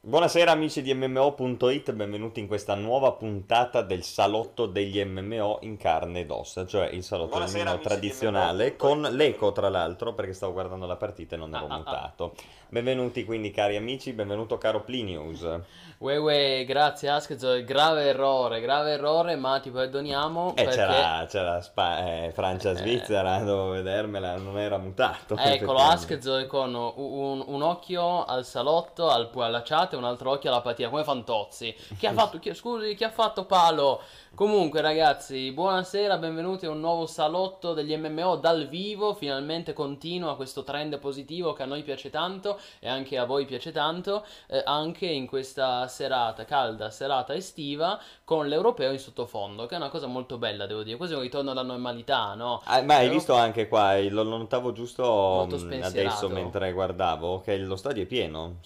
Buonasera amici di MMO.it, benvenuti in questa nuova puntata del salotto degli MMO in carne ed ossa, cioè il salotto del Buonasera MMO amici di tradizionale con MMO.it, l'eco tra l'altro perché stavo guardando la partita e non Ah, ero ah, ah. mutato. Benvenuti quindi cari amici, benvenuto caro Plinius. Grazie Askzo, grave errore, ma ti perdoniamo perché... Francia-Svizzera, devo vedermela, non era mutato Eccolo, effettivamente. Askzo con un occhio al salotto, alla chat e un altro occhio alla partita, come Fantozzi. Chi ha fatto, scusi, chi ha fatto palo? Comunque ragazzi, buonasera, benvenuti a un nuovo salotto degli MMO dal vivo. Finalmente continua questo trend positivo che a noi piace tanto e anche a voi piace tanto, anche in questa serata, calda serata estiva, con l'europeo in sottofondo, che è una cosa molto bella, devo dire. Quasi un ritorno alla normalità, no? Ah, ma hai visto L'europeo anche qua, lo notavo giusto molto adesso spensierato. mentre guardavo, che lo stadio è pieno.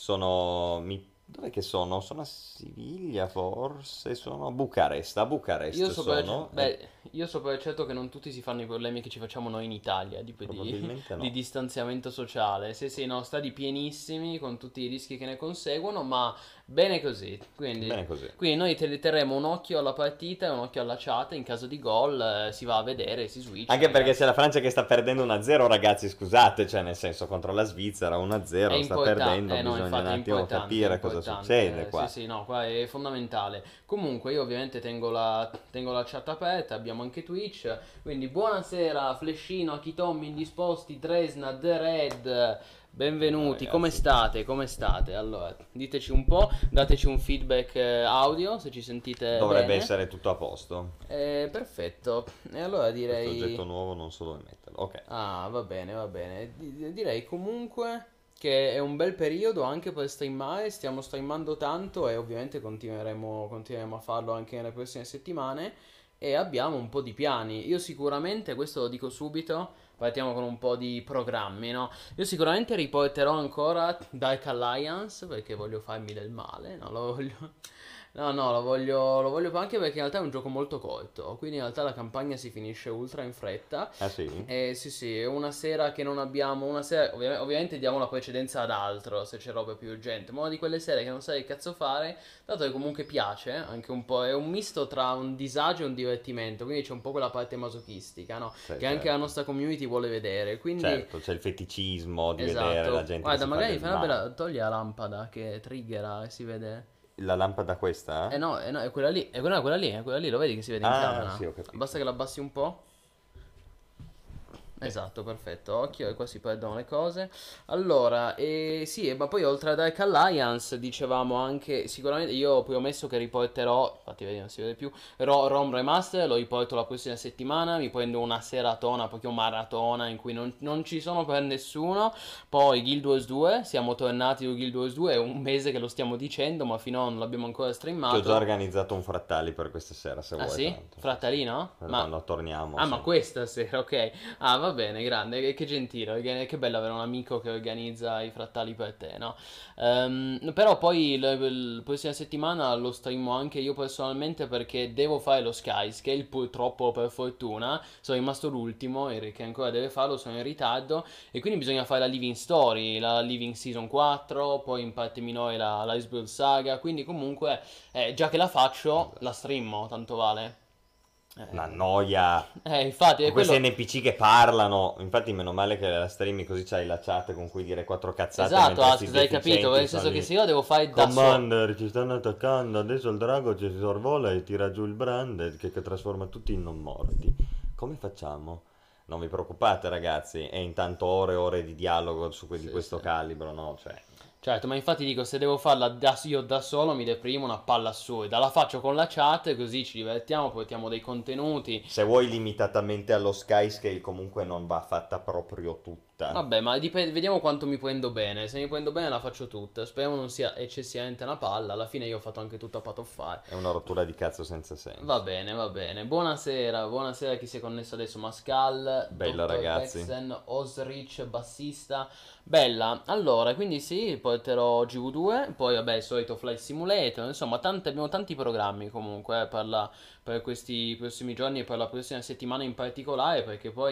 Dov'è che sono? Sono a Siviglia forse? Sono a Bucarest, Io so per, sono. E beh, io so per certo che non tutti si fanno i problemi che ci facciamo noi in Italia, probabilmente di no. distanziamento sociale. Sì, sì, no, stadi pienissimi con tutti i rischi che ne conseguono, ma bene così. Bene così. Quindi noi terremo un occhio alla partita e un occhio alla chat. In caso di gol, si va a vedere, si switcha, Anche perché c'è ragazzi. la Francia che sta perdendo 1-0, ragazzi, scusate, cioè nel senso contro la Svizzera È 1-0 sta importante, perdendo, no, bisogna un infatti attimo è capire cosa succede importante, sì, qua. sì, no, qua è fondamentale. Comunque io ovviamente tengo la chat aperta, abbiamo anche Twitch, quindi buonasera, Flashino, Akitommi, Indisposti, Dresna, The Red, Buona, benvenuti, come ragazzi. state? Come state? Allora, diteci un po', dateci un feedback audio se ci sentite Dovrebbe bene. essere tutto a posto. Perfetto, e allora Questo oggetto direi... nuovo non so dove metterlo. Ok. Ah, va bene, va bene. Direi comunque che è un bel periodo anche per streamare. Stiamo streamando tanto e ovviamente continueremo a farlo anche nelle prossime settimane. E abbiamo un po' di piani. Io sicuramente, questo lo dico subito, partiamo con un po' di programmi, no? Io sicuramente riporterò ancora Dark Alliance perché voglio farmi del male, no? Lo voglio... No, no, lo voglio anche perché in realtà è un gioco molto corto, quindi in realtà la campagna si finisce ultra in fretta. Ah sì? Sì, sì, è una sera che non abbiamo, una sera, ovviamente diamo la precedenza ad altro se c'è roba più urgente, ma una di quelle sere che non sai che cazzo fare, dato che comunque piace, anche un po', è un misto tra un disagio e un divertimento, quindi c'è un po' quella parte masochistica, no? Sì, Che anche la certo. nostra community vuole vedere, quindi... Certo, c'è il feticismo di vedere la Esatto, gente che guarda, si fa magari del fai una bella, male. togli la lampada che triggera e si vede... La lampada questa? No, è quella lì, è quella lì, lo vedi che si vede in Ah, camera? sì, ho Basta capito. che la abbassi un po'. Beh, Esatto, perfetto, occhio, e qua si perdono le cose. Allora, sì, ma poi oltre a Dark Alliance, dicevamo anche, sicuramente io poi ho messo che riporterò, infatti vedi non si vede più, ROM Remaster, lo riporto la prossima settimana, mi prendo una seratona, proprio maratona, in cui non ci sono per nessuno. Poi Guild Wars 2, siamo tornati su Guild Wars 2, è un mese che lo stiamo dicendo, ma fino a ora non l'abbiamo ancora ti ho già streamato. organizzato un frattali per questa sera, se Ah vuoi sì? tanto. Sì, sì. Frattalino? Per quando torniamo, Ah, sì. ma questa sera, ok. Ah, va bene, grande, che gentile, che bello avere un amico che organizza i frattali per te, no? Però poi la prossima settimana lo streamo anche io personalmente perché devo fare lo Skyscale, purtroppo per fortuna, sono rimasto l'ultimo, Eric che ancora deve farlo, sono in ritardo e quindi bisogna fare la Living Story, la Living Season 4, poi in parte minore l'Iceberg Saga, quindi comunque già che la faccio, la streamo, tanto vale. Una Eh, noia. infatti, è Con questi quello. NPC che parlano. Infatti, meno male che la streami così c'hai la chat con cui dire quattro cazzate Esatto, mentre sti Ask, hai capito? deficienti Nel sono senso che lì. se io devo fare da solo. Commander, ci stanno attaccando. Adesso il drago ci sorvola e tira giù il brand che trasforma tutti in non morti. Come facciamo? Non vi preoccupate, ragazzi. E intanto ore e ore di dialogo di Sì, sì. questo calibro, no? Cioè. Certo, ma infatti dico, se devo farla io da solo mi deprimo una palla assurda. La faccio con la chat, così ci divertiamo, portiamo dei contenuti. Se vuoi limitatamente allo Skyscale, comunque non va fatta proprio tutta. Vabbè, ma vediamo quanto mi prendo bene. Se mi prendo bene la faccio tutta. Speriamo non sia eccessivamente una palla. Alla fine io ho fatto anche tutto a patto fare. È una rottura di cazzo senza Va senso. bene, va bene. Buonasera, buonasera a chi si è connesso adesso. Mascal, Bello, Dr. ragazzi. Vexen, Osrich, bassista. Bella. Allora, quindi sì, porterò GV2, poi vabbè, il solito Flight Simulator, insomma, abbiamo tanti programmi comunque per questi prossimi giorni e per la prossima settimana in particolare, perché poi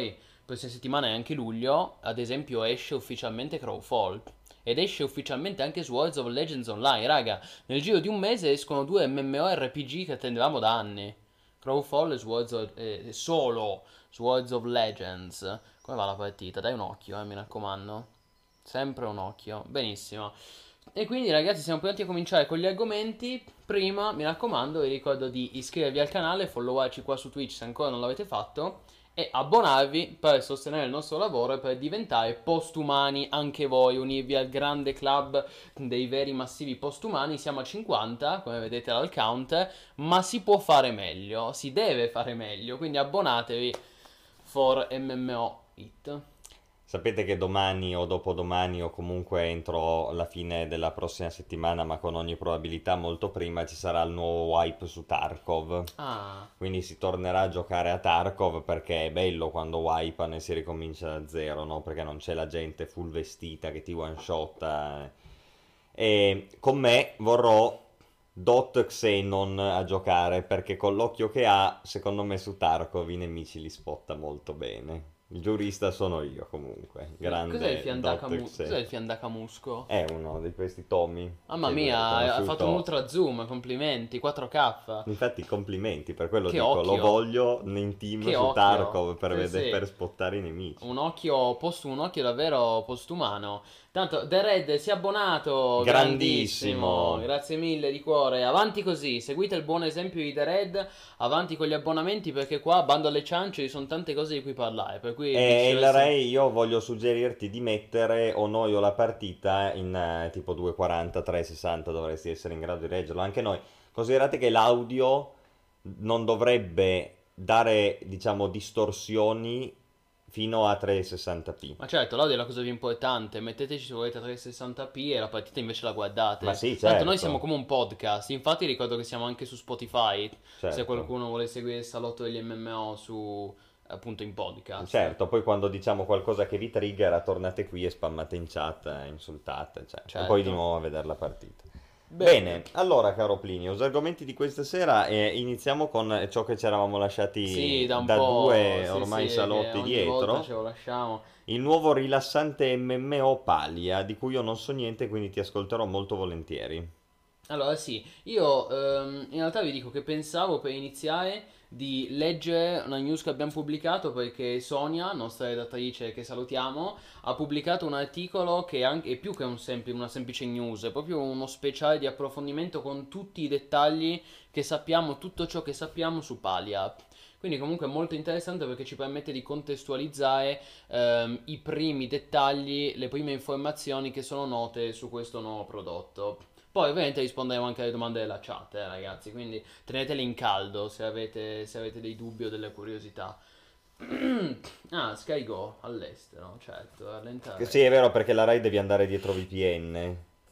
prossima settimana e anche luglio, ad esempio, esce ufficialmente Crowfall. Ed esce ufficialmente anche Swords of Legends Online, raga. Nel giro di un mese escono due MMORPG che attendevamo da anni. Crowfall e solo Swords of Legends. Come va la partita? Dai un occhio, mi raccomando. Sempre un occhio. Benissimo. E quindi ragazzi siamo pronti a cominciare con gli argomenti. Prima, mi raccomando, vi ricordo di iscrivervi al canale, followarci qua su Twitch se ancora non l'avete fatto e abbonarvi per sostenere il nostro lavoro e per diventare postumani anche voi, unirvi al grande club dei veri massivi postumani. Siamo a 50, come vedete dal count, ma si può fare meglio, si deve fare meglio, quindi abbonatevi for MMO It. Sapete che domani o dopodomani o comunque entro la fine della prossima settimana, ma con ogni probabilità molto prima, ci sarà il nuovo wipe su Tarkov. Ah, Quindi si tornerà a giocare a Tarkov perché è bello quando wipan e si ricomincia da zero, no? Perché non c'è la gente full vestita che ti one-shotta. E con me vorrò Dot Xenon a giocare perché con l'occhio che ha, secondo me su Tarkov i nemici li spotta molto bene. Il giurista sono io comunque, cos'è il grande Dot Cos'è il Xenon. Fiandacamusco? È uno di questi tomi Mamma che è mia, ha fatto un conosciuto. ultra zoom, complimenti, 4K. Infatti, complimenti, per quello Che dico, lo occhio, voglio in team che su occhio. Tarkov per, Sì, sì. per spottare i nemici. Un occhio davvero postumano. Tanto, The Red si è abbonato, grandissimo, Grandissimo! grazie mille di cuore. Avanti così, seguite il buon esempio di The Red, avanti con gli abbonamenti perché qua, bando alle ciance, ci sono tante cose di cui parlare. Per cui vi ci E deve la essere... Ray, io voglio suggerirti di mettere o noi o la partita in tipo 240, 360, dovresti essere in grado di reggerlo. Anche noi. Considerate che l'audio non dovrebbe dare, diciamo, distorsioni fino a 360p. Ma certo, l'audio è la cosa più importante. Metteteci se volete 360p e la partita invece la Ma guardate. sì, Tanto noi siamo certo, come un podcast. Infatti ricordo che siamo anche su Spotify. Se certo. qualcuno vuole seguire il salotto degli MMO su appunto in podcast. Certo, poi quando diciamo qualcosa che vi triggera, tornate qui e spammate in chat, insultate, cioè, e poi di Certo. nuovo a vedere la partita. Bene. Bene, allora caro Plinio, gli argomenti di questa sera iniziamo con ciò che ci eravamo Sì, lasciati da un da po'. due Sì, sì, ormai è che salotti ogni volta dietro, ce lo lasciamo. il nuovo rilassante MMO Palia, di cui io non so niente, quindi ti ascolterò molto volentieri. Allora, sì, io in realtà vi dico che pensavo per iniziare di leggere una news che abbiamo pubblicato perché Sonia, nostra redattrice che salutiamo, ha pubblicato un articolo che è più che una semplice news, è proprio uno speciale di approfondimento con tutti i dettagli che sappiamo, tutto ciò che sappiamo su Palia. Quindi comunque è molto interessante perché ci permette di contestualizzare i primi dettagli, le prime informazioni che sono note su questo nuovo prodotto. Poi ovviamente risponderemo anche alle domande della chat, ragazzi, quindi tenetele in caldo se avete dei dubbi o delle curiosità. Ah, Sky Go all'estero, certo, rallentare. Sì, è vero, perché la Rai devi andare dietro VPN.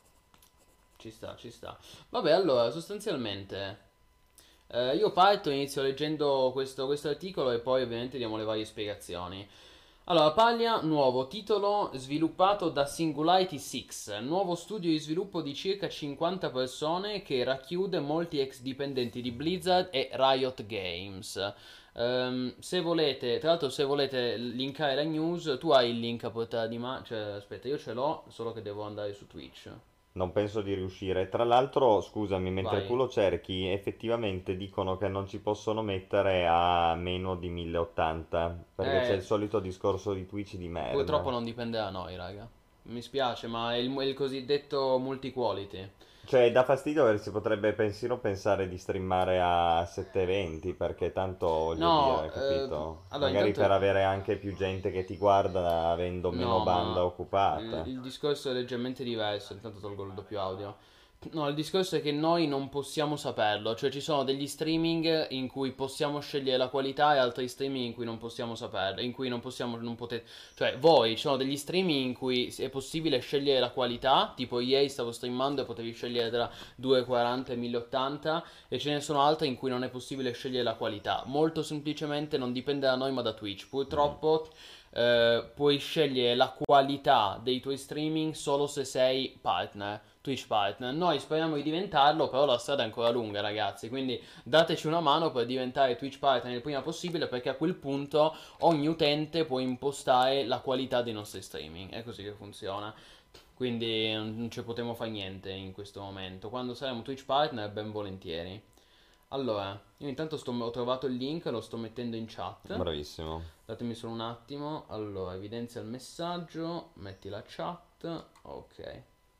Ci sta, ci sta. Vabbè, allora, sostanzialmente, io parto, inizio leggendo questo articolo e poi ovviamente diamo le varie spiegazioni. Allora, Paglia, nuovo titolo sviluppato da Singularity 6, nuovo studio di sviluppo di circa 50 persone che racchiude molti ex dipendenti di Blizzard e Riot Games. Se volete, tra l'altro, se volete linkare la news, tu hai il link a portata di mano, cioè, aspetta, io ce l'ho, solo che devo andare su Twitch. Non penso di riuscire. Tra l'altro, scusami, mentre tu Vai. lo cerchi, effettivamente dicono che non ci possono mettere a meno di 1080, perché c'è il Eh, solito discorso di Twitch di Purtroppo merda. non dipende da noi, raga. Mi spiace, ma è il cosiddetto multi-quality. Cioè, dà fastidio perché si potrebbe persino pensare di streamare a 720, perché tanto voglio No, dire, capito? allora Magari per intanto... avere anche più gente che ti guarda avendo meno No, ma banda occupata. il discorso è leggermente diverso, intanto tolgo il doppio audio. No, il discorso è che noi non possiamo saperlo, cioè ci sono degli streaming in cui possiamo scegliere la qualità e altri streaming in cui non possiamo saperlo, in cui non possiamo, non potete, cioè voi, ci sono degli streaming in cui è possibile scegliere la qualità, tipo EA stavo streamando e potevi scegliere tra 240 e 1080 e ce ne sono altri in cui non è possibile scegliere la qualità, molto semplicemente non dipende da noi ma da Twitch, Mm. purtroppo. puoi scegliere la qualità dei tuoi streaming solo se sei partner, Twitch partner. Noi speriamo di diventarlo, però la strada è ancora lunga, ragazzi. Quindi dateci una mano per diventare Twitch partner il prima possibile, perché a quel punto ogni utente può impostare la qualità dei nostri streaming. È così che funziona. Quindi non ci potremo fare niente in questo momento. Quando saremo Twitch partner, ben volentieri. Allora, io intanto ho trovato il link, lo sto mettendo in chat. Bravissimo. Datemi solo un attimo. Allora, evidenzia il messaggio, metti la chat. Ok.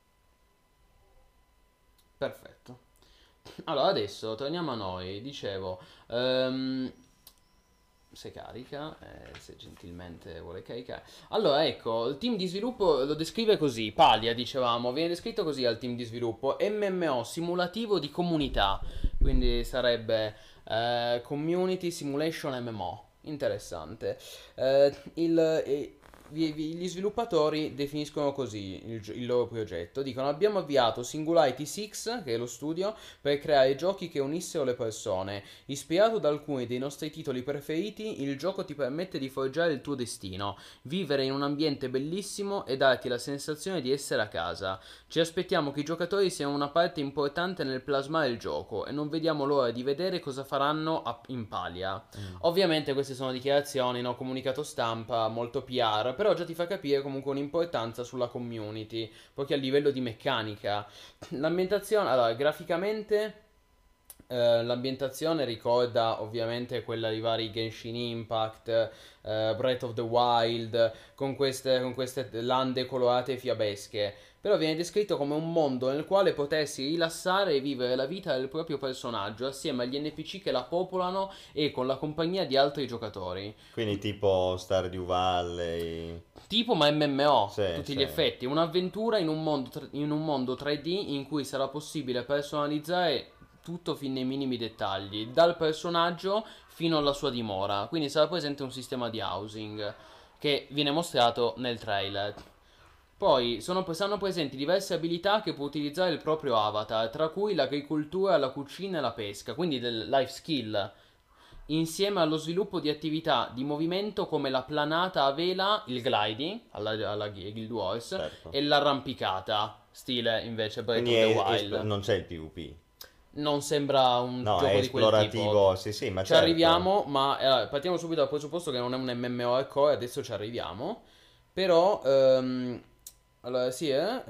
Perfetto. Allora, adesso torniamo a noi. Dicevo, se carica, se gentilmente vuole caricare. Allora, ecco, il team di sviluppo lo descrive così, Palia, dicevamo, viene descritto così al team di sviluppo, MMO simulativo di comunità, quindi sarebbe Community Simulation MMO, interessante. Gli sviluppatori definiscono così il loro progetto. Dicono: abbiamo avviato Singularity 6, che è lo studio, per creare giochi che unissero le persone. Ispirato da alcuni dei nostri titoli preferiti, il gioco ti permette di forgiare il tuo destino, vivere in un ambiente bellissimo e darti la sensazione di essere a casa. Ci aspettiamo che i giocatori siano una parte importante nel plasmare il gioco e non vediamo l'ora di vedere cosa faranno in Palia. Ovviamente queste sono dichiarazioni, no? Comunicato stampa, molto PR, però già ti fa capire comunque un'importanza sulla community, proprio a livello di meccanica. L'ambientazione, allora, graficamente l'ambientazione ricorda ovviamente quella di vari Genshin Impact, Breath of the Wild, con queste lande colorate e fiabesche. Però viene descritto come un mondo nel quale potersi rilassare e vivere la vita del proprio personaggio assieme agli NPC che la popolano e con la compagnia di altri giocatori. Quindi tipo Stardew Valley. Tipo ma MMO, Sì, tutti sì. gli effetti, un'avventura in un mondo 3D in cui sarà possibile personalizzare tutto fin nei minimi dettagli, dal personaggio fino alla sua dimora, quindi sarà presente un sistema di housing che viene mostrato nel trailer. Poi saranno presenti diverse abilità che può utilizzare il proprio avatar, tra cui l'agricoltura, la cucina e la pesca, quindi del life skill, insieme allo sviluppo di attività di movimento come la planata a vela, il gliding, alla Guild Wars, Certo. e l'arrampicata, stile invece Breath Quindi of the Wild. non c'è il PvP. Non sembra un No, gioco è di quel tipo. esplorativo, sì, sì, ma Ci certo. arriviamo, ma partiamo subito dal presupposto che non è un MMORPG, adesso ci arriviamo. Però, allora sì,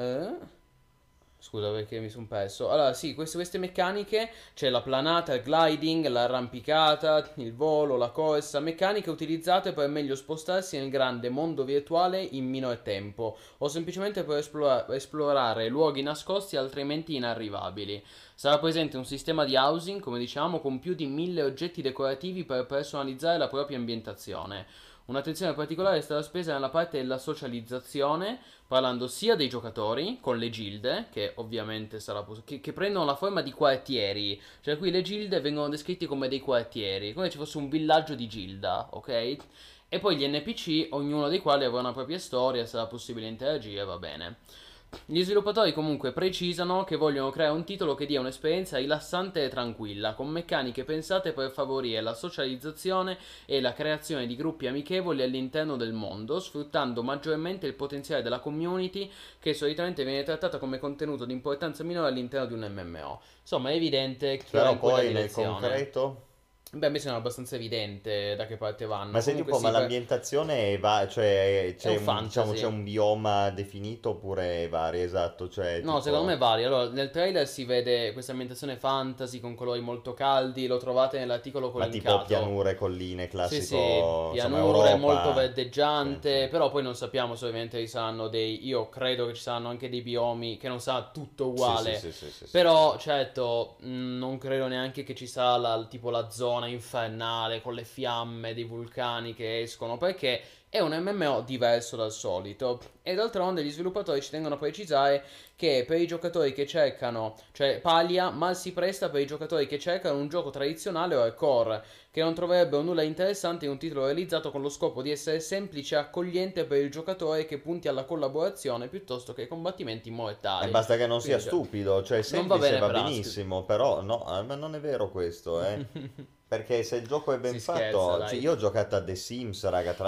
Scusa perché mi sono perso. Allora, sì, queste meccaniche, c'è la planata, il gliding, l'arrampicata, il volo, la corsa, meccaniche utilizzate per meglio spostarsi nel grande mondo virtuale in minore tempo, o semplicemente per esplorare luoghi nascosti altrimenti inarrivabili. Sarà presente un sistema di housing, come diciamo, con più di 1000 oggetti decorativi per personalizzare la propria ambientazione. Un'attenzione particolare è stata spesa nella parte della socializzazione, parlando sia dei giocatori, con le gilde, che ovviamente che prendono la forma di quartieri, cioè qui le gilde vengono descritte come dei quartieri, come se ci fosse un villaggio di gilda, ok? E poi gli NPC, ognuno dei quali avrà una propria storia, sarà possibile interagire, va bene. Gli sviluppatori comunque precisano che vogliono creare un titolo che dia un'esperienza rilassante e tranquilla, con meccaniche pensate per favorire la socializzazione e la creazione di gruppi amichevoli all'interno del mondo, sfruttando maggiormente il potenziale della community, che solitamente viene trattata come contenuto di importanza minore all'interno di un MMO. Insomma, è evidente che va Però in quella poi nel direzione. concreto. Beh, a me sembra abbastanza evidente da che parte vanno. Ma senti un Comunque po', sì, ma l'ambientazione c'è è un diciamo, fantasy. c'è un bioma definito oppure è vario, esatto, cioè No, secondo me tipo. vari. Allora, nel trailer si vede questa ambientazione fantasy con colori molto caldi, lo trovate nell'articolo Ma tipo linkato. pianure, colline, Sì, sì, classico, insomma, pianure, molto Europa. Sì, verdeggiante, sì. però poi non sappiamo se ovviamente ci saranno io credo che ci saranno anche dei biomi che non sarà tutto Sì, sì, uguale, sì, sì, sì, sì, però sì. certo non credo neanche che ci sarà tipo la zona infernale con le fiamme dei vulcani che escono, perché è un MMO diverso dal solito e d'altronde gli sviluppatori ci tengono a precisare che per i giocatori che cercano, cioè Palia mal si presta per i giocatori che cercano un gioco tradizionale o hardcore, che non troverebbero nulla interessante in un titolo realizzato con lo scopo di essere semplice e accogliente per il giocatore che punti alla collaborazione piuttosto che ai combattimenti E mortali. basta che non sia Quindi, cioè, stupido, cioè non va semplice bene va per Ask. benissimo, però no, ma non è vero questo, eh. Perché se il gioco è ben Si scherza, fatto, cioè, dai. io ho giocato a The Sims, raga, tra l'altro c'è il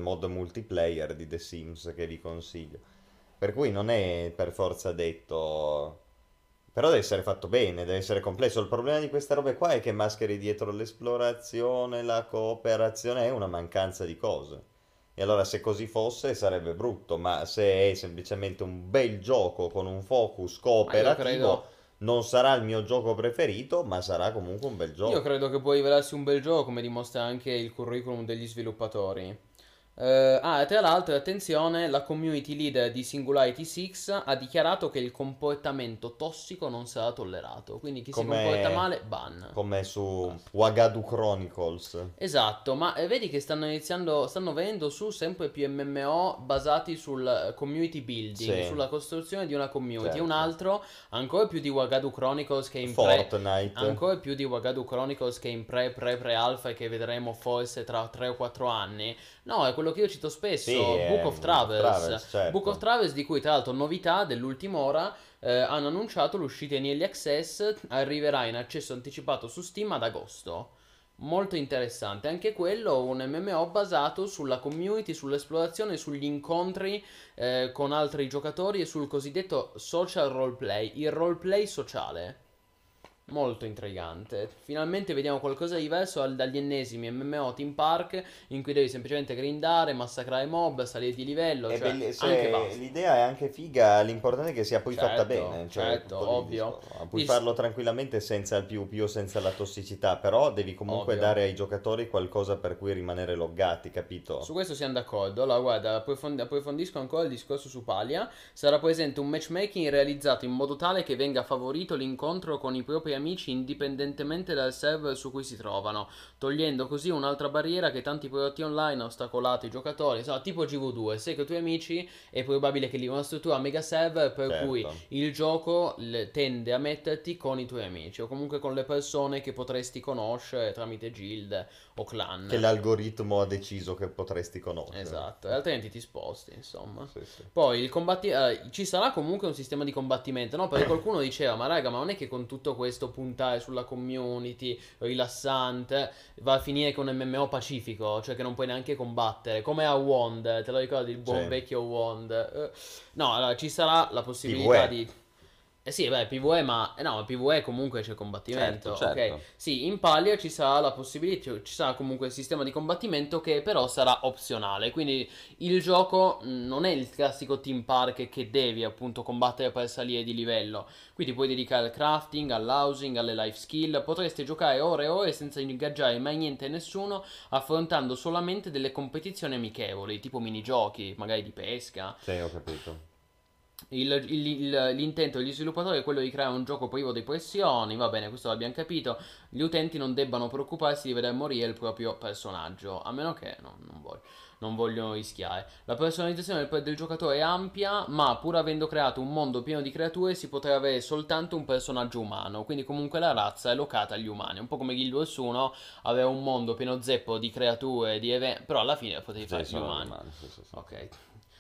mod multiplayer di The Sims che vi consiglio. Per cui non è per forza detto. Però deve essere fatto bene, deve essere complesso. Il problema di queste robe qua è che mascheri dietro l'esplorazione, la cooperazione, è una mancanza di cose. E allora se così fosse sarebbe brutto, ma se è semplicemente un bel gioco con un focus Ma io cooperativo, credo. non sarà il mio gioco preferito, ma sarà comunque un bel Io gioco. credo che può rivelarsi un bel gioco, come dimostra anche il curriculum degli sviluppatori. Tra l'altro, attenzione, la community leader di Singularity 6 ha dichiarato che il comportamento tossico non sarà tollerato. Quindi chi si comporta Come, male, ban. come su Basta. Wagadu Chronicles. Esatto, ma vedi che stanno venendo su sempre più MMO basati sul community building, Sì, sulla costruzione di una community. Un certo. altro, ancora più di Wagadu Chronicles che è in pre, Fortnite. ancora più di Wagadu Chronicles che è in pre-alpha e che vedremo forse tra 3 o 4 anni. No, è quello che io cito Sì, spesso, Book è of Book of Travels. Travels, Book of certo. Travels di cui tra l'altro novità dell'ultima ora, hanno annunciato l'uscita in Early Access, arriverà in accesso anticipato su Steam ad agosto. Molto interessante, anche quello un MMO basato sulla community, sull'esplorazione, sugli incontri con altri giocatori e sul cosiddetto social roleplay, il roleplay sociale. Molto intrigante. Finalmente vediamo qualcosa di diverso dagli ennesimi MMO Team Park in cui devi semplicemente grindare, massacrare mob, salire di livello, cioè anche basta. L'idea è anche figa, l'importante è che sia poi fatta Certo, bene, cioè certo, tutto lì il ovvio. discorso. Puoi Il, farlo tranquillamente senza il PvP o senza la tossicità, però devi comunque ovvio. dare ai giocatori qualcosa per cui rimanere loggati, Su capito? questo siamo d'accordo. Allora, guarda, approfondisco ancora il discorso su Palia. Sarà presente un matchmaking realizzato in modo tale che venga favorito l'incontro con i propri amici indipendentemente dal server su cui si trovano, togliendo così un'altra barriera che tanti prodotti online ha ostacolato i giocatori. Insomma, tipo GV2, sai che i tuoi amici è probabile che lì una struttura mega server per cui Certo. il gioco tende a metterti con i tuoi amici o comunque con le persone che potresti conoscere tramite guild o Che clan. l'algoritmo ha deciso che potresti conoscere. Esatto, e altrimenti ti sposti, insomma. Sì, sì. Poi ci sarà comunque un sistema di combattimento, no? Perché qualcuno diceva, ma raga, ma non è che con tutto questo puntare sulla community, rilassante, va a finire con un MMO pacifico, cioè che non puoi neanche combattere, come a Wand, te lo ricordi il buon Sì. vecchio Wand? No, allora ci sarà la possibilità PvE. di. Eh sì, beh, PvE, ma no, PvE comunque c'è Certo, combattimento, ok? certo. Sì, in Palia ci sarà la possibilità, ci sarà comunque il sistema di combattimento che però sarà opzionale, quindi il gioco non è il classico team park che devi appunto combattere per salire di livello, quindi puoi dedicare al crafting, all'housing, alle life skill, potresti giocare ore e ore senza ingaggiare mai niente e nessuno, affrontando solamente delle competizioni amichevoli, tipo minigiochi, magari di pesca. Sì, ho capito. L'intento degli sviluppatori è quello di creare un gioco privo di pressioni, va bene, questo l'abbiamo capito. Gli utenti non debbano preoccuparsi di vedere morire il proprio personaggio, a meno che non vogliono rischiare. La personalizzazione del giocatore è ampia, ma pur avendo creato un mondo pieno di creature si potrà avere soltanto un personaggio umano, quindi comunque la razza è locata agli umani, un po' come Guild Wars 1, aveva un mondo pieno zeppo di creature, di eventi, però alla fine potevi Sì, fare gli sono umani. rimasti, sì, sì, sì. Ok.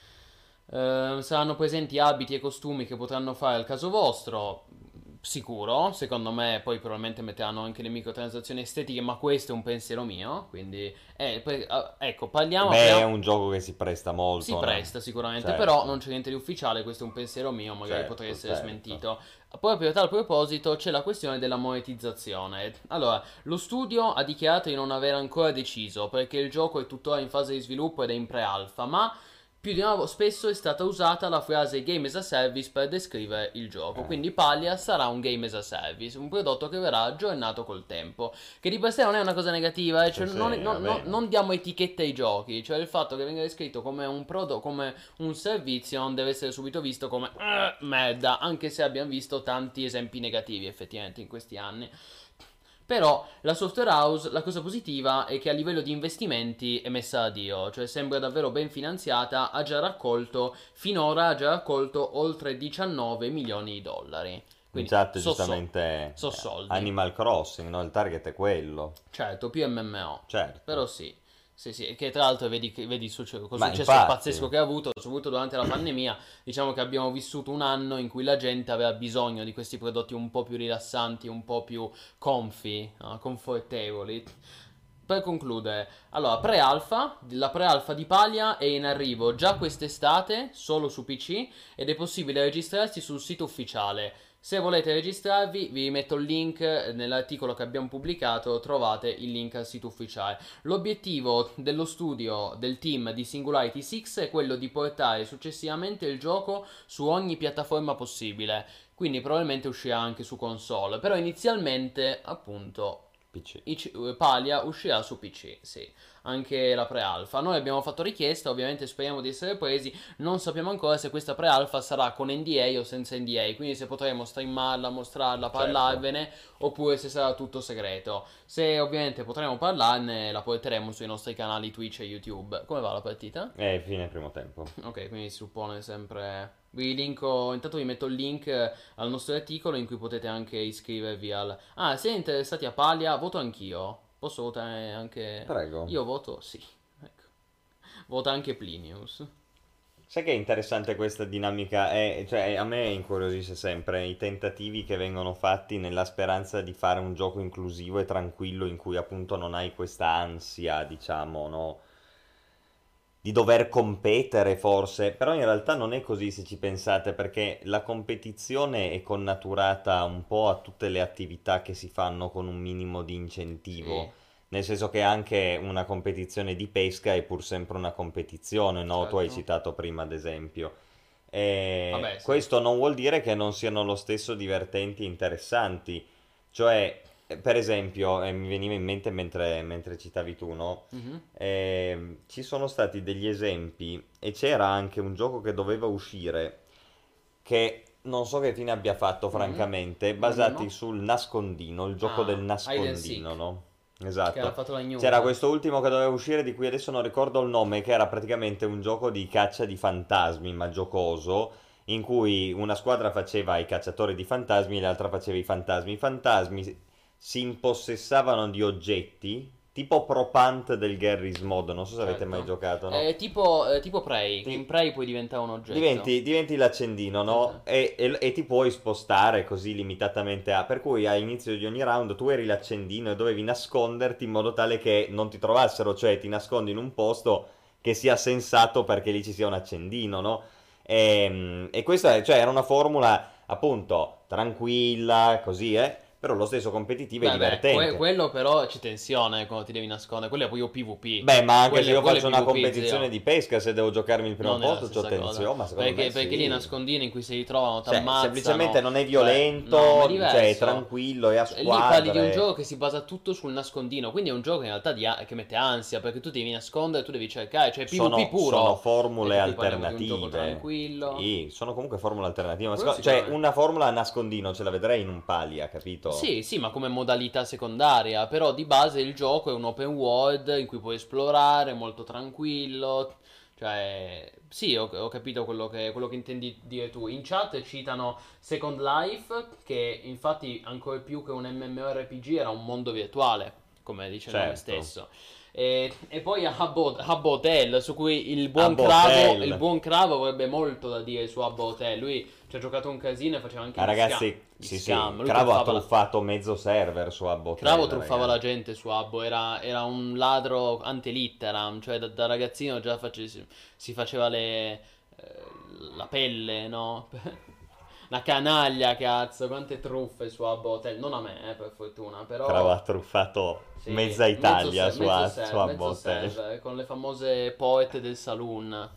Saranno presenti abiti e costumi che potranno fare al caso vostro. Sicuro, secondo me poi probabilmente metteranno anche le microtransazioni estetiche, ma questo è un pensiero mio, quindi ecco, Beh, è un gioco che si presta si molto, no? presta sicuramente, però non Certo, c'è niente di ufficiale, questo è un pensiero mio, magari potrà certo, essere certo. smentito. Proprio a tal proposito c'è la questione della monetizzazione. Allora, lo studio ha dichiarato di non aver ancora deciso, perché il gioco è tuttora in fase di sviluppo ed è in pre-alpha, ma più di una spesso è stata usata la frase game as a service per descrivere il gioco. Eh, Quindi Palia sarà un game as a service, un prodotto che verrà aggiornato col tempo. Che di per sé non è una cosa negativa, sì, cioè sì, va bene. non diamo etichette ai giochi. Cioè il fatto che venga descritto come un prodotto, come un servizio, non deve essere subito visto come merda, anche se abbiamo visto tanti esempi negativi effettivamente in questi anni. Però la software house, la cosa positiva è che a livello di investimenti è messa a Dio, cioè sembra davvero ben finanziata, finora ha già raccolto oltre 19 milioni di dollari. In Quindi chat giustamente so soldi. Animal Crossing, no? Il target è quello. Certo, più MMO. Certo. Però sì. Sì, sì, che tra l'altro vedi col Ma successo infatti, pazzesco che ha avuto, soprattutto durante la pandemia, diciamo che abbiamo vissuto un anno in cui la gente aveva bisogno di questi prodotti un po' più rilassanti, un po' più comfy, no? Confortevoli. per concludere, allora, pre-alpha, la pre-alpha di Palia è in arrivo già quest'estate, solo su PC, ed è possibile registrarsi sul sito ufficiale. Se volete registrarvi, vi metto il link nell'articolo che abbiamo pubblicato, trovate il link al sito ufficiale. L'obiettivo dello studio del team di Singularity 6 è quello di portare successivamente il gioco su ogni piattaforma possibile, quindi probabilmente uscirà anche su console, però inizialmente appunto PC. Palia uscirà su PC, sì, anche la pre-alpha. Noi abbiamo fatto richiesta, ovviamente speriamo di essere presi, non sappiamo ancora se questa pre-alpha sarà con NDA o senza NDA, quindi se potremo streamarla, mostrarla, Certo. parlarvene, oppure se sarà tutto segreto. Se ovviamente potremo parlarne, la porteremo sui nostri canali Twitch e YouTube. Come va la partita? Fine primo tempo. Ok, quindi si suppone sempre... Vi linko, intanto vi metto il link al nostro articolo in cui potete anche iscrivervi al... Ah, se interessati a Palia, voto anch'io. Posso votare anche... Prego. Io voto, sì. Ecco. Vota anche Plinius. Sai che è interessante questa dinamica? Cioè, a me incuriosisce sempre i tentativi che vengono fatti nella speranza di fare un gioco inclusivo e tranquillo in cui appunto non hai questa ansia, diciamo, no? Di dover competere forse, però in realtà non è così se ci pensate, perché la competizione è connaturata un po' a tutte le attività che si fanno con un minimo di incentivo. Sì, Nel senso che anche una competizione di pesca è pur sempre una competizione, no? Tu hai certo. citato prima, ad esempio. Vabbè, sì. Questo non vuol dire che non siano lo stesso divertenti e interessanti. Cioè, per esempio, mi veniva in mente mentre citavi tu, no? Mhm. Ci sono stati degli esempi e c'era anche un gioco che doveva uscire che non so che fine abbia fatto, Mhm. francamente, Un basati MMO? sul nascondino, il gioco del Ah, Hide and nascondino, Seek, no? che ha Esatto. fatto la C'era news. questo ultimo che doveva uscire di cui adesso non ricordo il nome, che era praticamente un gioco di caccia di fantasmi, ma giocoso, in cui una squadra faceva i cacciatori di fantasmi e l'altra faceva i fantasmi. I fantasmi si impossessavano di oggetti, tipo Propant del Garry's Mod, non so se avete mai Certo. giocato, no? Tipo Prey, che in Ti- Prey puoi diventare un oggetto. diventi l'accendino, Sì, sì. no? E ti puoi spostare così limitatamente a... Per cui all'inizio di ogni round tu eri l'accendino e dovevi nasconderti in modo tale che non ti trovassero, cioè ti nascondi in un posto che sia sensato perché lì ci sia un accendino, no? E questa cioè, era una formula appunto tranquilla, così, però lo stesso competitivo è Beh, divertente. quello però c'è tensione quando ti devi nascondere, quello è poi PvP. Beh, ma anche se io Quello è faccio una PvP, competizione zio. di pesca, se devo giocarmi il primo Non è la posto, c'ho stessa cosa. tensione, ma secondo me Perché lì i sì. nascondini in cui si ritrovano, ti Cioè, ammazzano. semplicemente non è Cioè, no, ma è violento, cioè è diverso. tranquillo, è a Cioè, lì parli di un squadre. gioco che si basa tutto sul nascondino. Quindi è un gioco in realtà che mette ansia. Perché tu ti devi nascondere, tu devi cercare. Cioè, PvP Sono puro. formule Perché qui parliamo di un gioco alternative. tranquillo. Sì, sono comunque formule alternative. Quello Cioè, sicuramente. una formula a nascondino ce la vedrei in un palia, capito? Sì, sì, ma come modalità secondaria, però di base il gioco è un open world in cui puoi esplorare, molto tranquillo, cioè, sì, ho capito quello che intendi dire tu. In chat citano Second Life, che infatti ancora più che un MMORPG era un mondo virtuale, come dice il nome Certo. stesso. E poi Hub Hotel, su cui A Il Botel. buon Cravo avrebbe molto da dire su Hub Hotel. Lui ci ha giocato un casino e faceva anche Ma ragazzi, gli sì, scam. sì, Lui Cravo ha truffava la... truffato mezzo server su Cravo Abotel, truffava la ragazzi. gente su Abbo, era un ladro antelitteram, cioè da ragazzino già si faceva la pelle, no? Una canaglia, cazzo, quante truffe su Abbo Hotel, non a me, per fortuna, Cravo però ha truffato sì, mezza Italia su, su mezzo Abotel. server, con le famose poet del saloon.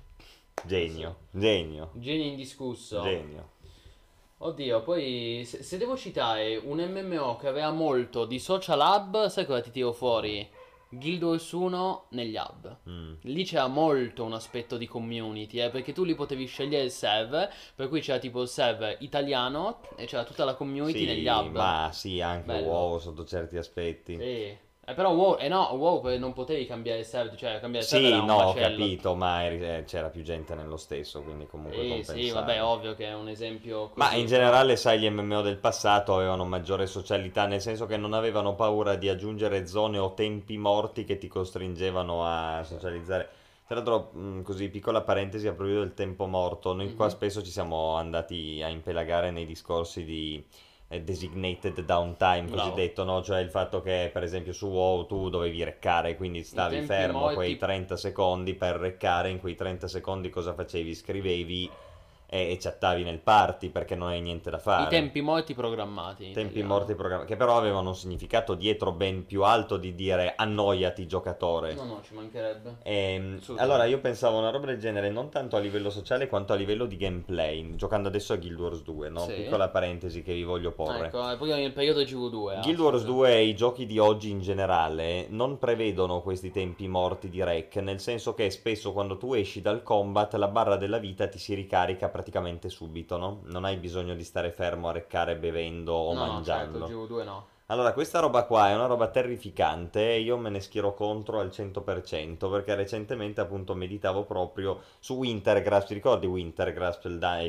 Sì. Genio, genio, Genio indiscusso. genio. Oddio, poi se devo citare un MMO che aveva molto di social hub, sai cosa ti tiro fuori? Guild Wars 1 negli hub. Mm. Lì c'era molto un aspetto di community, perché tu lì potevi scegliere il server, per cui c'era tipo il server italiano e c'era tutta la community negli Sì, hub. ma sì, anche Bello. WoW sotto certi aspetti. Sì. Però WoW, no, WoW non potevi cambiare il server, cioè cambiare il server Sì, era un no, ho macello. capito, ma c'era più gente nello stesso, quindi comunque Sì, sì, vabbè, compensava. ovvio che è un esempio Ma in così, però... generale, sai, gli MMO del passato avevano maggiore socialità, nel senso che non avevano paura di aggiungere zone o tempi morti che ti costringevano a Sì. socializzare. Tra l'altro, così, piccola parentesi a proposito del tempo morto, noi qua Mhm. spesso ci siamo andati a impelagare nei discorsi di designated downtime Bravo. cosiddetto, no? Cioè il fatto che per esempio su WoW tu dovevi reccare, quindi I stavi tempi fermo quei morti 30 secondi per reccare, in quei 30 secondi cosa facevi? Scrivevi e chattavi nel party perché non hai niente da I fare. tempi morti programmati in Tempi morti italiano. programmati, che però avevano un significato dietro ben più alto di dire annoiati giocatore. No, no, ci mancherebbe. Allora Assolutamente. io pensavo a una roba del genere non tanto a livello sociale quanto a livello di gameplay, giocando adesso a Guild Wars 2, no? Sì. Piccola parentesi che vi voglio porre. Ecco, e poi nel periodo GV2, Guild Wars scusa. 2 e i giochi di oggi in generale non prevedono questi tempi morti di rec, nel senso che spesso quando tu esci dal combat la barra della vita ti si ricarica praticamente subito, no? Non hai bisogno di stare fermo a reccare bevendo o No, no, certo, il mangiando. GV2 no. Allora, questa roba qua è una roba terrificante e io me ne schiero contro al 100% perché recentemente appunto meditavo proprio su Wintergrasp, ti ricordi Wintergrasp,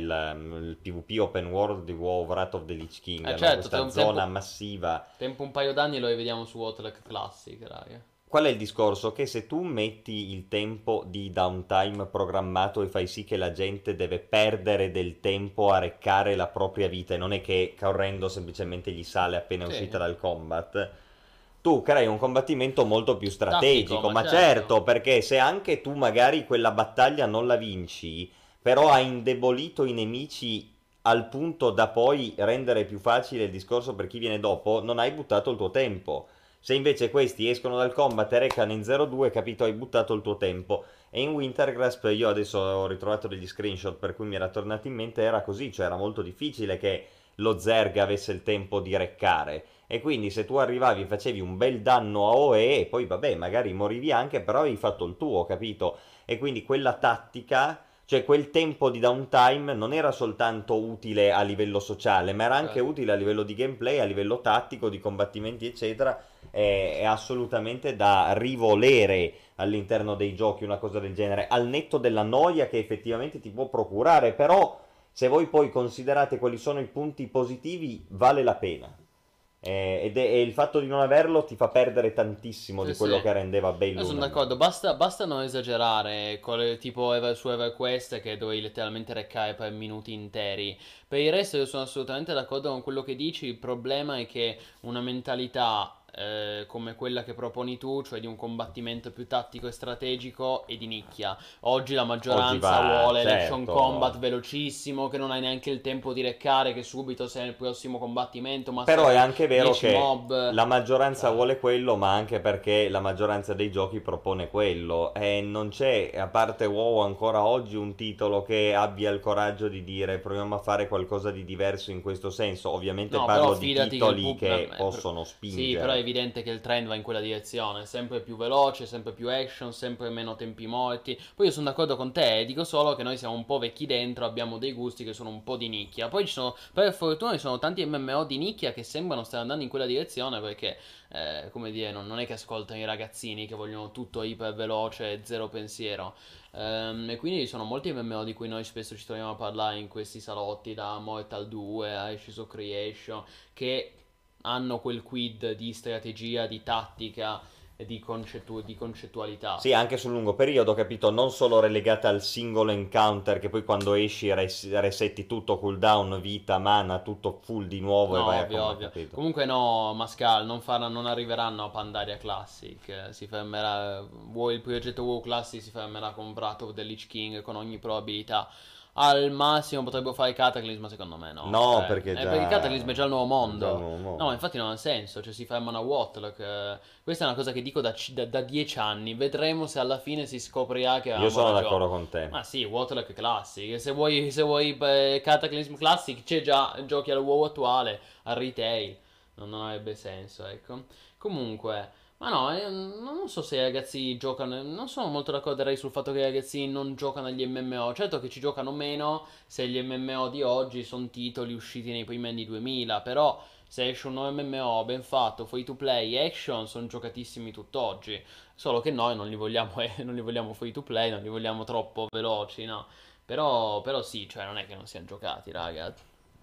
il PvP open world di WoW Wrath of the Lich King, no? Certo, tra Questa un zona tempo, massiva. tempo un paio d'anni lo rivediamo su Outlook Classic, raga. Qual è il discorso? Che se tu metti il tempo di downtime programmato e fai sì che la gente deve perdere del tempo a reccare la propria vita e non è che correndo semplicemente gli sale appena è uscita Sì, dal combat, tu crei un combattimento molto più tattico, strategico, ma ma certo. certo, perché se anche tu magari quella battaglia non la vinci, però hai indebolito i nemici al punto da poi rendere più facile il discorso per chi viene dopo, non hai buttato il tuo tempo. Se invece questi escono dal combat e recano in 0-2, capito, hai buttato il tuo tempo. E in Wintergrasp io adesso ho ritrovato degli screenshot per cui mi era tornato in mente, era così, cioè era molto difficile che lo Zerg avesse il tempo di reccare. E quindi se tu arrivavi e facevi un bel danno a OE, e poi vabbè, magari morivi anche, però avevi fatto il tuo, capito? E quindi quella tattica, cioè quel tempo di downtime non era soltanto utile a livello sociale, ma era anche Certo. utile a livello di gameplay, a livello tattico, di combattimenti, eccetera. È assolutamente da rivolere all'interno dei giochi una cosa del genere, al netto della noia che effettivamente ti può procurare, però se voi poi considerate quali sono i punti positivi, vale la pena. E il fatto di non averlo ti fa perdere tantissimo Sì, di sì. quello che rendeva Io sono Bailun. d'accordo, basta non esagerare tipo su EverQuest che dovevi letteralmente reccare per minuti interi. Per il resto io sono assolutamente d'accordo con quello che dici, il problema è che una mentalità come quella che proponi tu, cioè di un combattimento più tattico e strategico, è di nicchia. Oggi la Oggi maggioranza va, vuole l'action combat certo. velocissimo, che non hai neanche il tempo di reccare, che subito sei nel prossimo combattimento, Però è massacri anche vero 10 che mob. la maggioranza Cioè, vuole quello, ma anche perché la maggioranza dei giochi propone quello. E non c'è, a parte WoW, ancora oggi un titolo che abbia il coraggio di dire proviamo a fare qualcosa di diverso in questo senso. Ovviamente no, però parlo di fidati che il titoli pubblico... che possono Sì, però è spingere. evidente che il trend va in quella direzione, sempre più veloce, sempre più action, sempre meno tempi morti. Poi io sono d'accordo con te, dico solo che noi siamo un po' vecchi dentro, abbiamo dei gusti che sono un po' di nicchia. Poi ci sono, per fortuna ci sono tanti MMO di nicchia che sembrano stare andando in quella direzione perché, come dire, non è che ascoltano i ragazzini che vogliono tutto iper veloce e zero pensiero. E quindi ci sono molti MMO di cui noi spesso ci troviamo a parlare in questi salotti, da Mortal 2 a Ashes of Creation, che hanno quel quid di strategia, di tattica e di concettualità. Sì, anche sul lungo periodo, capito? Non solo relegata al singolo encounter che poi quando esci resetti tutto, cooldown, vita, mana, tutto full di nuovo e No, vai a ovvio, combattere, ovvio. capito? Comunque no, Mascal, non arriveranno a Pandaria Classic. Si fermerà. Il progetto WoW Classic si fermerà con Wrath of the Lich King con ogni probabilità. Al massimo potrebbero fare Cataclysm, ma secondo me no. No, Cioè, perché perché Cataclysm è già il nuovo è già il mondo. nuovo No, mondo. infatti non ha senso. Cioè, si fermano a Watlock. Questa è una cosa che dico da 10 anni. Vedremo se alla fine si scoprirà che Io avevamo sono ragione. d'accordo con te. Ma sì, Watlock Classic. Se vuoi Cataclysm Classic, c'è già. Giochi al WoW attuale, al retail. Non avrebbe senso, ecco. Comunque, ma no, non so se i ragazzi giocano. Non sono molto d'accordo sul fatto che i ragazzi non giocano agli MMO. Certo che ci giocano meno se gli MMO di oggi sono titoli usciti nei primi anni 2000. Però se esce un nuovo MMO ben fatto, free to play, action, sono giocatissimi tutt'oggi. Solo che noi non li vogliamo, non li vogliamo free to play, non li vogliamo troppo veloci, no? Però sì, cioè non è che non siano giocati, raga.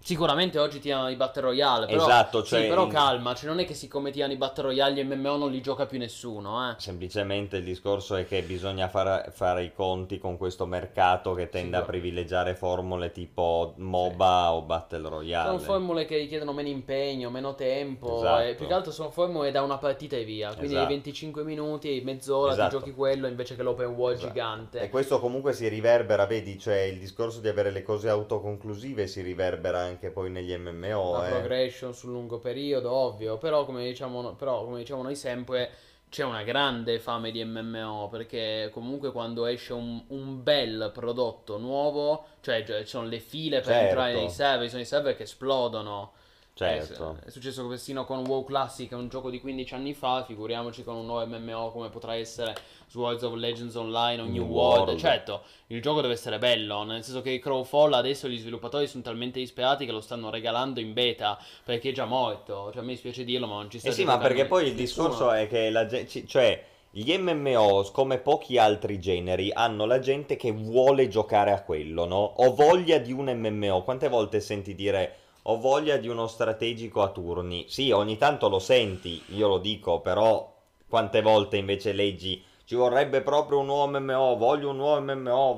Sicuramente oggi ti hanno i Battle Royale, però Esatto, sì, cioè però calma, cioè non è che siccome ti hanno i Battle Royale gli MMO non li gioca più nessuno, eh. semplicemente il discorso è che bisogna fare i conti con questo mercato che tende a Sicuro. privilegiare formule tipo Sì. MOBA o Battle Sono Royale. formule che richiedono meno impegno, meno tempo e più che Esatto, altro sono formule da una partita e via. Quindi nei esatto, 25 minuti, mezz'ora ti esatto. giochi quello invece che l'open world Esatto. E gigante. questo comunque si riverbera, vedi, cioè il discorso di avere le cose autoconclusive si riverbera anche poi negli La MMO, eh. progression sul lungo periodo, ovvio, però come diciamo noi sempre c'è una grande fame di MMO perché comunque quando esce un bel prodotto nuovo, cioè ci sono le file per entrare nei Certo, server, ci sono i server che esplodono. certo. È successo persino con WoW Classic, un gioco di 15 anni fa, figuriamoci con un nuovo MMO come potrà essere Swords of Legends Online o New New World. World. Certo, il gioco deve essere bello, nel senso che Crowfall adesso gli sviluppatori sono talmente disperati che lo stanno regalando in beta perché è già morto. Cioè, a me dispiace dirlo, ma non ci sta Eh sì, ma giocando perché poi il nessuno. discorso è che cioè, gli MMO, come pochi altri generi, hanno la gente che vuole giocare a quello, no? Ho voglia di un MMO. Quante volte senti dire ho voglia di uno strategico a turni? Sì, ogni tanto lo senti, io lo dico, però quante volte invece leggi ci vorrebbe proprio un nuovo MMO, voglio un nuovo MMO,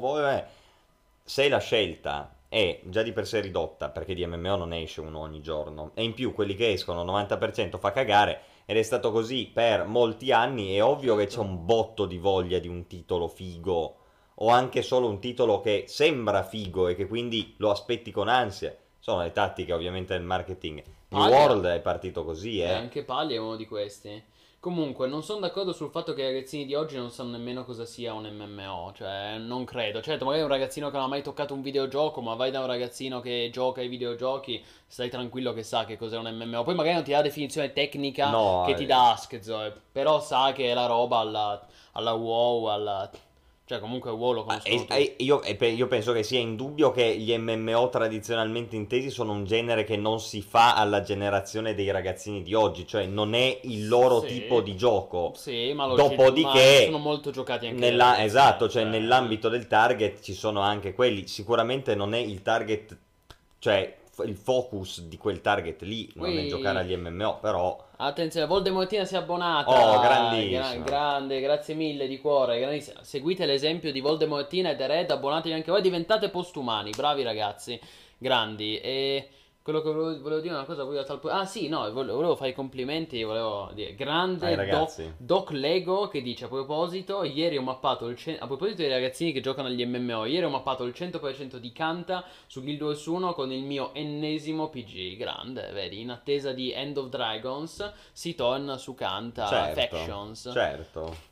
se la scelta è già di per sé ridotta, perché di MMO non ne esce uno ogni giorno, e in più quelli che escono 90% fa cagare, ed è stato così per molti anni, è ovvio che c'è Certo. un botto di voglia di un titolo figo, o anche solo un titolo che sembra figo e che quindi lo aspetti con ansia. Sono le tattiche ovviamente del marketing. New Paglia. World è partito così, eh. Anche Pali è uno di questi. Comunque, non sono d'accordo sul fatto che i ragazzini di oggi non sanno nemmeno cosa sia un MMO, cioè non credo. Certo, magari un ragazzino che non ha mai toccato un videogioco, ma vai da un ragazzino che gioca ai videogiochi, stai tranquillo che sa che cos'è un MMO. Poi magari non ti dà la definizione tecnica No, che ti dà Askzo, però sa che è la roba alla WoW, alla... Cioè comunque WoW lo Ma conoscono tutti. io penso che sia indubbio che gli MMO tradizionalmente intesi sono un genere che non si fa alla generazione dei ragazzini di oggi, cioè non è il loro tipo Sì, di gioco. sì, ma sono Dopodiché, molto giocati anche dai ragazzini, esatto, cioè cioè... nell'ambito del target ci sono anche quelli. Sicuramente non è il target, cioè il focus di quel target lì, non è giocare Poi agli MMO, però... attenzione, Voldemortina si è Oh, abbonata. grandissimo. Grande, grazie mille di cuore. Grandissima. Seguite l'esempio di Voldemortina e The Red, abbonatevi anche voi, diventate postumani. Bravi ragazzi, grandi. E quello che volevo dire una cosa, ah sì, no, volevo fare i complimenti, volevo dire, Ai grande ragazzi. Doc Lego che dice a proposito, ieri ho mappato a proposito dei ragazzini che giocano agli MMO, ieri ho mappato il 100% di Kanta su Guild Wars 1 con il mio ennesimo PG, grande, vedi, in attesa di End of Dragons si torna su Kanta Certo, Factions. certo.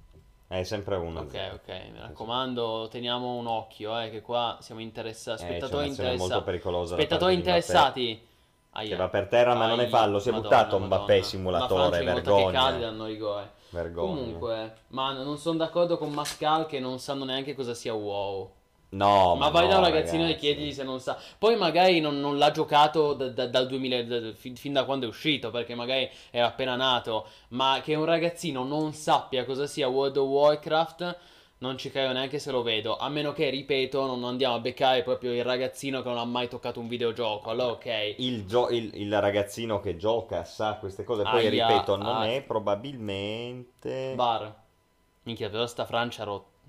È sempre Ok, 1-0. ok, mi raccomando, teniamo un occhio, che qua siamo interessati, C'è un'azione molto pericolosa da parte spettatori di Mbappé interessati. che Aia, va per terra, ma non è aia, fallo. Si è madonna, buttato Mbappé madonna. La Francia simulatore, ogni volta che cade vergogna. danno rigore. Vergogna. Comunque, ma non sono d'accordo con Mascal che non sanno neanche cosa sia WoW. No, Ma ma vai da un no, ragazzino e ragazzi. chiedigli se non sa. Poi magari non l'ha giocato dal 2000, fin da quando è uscito, perché magari era appena nato. Ma che un ragazzino non sappia cosa sia World of Warcraft, non ci credo neanche se lo vedo. A meno che, ripeto, non andiamo a beccare proprio il ragazzino che non ha mai toccato un videogioco. Allora, ok. Il ragazzino che gioca sa queste cose. Poi, Aia, ripeto, non è probabilmente... Bar. Minchia, però sta Francia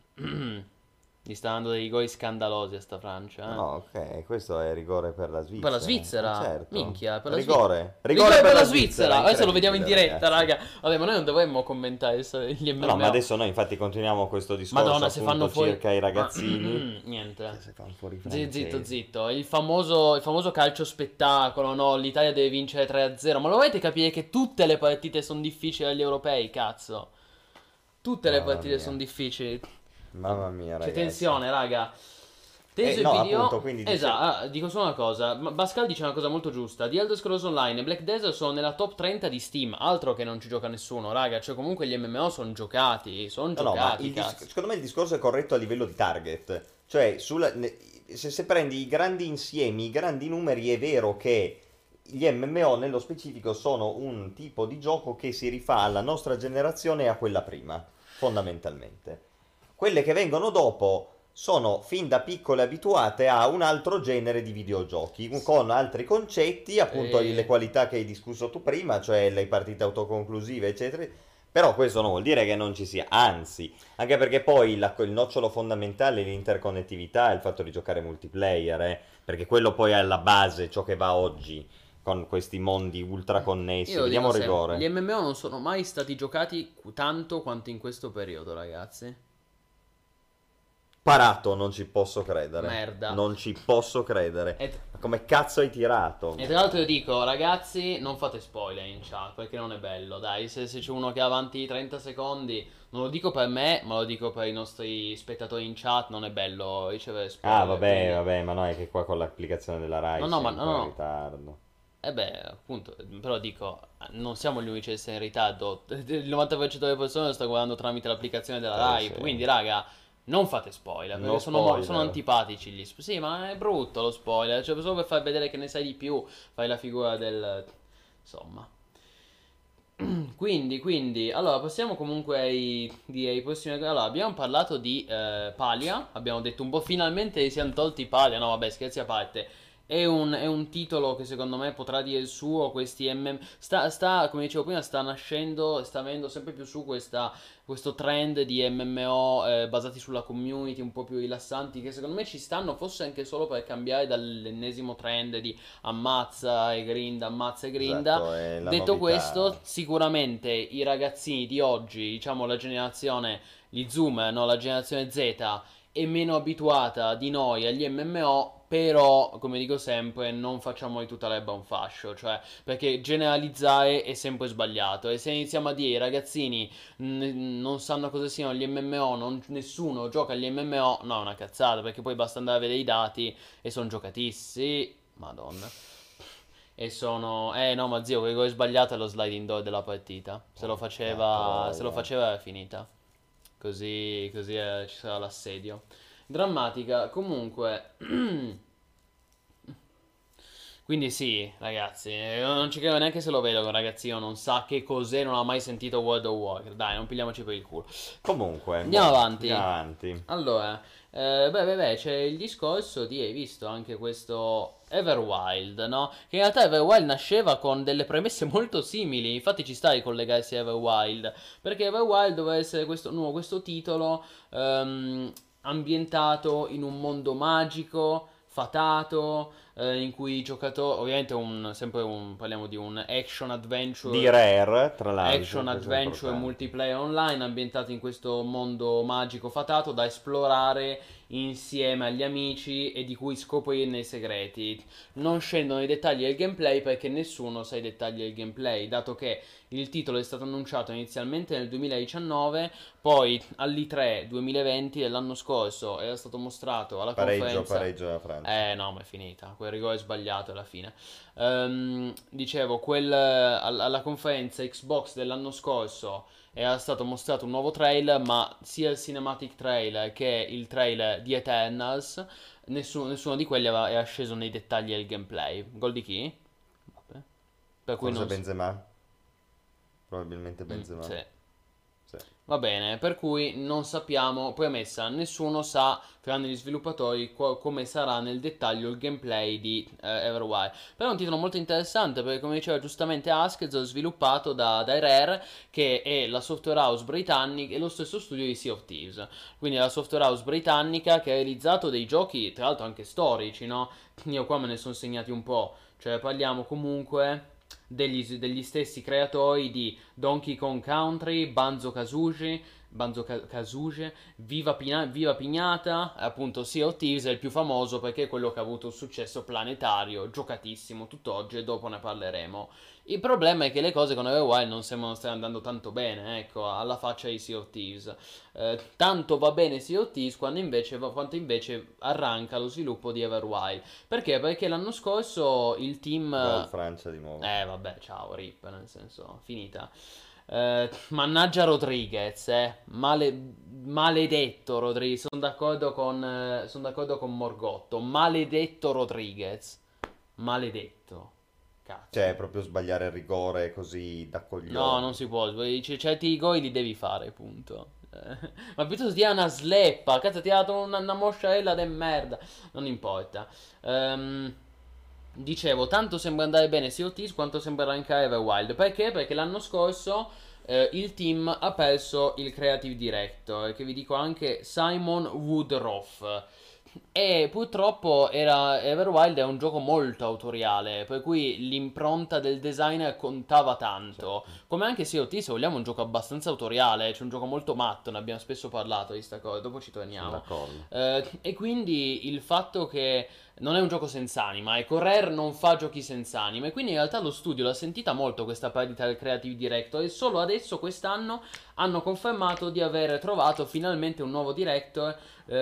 gli sta dando dei rigori scandalosi a sta Francia, No, ok, questo è rigore per la Per la Svizzera. Svizzera? Certo. Minchia, per la Svizzera. Rigore. Rigore Rigore per per la la Svizzera! Svizzera. Adesso lo vediamo in Incredibile, diretta, ragazzi. raga. Vabbè, ma noi non dovremmo commentare gli No, ma MMO. adesso noi infatti continuiamo questo discorso Madonna, se fanno appunto fuori... circa i ragazzini. Niente. Se fanno fuori i Zitto, francesi. zitto. Il famoso calcio spettacolo, no? L'Italia deve vincere 3-0. Ma lo volete capire che tutte le partite sono difficili agli europei, cazzo? Tutte le Mamma partite sono mia. difficili. Mamma mia, C'è ragazzi. tensione, raga. Teso e No, video. appunto, quindi Esatto, dico solo una cosa. Pascal dice una cosa molto giusta. The Elder Scrolls Online e Black Desert sono nella top 30 di Steam. Altro che non ci gioca nessuno, raga. Cioè, comunque gli MMO sono giocati. Sono No, no, ma giocati, cazzo. secondo me il discorso è corretto a livello di target. Cioè, se prendi i grandi insiemi, i grandi numeri, è vero che gli MMO nello specifico sono un tipo di gioco che si rifà alla nostra generazione e a quella prima, fondamentalmente. Quelle che vengono dopo sono fin da piccole abituate a un altro genere di videogiochi, con altri concetti, appunto le E qualità che hai discusso tu prima, cioè le partite autoconclusive, eccetera. Però questo non vuol dire che non ci sia, anzi, anche perché poi il nocciolo fondamentale è l'interconnettività, il fatto di giocare multiplayer, perché quello poi è alla base, ciò che va oggi, con questi mondi ultra io connessi. lo dico Vediamo sempre, gli rigore. MMO non sono mai stati giocati tanto quanto in questo periodo, ragazzi. Parato, non ci posso credere. Merda. Non ci posso credere. E, Ma come cazzo hai tirato? e tra l'altro io dico, ragazzi, non fate spoiler in chat, perché non è bello, dai, se c'è uno che ha avanti i 30 secondi, non lo dico per me, ma lo dico per i nostri spettatori in chat, non è bello ricevere Ah, spoiler, vabbè, quindi... vabbè, ma no, è che qua con l'applicazione della No, Rai no, sei ma un no, po' in no. ritardo. Eh beh, appunto, però dico, non siamo gli unici a essere in ritardo. Il 90% delle persone lo sta guardando tramite l'applicazione della Rai. Sì. Quindi, raga, non fate spoiler, perché No sono spoiler. antipatici gli Sì, ma è brutto lo spoiler. Cioè, solo per far vedere che ne sai di più, fai la figura del... Insomma. Quindi, allora, passiamo comunque ai prossimi... Allora, abbiamo parlato di Palia, abbiamo detto un po' finalmente si siamo tolti Palia, no vabbè, scherzi a parte. È un titolo che secondo me potrà dire il suo, questi MM... come dicevo prima, sta nascendo, sta avendo sempre più su questo trend di MMO basati sulla community, un po' più rilassanti, che secondo me ci stanno, forse anche solo per cambiare dall'ennesimo trend di ammazza e grinda. Esatto, è la Detto questo, novità. sicuramente i ragazzini di oggi, diciamo la generazione, gli zoomer, no, la generazione Z, è meno abituata di noi agli MMO, però, come dico sempre, non facciamo di tutta l'erba un fascio, cioè, perché generalizzare è sempre sbagliato, e se iniziamo a dire i ragazzini non sanno cosa siano gli MMO, nessuno gioca agli MMO, no, è una cazzata, perché poi basta andare a vedere i dati e sono giocatissimi, madonna. E sono... no, ma zio, quello che ho sbagliato è lo sliding door della partita. Porca Se lo troia. faceva era finita. Così ci sarà l'assedio. Drammatica. Comunque... Quindi sì, ragazzi, io non ci credo neanche se lo vedo che un ragazzino non sa che cos'è, non ha mai sentito World of Warcraft. Dai, non pigliamoci per il culo. Comunque, Andiamo boh, avanti. andiamo avanti. Allora, beh, c'è il discorso di, hai visto anche questo Everwild, no? Che in realtà Everwild nasceva con delle premesse molto simili, infatti ci sta a ricollegarsi a Everwild, perché Everwild doveva essere questo titolo ambientato in un mondo magico, fatato, in cui i giocatori, ovviamente parliamo di un Di Rare, tra l'altro, action questo è adventure importante. multiplayer online ambientato in questo mondo magico fatato da esplorare insieme agli amici e di cui scoprirne i segreti. Non scendo nei dettagli del gameplay perché nessuno sa i dettagli del gameplay, dato che il titolo è stato annunciato inizialmente nel 2019, poi all'E3 2020 dell'anno scorso era stato mostrato alla Pareggio, conferenza. pareggio della Francia. No, ma è finita. Quel rigore è sbagliato alla fine. Dicevo, alla conferenza Xbox dell'anno scorso era stato mostrato un nuovo trailer, ma sia il cinematic trailer che il trailer di Eternals, nessuno di quelli era sceso nei dettagli del gameplay. Gol di chi? Vabbè. Per cui Forse non... Benzema? Probabilmente Benzema. sì. Sì. Va bene, per cui non sappiamo, premessa, nessuno sa, tranne gli sviluppatori, come sarà nel dettaglio il gameplay di Everwild. Però è un titolo molto interessante perché, come diceva giustamente Askez, sviluppato da Rare, che è la software house britannica, e lo stesso studio di Sea of Thieves. Quindi è la software house britannica che ha realizzato dei giochi, tra l'altro anche storici, no? Io qua me ne sono segnati un po', cioè parliamo comunque degli stessi creatori di Donkey Kong Country, Banjo Kazooie, Viva Pignata, appunto Sea of Thieves è il più famoso perché è quello che ha avuto un successo planetario, giocatissimo tutt'oggi e dopo ne parleremo. Il problema è che le cose con Everwild non sembrano stare andando tanto bene, ecco, alla faccia di Sea of Thieves. Tanto va bene Sea of Thieves quanto invece arranca lo sviluppo di Everwild. Perché? Perché l'anno scorso il team... Gol Francia di nuovo. vabbè, ciao, rip, nel senso, finita. Mannaggia Rodriguez, maledetto Rodriguez. Sono d'accordo con Morgotto. Maledetto Rodriguez. Maledetto. Cioè, Cazzo. proprio sbagliare il rigore così da No, non coglioni. si può. Certi gol li devi fare, punto. Ma piuttosto ti ha una sleppa. Cazzo, ti ha dato una mosciarella de merda. Non importa. Dicevo, tanto sembra andare bene Sea of Thieves quanto sembra rankare Everwild. Perché? Perché l'anno scorso il team ha perso il creative director, che vi dico anche Simon Woodruff. E purtroppo Everwild è un gioco molto autoriale, per cui l'impronta del designer contava tanto. Come anche Sea of Thieves, se vogliamo, è un gioco abbastanza autoriale, c'è un gioco molto matto, ne abbiamo spesso parlato di sta cosa, dopo ci Sono torniamo. d'accordo. E quindi il fatto che non è un gioco senza anima, ecco, Rare non fa giochi senza anima, e quindi in realtà lo studio l'ha sentita molto questa perdita del creative director, e solo adesso, quest'anno, hanno confermato di aver trovato finalmente un nuovo director,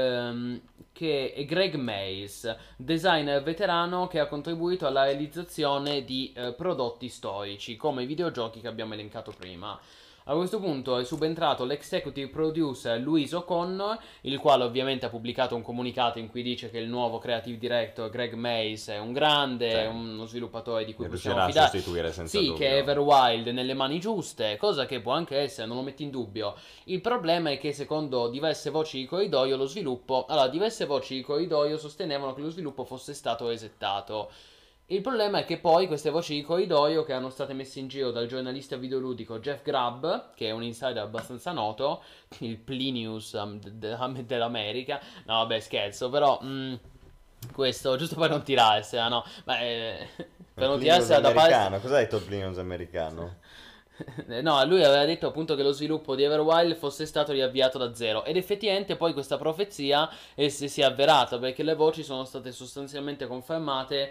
che è Greg Mays, designer veterano che ha contribuito alla realizzazione di prodotti storici, come i videogiochi che abbiamo elencato prima. A questo punto è subentrato l'executive producer Louise O'Connor, il quale ovviamente ha pubblicato un comunicato in cui dice che il nuovo creative director Greg Mays è un grande, Sì. è uno sviluppatore di cui E possiamo riuscirà a fidare. sostituire senza Sì, dubbio. che Everwild è nelle mani giuste, cosa che può anche essere, non lo metto in dubbio. Il problema è che secondo diverse voci di corridoio lo sviluppo... Allora, diverse voci di corridoio sostenevano che lo sviluppo fosse stato resettato. Il problema è che poi queste voci di corridoio, che erano state messe in giro dal giornalista videoludico Jeff Grubb, che è un insider abbastanza noto, il Plinius dell'America, no vabbè scherzo, però questo giusto per non tirarsela, no, ma per non Linux tirarsela da parte... americano, cos'ha detto il Linux americano? No, lui aveva detto appunto che lo sviluppo di Everwild fosse stato riavviato da zero, ed effettivamente poi questa profezia si è avverata, perché le voci sono state sostanzialmente confermate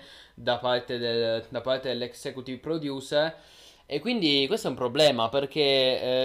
da parte dell'executive producer. E quindi questo è un problema, perché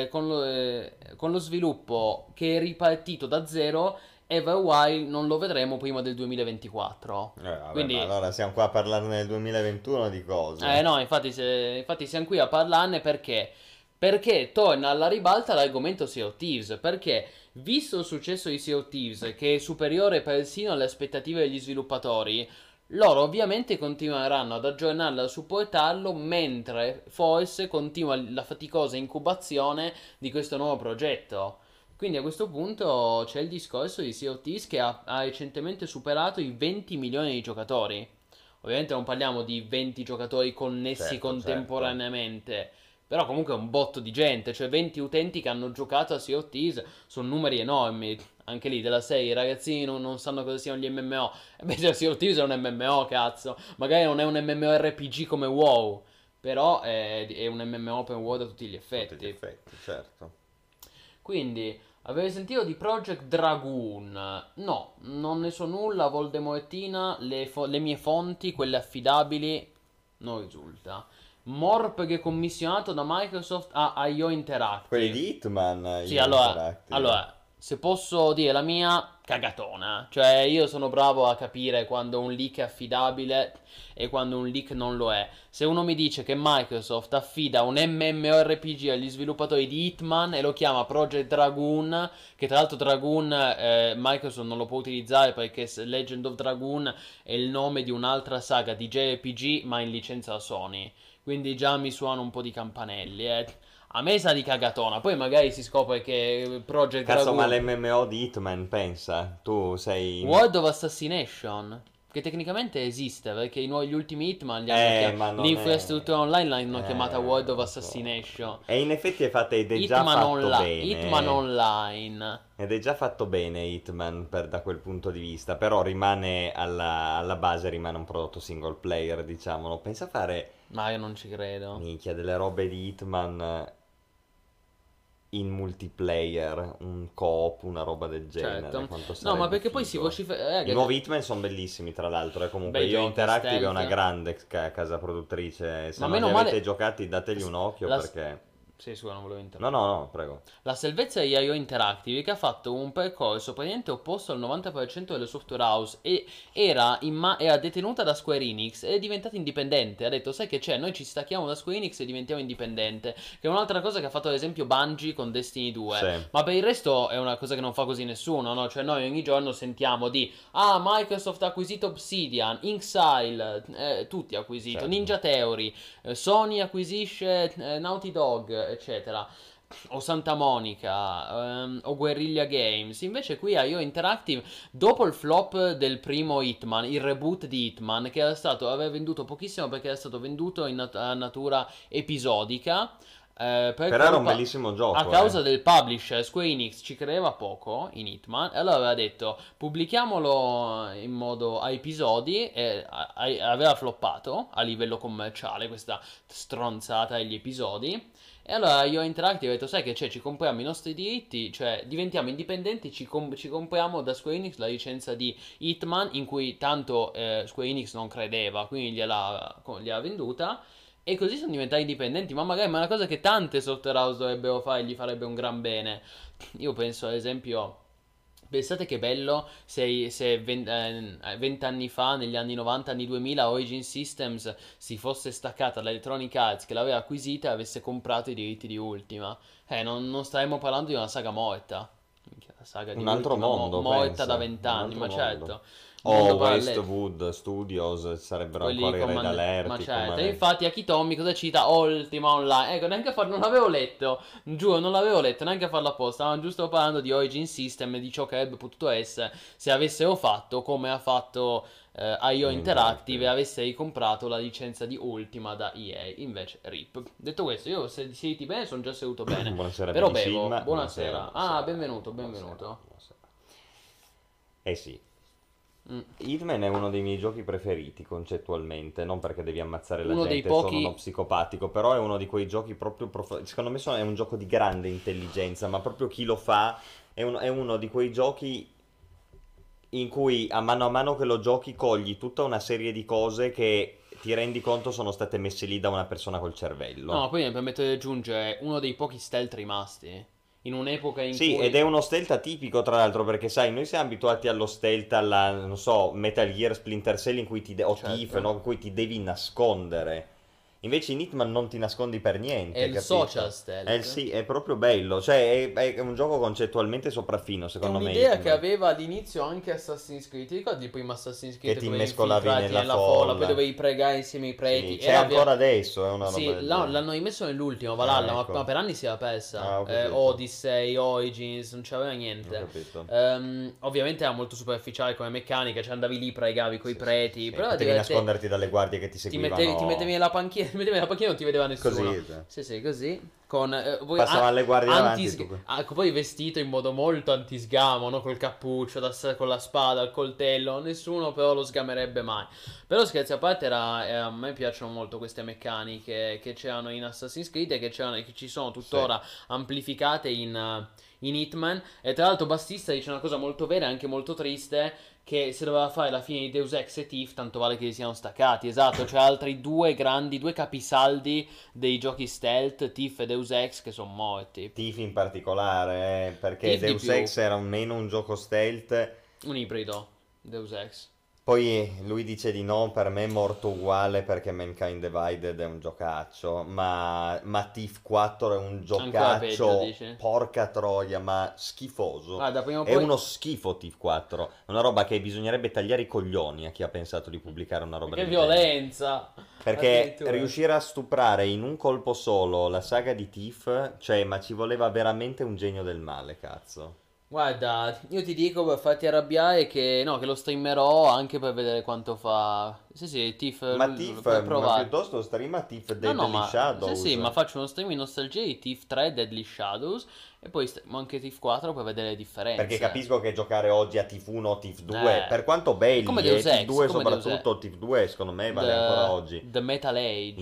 con lo sviluppo che è ripartito da zero, Everwild non lo vedremo prima del 2024. Vabbè, Quindi ma allora siamo qua a parlarne nel 2021 di cose. no, infatti siamo qui a parlarne perché? Perché torna alla ribalta l'argomento Sea of Thieves. Perché, visto il successo di Sea of Thieves, che è superiore persino alle aspettative degli sviluppatori, loro ovviamente continueranno ad aggiornarlo e a supportarlo, mentre forse continua la faticosa incubazione di questo nuovo progetto. Quindi a questo punto c'è il discorso di Sea of Thieves che ha recentemente superato i 20 milioni di giocatori. Ovviamente non parliamo di 20 giocatori connessi Certo, contemporaneamente, però comunque è un botto di gente, cioè 20 utenti che hanno giocato a Sea of Thieves, sono numeri enormi. Anche lì della serie, i ragazzini non sanno cosa siano gli MMO. E beh, Sea of Thieves è un MMO, cazzo. Magari non è un MMORPG come WoW, però è un MMO open world a tutti gli effetti. Tutti gli effetti, certo. Quindi, avete sentito di Project Dragoon? No, non ne so nulla. Voldemortina, le mie fonti, quelle affidabili, non risulta. Morpg è commissionato da Microsoft a IO Interactive. Quelli di Hitman, Sì, io allora, se posso dire la mia, cagatona. Cioè, io sono bravo a capire quando un leak è affidabile e quando un leak non lo è. Se uno mi dice che Microsoft affida un MMORPG agli sviluppatori di Hitman e lo chiama Project Dragoon, che tra l'altro Dragoon Microsoft non lo può utilizzare perché Legend of Dragoon è il nome di un'altra saga di JRPG ma in licenza da Sony. Quindi già mi suona un po' di campanelli, A me sa di cagatona, poi magari si scopre che Project Cazzo, ma Dragoon... l'MMO di Hitman, pensa. Tu sei... World of Assassination, che tecnicamente esiste, perché gli ultimi Hitman ma non l'infrastruttura online l'hanno chiamata World of lo so. Assassination. E in effetti è fatta ed è già Hitman, fatto bene. Hitman Online. Ed è già fatto bene Hitman da quel punto di vista, però rimane alla base, rimane un prodotto single player, diciamolo. Pensa a fare, Ma io non ci credo. minchia, delle robe di Hitman in multiplayer, un co-op, una roba del genere. Certo. Quanto No, sarebbe ma perché poi si figo. vocifera... I nuovi Hitman sono bellissimi, tra l'altro, e comunque Bei io giochi, Interactive è una stealth. grande casa produttrice. Se Ma non meno li male... avete giocati, dategli un occhio La- perché... Sì, scusa, non volevo interrompere. No, prego. La salvezza di IO Interactive, che ha fatto un percorso praticamente opposto al 90% delle software house e era detenuta da Square Enix e è diventata indipendente. Ha detto, sai che c'è, noi ci stacchiamo da Square Enix e diventiamo indipendente, che è un'altra cosa che ha fatto ad esempio Bungie con Destiny 2. Sì. Ma per il resto è una cosa che non fa così nessuno, no? Cioè noi ogni giorno sentiamo di Microsoft ha acquisito Obsidian, Inxile, tutti ha acquisito, Certo. Ninja Theory, Sony acquisisce Naughty Dog, eccetera. o Santa Monica, o Guerrilla Games. Invece qui a IO Interactive, dopo il flop del primo Hitman, il reboot di Hitman, che aveva venduto pochissimo perché era stato venduto a natura episodica, per Però era un colpa, bellissimo a gioco, causa del publisher, Square Enix ci credeva poco in Hitman, e allora aveva detto pubblichiamolo in modo a episodi, e aveva floppato a livello commerciale questa stronzata degli episodi. E allora io Interactive ho detto, sai che c'è, ci compriamo i nostri diritti, cioè diventiamo indipendenti, ci compriamo da Square Enix la licenza di Hitman, in cui tanto Square Enix non credeva, quindi gliela venduta, e così sono diventati indipendenti, ma magari è una cosa che tante software house dovrebbero fare e gli farebbe un gran bene. Io penso ad esempio... Pensate che bello se 20 anni fa, negli anni 90, anni 2000, Origin Systems si fosse staccata da Electronic Arts che l'aveva acquisita e avesse comprato i diritti di Ultima. Non staremmo parlando di una saga morta. Minchia, la saga di un altro Ultima mondo, morta da pensa, 20 un anni, altro ma mondo. certo. O Mondo parallelo. Westwood Studios sarebbero Quelli ancora i Red ma Alert, certo, e come... infatti a Kitomi cosa cita? Ultima Online. Ecco, neanche a farlo, non l'avevo letto. Giuro, non l'avevo letto neanche a farlo apposta. Stavamo giusto parlando di Origin System e di ciò che avrebbe potuto essere se avessero fatto come ha fatto IO Interactive e avesse ricomprato la licenza di Ultima da EA. Invece, RIP. Detto questo, io se siete bene, sono già seduto bene. Buonasera, Però Benisim. bevo. Buonasera. Buonasera. Benvenuto, benvenuto. Buonasera. Eh sì. Mm. Hitman è uno dei miei giochi preferiti concettualmente, non perché devi ammazzare la Uno dei gente, sono pochi- uno psicopatico, però è uno di quei giochi proprio, secondo me è un gioco di grande intelligenza, ma proprio chi lo fa è uno di quei giochi in cui a mano che lo giochi cogli tutta una serie di cose che ti rendi conto sono state messe lì da una persona col cervello. No, poi mi permetto di aggiungere uno dei pochi stealth rimasti. In un'epoca in Sì, cui... ed è uno stealth atipico tra l'altro, perché sai, noi siamo abituati allo stealth alla, non so, Metal Gear, Splinter Cell in cui o Certo. Thief, no? In cui ti devi nascondere. Invece in Hitman non ti nascondi per niente, È il capito? social stealth. Sì, è proprio bello, cioè è un gioco concettualmente sopraffino, È secondo me. un'idea Hitman. che aveva all'inizio anche Assassin's Creed. Ti ricordi il primo Assassin's Creed Che ti come mescolavi infiltrati nella folla, folla. poi dovevi pregare insieme ai preti? Sì, c'è ancora adesso, è una roba Sì, del genere. l'hanno rimesso nell'ultimo, Valhalla, ecco. ma per anni si era persa. Ah, ho capito. Odyssey, Origins, non c'aveva Ho niente. capito. Ovviamente era molto superficiale come meccanica, cioè andavi lì, pregavi coi preti, Sì, però era potevi divertente. nasconderti dalle guardie che ti Ti seguivano. mettevi nella panchina, e non ti vedeva nessuno. Così. Sì, così. Con, voi, Passavano le guardie davanti, anti- tu. poi vestito in modo molto antisgamo, no? Col cappuccio, con la spada, il coltello. Nessuno però lo sgamerebbe mai. Però scherzi a parte, a me piacciono molto queste meccaniche che c'erano in Assassin's Creed e che ci sono tuttora amplificate in Hitman. E tra l'altro Bassista dice una cosa molto vera e anche molto triste, che se doveva fare la fine di Deus Ex e Thief, tanto vale che si siano staccati. Esatto, c'è altri due capisaldi dei giochi stealth, Thief e Deus Ex, che sono morti. Thief in particolare, perché Thief di Deus più. Ex era meno un gioco stealth. Un ibrido, Deus Ex. Poi lui dice di no, per me è morto uguale perché Mankind Divided è un giocaccio, ma Thief 4 è un Ancora peggio, giocaccio, dici? porca troia, ma schifoso. Guarda, prima o È poi... uno schifo Thief 4, è una roba che bisognerebbe tagliare i coglioni a chi ha pensato di pubblicare una roba Che del genere. violenza! Perché Addirittura. riuscire a stuprare in un colpo solo la saga di Thief, cioè, ma ci voleva veramente un genio del male, cazzo. Guarda, io ti dico per farti arrabbiare che no, che lo streamerò anche per vedere quanto fa. Sì, Thief, Ma lui Thief, puoi ma provare. piuttosto streama Thief No, Deadly ma Shadows. sì, ma faccio uno stream in nostalgia di Thief 3 Deadly Shadows e poi streamo anche Thief 4 per vedere le differenze. Perché capisco che giocare oggi a Thief 1 o Thief 2, per quanto belli, come Deus Thief Ex, 2 come Deus soprattutto, Thief 2 secondo me vale ancora oggi. The Metal Age.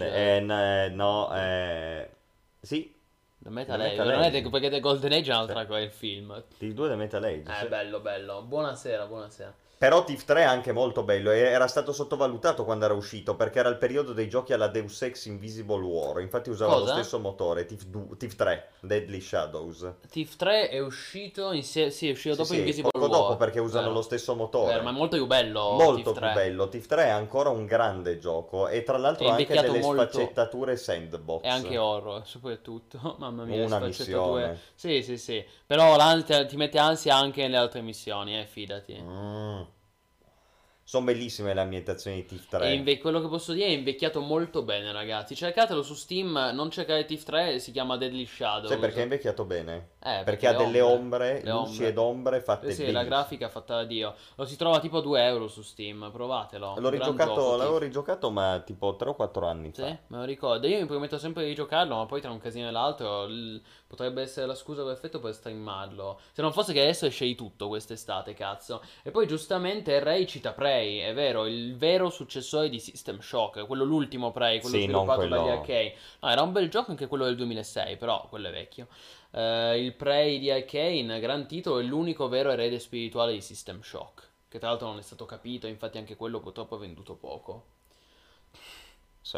Sì, The Metal The Age. Metal Non è Age. perché The Golden Age è un'altra cosa, il film. Thief 2 The Metal Age. Sì. Bello, bello. Buonasera, buonasera. Però Thief 3 è anche molto bello e era stato sottovalutato quando era uscito perché era il periodo dei giochi alla Deus Ex Invisible War, infatti usava Cosa? lo stesso motore, Thief 3, Deadly Shadows. Thief 3 è uscito sì, è uscito dopo Sì, Invisible poco War. dopo perché usano Vero. lo stesso motore. Vero, ma è molto più bello Molto Thief più 3. bello. Thief 3 è ancora un grande gioco e tra l'altro È ha anche invecchiato delle molto. sfaccettature sandbox. E anche horror, soprattutto. Mamma mia, le Una sfaccettature. missione. Sì. Però ti mette ansia anche nelle altre missioni, fidati. Mm. Sono bellissime le ambientazioni di Thief 3. Quello che posso dire è invecchiato molto bene, ragazzi. Cercatelo su Steam, non cercate Thief 3, si chiama Deadly Sai perché è Shadows. invecchiato bene? Perché Perché ha delle ombre, le luci ed ombre. ombre Sì, fatte sì, la benissimo. grafica fatta da Dio. Lo si trova tipo a 2 euro su Steam, provatelo. L'ho Gran gioco, rigiocato, l'avevo Thief. rigiocato ma tipo 3 o 4 anni Sì, fa. me lo ricordo. Io mi prometto sempre di giocarlo, ma poi tra un casino e l'altro potrebbe essere la scusa perfetta per streamarlo. Se non fosse che adesso esce di tutto quest'estate, cazzo. E poi giustamente Ray cita Prey, è vero, il vero successore di System Shock, quello l'ultimo Prey, quello Sì, non sviluppato dagli quello. Arcane. No, era un bel gioco anche quello del 2006, però quello è vecchio. Il Prey di Arcane, gran titolo, è l'unico vero erede spirituale di System Shock. Che tra l'altro non è stato capito, infatti anche quello purtroppo ha venduto poco. Sì.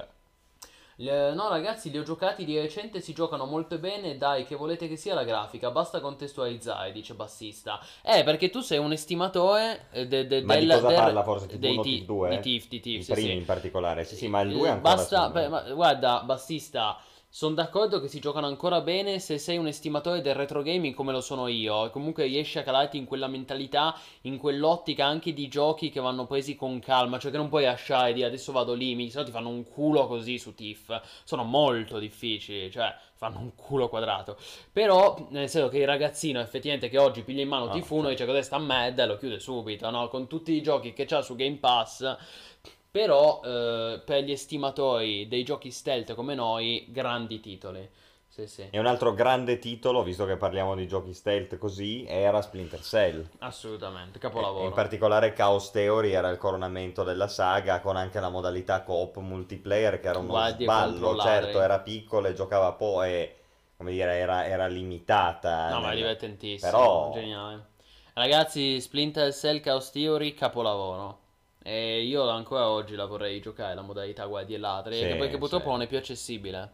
No, ragazzi, li ho giocati di recente, si giocano molto bene. Dai, che volete che sia la grafica? Basta contestualizzare, dice Bassista. Perché tu sei un estimatore Ma di cosa parla forse? Tipo dei uno Thief 2? di Thief, I sì, primi sì. in particolare. Sì, sì, ma il 2 ancora Basta, secondo beh, me. ma guarda, Bassista, sono d'accordo che si giocano ancora bene se sei un estimatore del retro gaming come lo sono io. E comunque riesci a calarti in quella mentalità, in quell'ottica anche di giochi che vanno presi con calma. Cioè che non puoi lasciare di adesso vado lì, se no ti fanno un culo così su Thief. Sono molto difficili, cioè fanno un culo quadrato. Però, nel senso che il ragazzino effettivamente che oggi piglia in mano Ah, Thief 1 sì. dice cos'è sta merda e lo chiude subito, no? Con tutti i giochi che c'ha su Game Pass. Però per gli estimatori dei giochi stealth come noi, grandi titoli. Sì, sì, E un altro grande titolo, visto che parliamo di giochi stealth così, era Splinter Cell. assolutamente, E in capolavoro. particolare Chaos Theory era il coronamento della saga, con anche la modalità co-op multiplayer che era uno Guardie contro sballo. Certo, ladri. era piccolo e giocava e, come dire, era limitata No, ma è nel... divertentissimo, Però, geniale. Ragazzi, Splinter Cell Chaos Theory, capolavoro. E io ancora oggi la vorrei giocare la modalità guardie e ladri, anche perché sì, sì, purtroppo non è più accessibile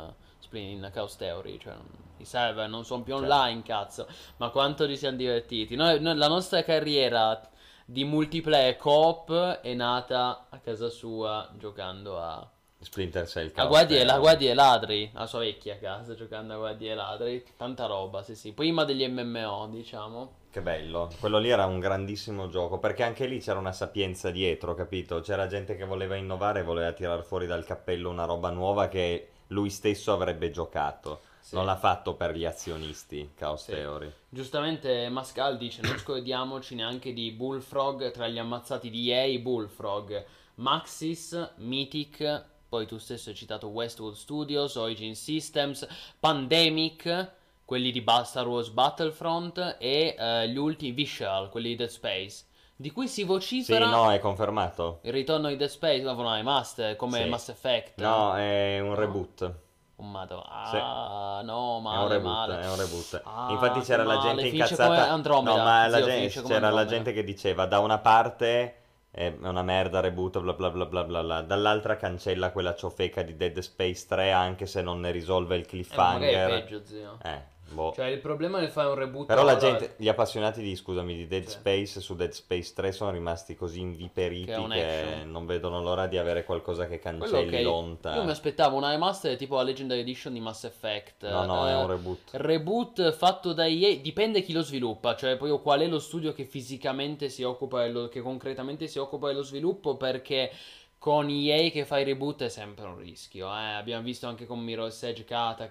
in Chaos Theory, cioè i server non sono più certo. online, cazzo. Ma quanto ci siamo divertiti. La nostra carriera di multiplayer co-op è nata a casa sua giocando Splinter Cell a Chaos la Theory. guardie e ladri, la sua vecchia casa giocando a guardie e ladri, tanta roba, sì sì, prima degli MMO diciamo. Che bello, quello lì era un grandissimo gioco, perché anche lì c'era una sapienza dietro, capito? C'era gente che voleva innovare, voleva tirar fuori dal cappello una roba nuova che lui stesso avrebbe giocato. Sì, Non l'ha fatto per gli azionisti, Chaos sì. Theory. Giustamente Mascal dice non scordiamoci neanche di Bullfrog tra gli ammazzati di EA, Bullfrog, Maxis, Mythic, poi tu stesso hai citato Westwood Studios, Origin Systems, Pandemic, quelli di Star Wars Battlefront e gli ultimi Visceral, quelli di Dead Space, di cui si Sì, vocifera no, è confermato. il ritorno di Dead Space, no, no, Master, come Sì. Mass Effect, No, è un no? reboot. Oh, madò. Sì, Ah, no, è un male, reboot, male. è un reboot. Infatti Ah, che c'era la male. gente Finisce come incazzata. No, Andromeda. ma Zio, finisce come c'era la Andromeda. gente che diceva da una parte è una merda, reboot, bla bla bla bla bla bla. Dall'altra cancella quella ciofeca di Dead Space 3 anche se non ne risolve il Ma magari è cliffhanger. peggio, zio. Boh. Cioè, il problema nel fare un reboot Però la ora. gente, gli appassionati di, scusami, di Dead Sì, Space su Dead Space 3 sono rimasti così che è inviperiti un che action. non vedono l'ora di avere qualcosa che Quello cancelli ok. Io mi l'onta. aspettavo una remaster tipo la Legendary Edition di Mass Effect. No, no, è un reboot. Reboot fatto da EA. Dipende chi lo sviluppa. Cioè, proprio qual è lo studio che fisicamente si occupa, che concretamente si occupa dello sviluppo. Perché con EA che fa i reboot è sempre un rischio. Abbiamo visto anche con Mirror's Edge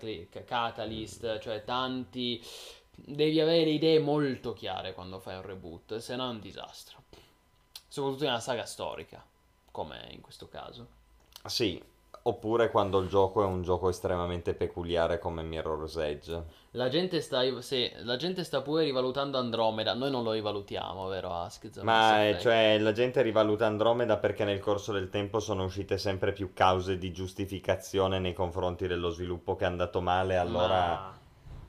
Catalyst. Cioè, tanti. Devi avere le idee molto chiare quando fai un reboot, se no è un disastro. Soprattutto in una saga storica, come in questo caso. Sì, oppure quando il gioco è un gioco estremamente peculiare come Mirror's Edge. Sì, la gente sta pure rivalutando Andromeda. Noi non lo rivalutiamo, vero Ask? Mass Ma Effect. cioè la gente rivaluta Andromeda perché nel corso del tempo sono uscite sempre più cause di giustificazione nei confronti dello sviluppo che è andato male, allora... Ma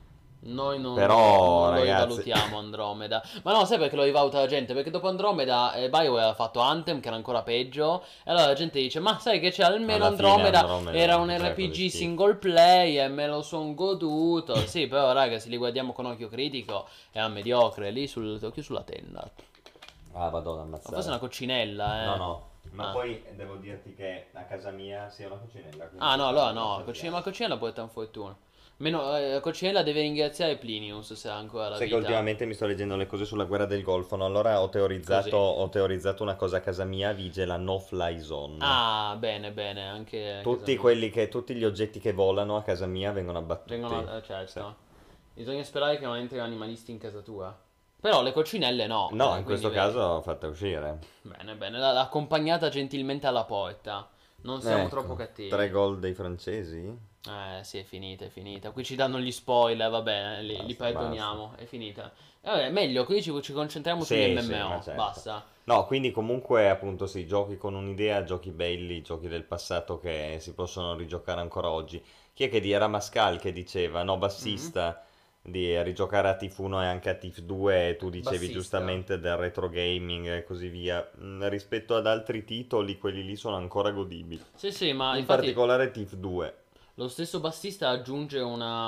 noi Però, non lo ragazzi, rivalutiamo Andromeda. Ma no, sai perché lo rivaluta la gente? Perché dopo Andromeda BioWare aveva fatto Anthem, che era ancora peggio. E allora la gente dice: Ma sai che c'è almeno alla fine Andromeda? Andromeda Era non un faceva così RPG schifo. single player, me lo son goduto. Sì, però, raga, se li guardiamo con occhio critico, era mediocre. Lì occhio sulla tenda. Ah, vado ad Ma forse è una ammazzare. coccinella, No, eh. no, ma Ah. poi devo dirti che a casa mia sia una cucinella, quindi Ah, no, allora non no. esageriamo. Ma coccinella può essere un fortuna. Coccinella deve ringraziare Plinius se ha ancora la Sai che vita. ultimamente mi sto leggendo le cose sulla guerra del Golfo, no? Allora Così. ho teorizzato una cosa a casa mia, vige la no-fly zone. Ah, bene, bene, anche a casa Tutti mia. tutti gli oggetti che volano a casa mia vengono abbattuti. Vengono, Sì. certo. Bisogna sperare che non entrino animalisti in casa tua. Però le coccinelle no, No, in quindi questo vedi. caso fatta uscire. Bene, bene, l'ha accompagnata gentilmente alla porta. Non siamo troppo Ecco, tre cattivi. gol dei francesi? Sì, è finita, è finita. Qui ci danno gli spoiler, va bene, li Basta, basta. perdoniamo, è finita. Vabbè, meglio, qui ci concentriamo sugli Sì, sì, ma MMO, certo. basta. No, quindi comunque appunto sì, giochi con un'idea, giochi belli, giochi del passato che si possono rigiocare ancora oggi. Chi è che era Mascal che diceva, no, Mm, bassista, di rigiocare a TIF 1 e anche a TIF 2 e tu dicevi bassista. giustamente del retro gaming e così via. Rispetto ad altri titoli, quelli lì sono ancora godibili. Sì, sì, ma In infatti particolare TIF 2. lo stesso bassista aggiunge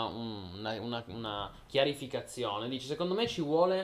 una chiarificazione. Dice, secondo me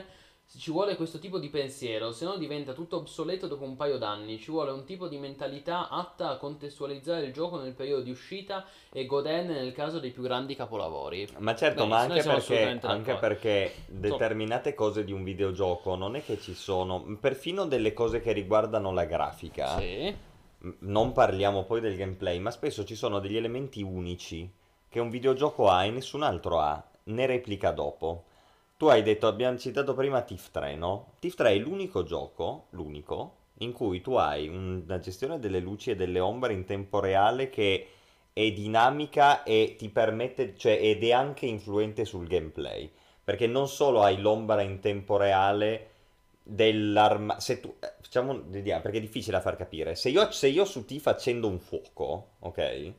ci vuole questo tipo di pensiero, se no diventa tutto obsoleto dopo un paio d'anni. Ci vuole un tipo di mentalità atta a contestualizzare il gioco nel periodo di uscita e goderne nel caso dei più grandi capolavori. Ma certo, ma Benissimo, noi siamo assolutamente anche d'accordo. perché determinate cose di un videogioco non è che ci sono, perfino delle cose che riguardano la grafica, Sì. non parliamo poi del gameplay, ma spesso ci sono degli elementi unici che un videogioco ha e nessun altro ha, ne replica dopo. Tu hai detto, abbiamo citato prima TIF 3, no? TIF 3 è l'unico gioco, l'unico, in cui tu hai una gestione delle luci e delle ombre in tempo reale che è dinamica e ti permette, cioè, ed è anche influente sul gameplay. Perché non solo hai l'ombra in tempo reale dell'arma. Se tu. Facciamo. Vediamo, perché è difficile da far capire. Se io su T accendo un fuoco, ok?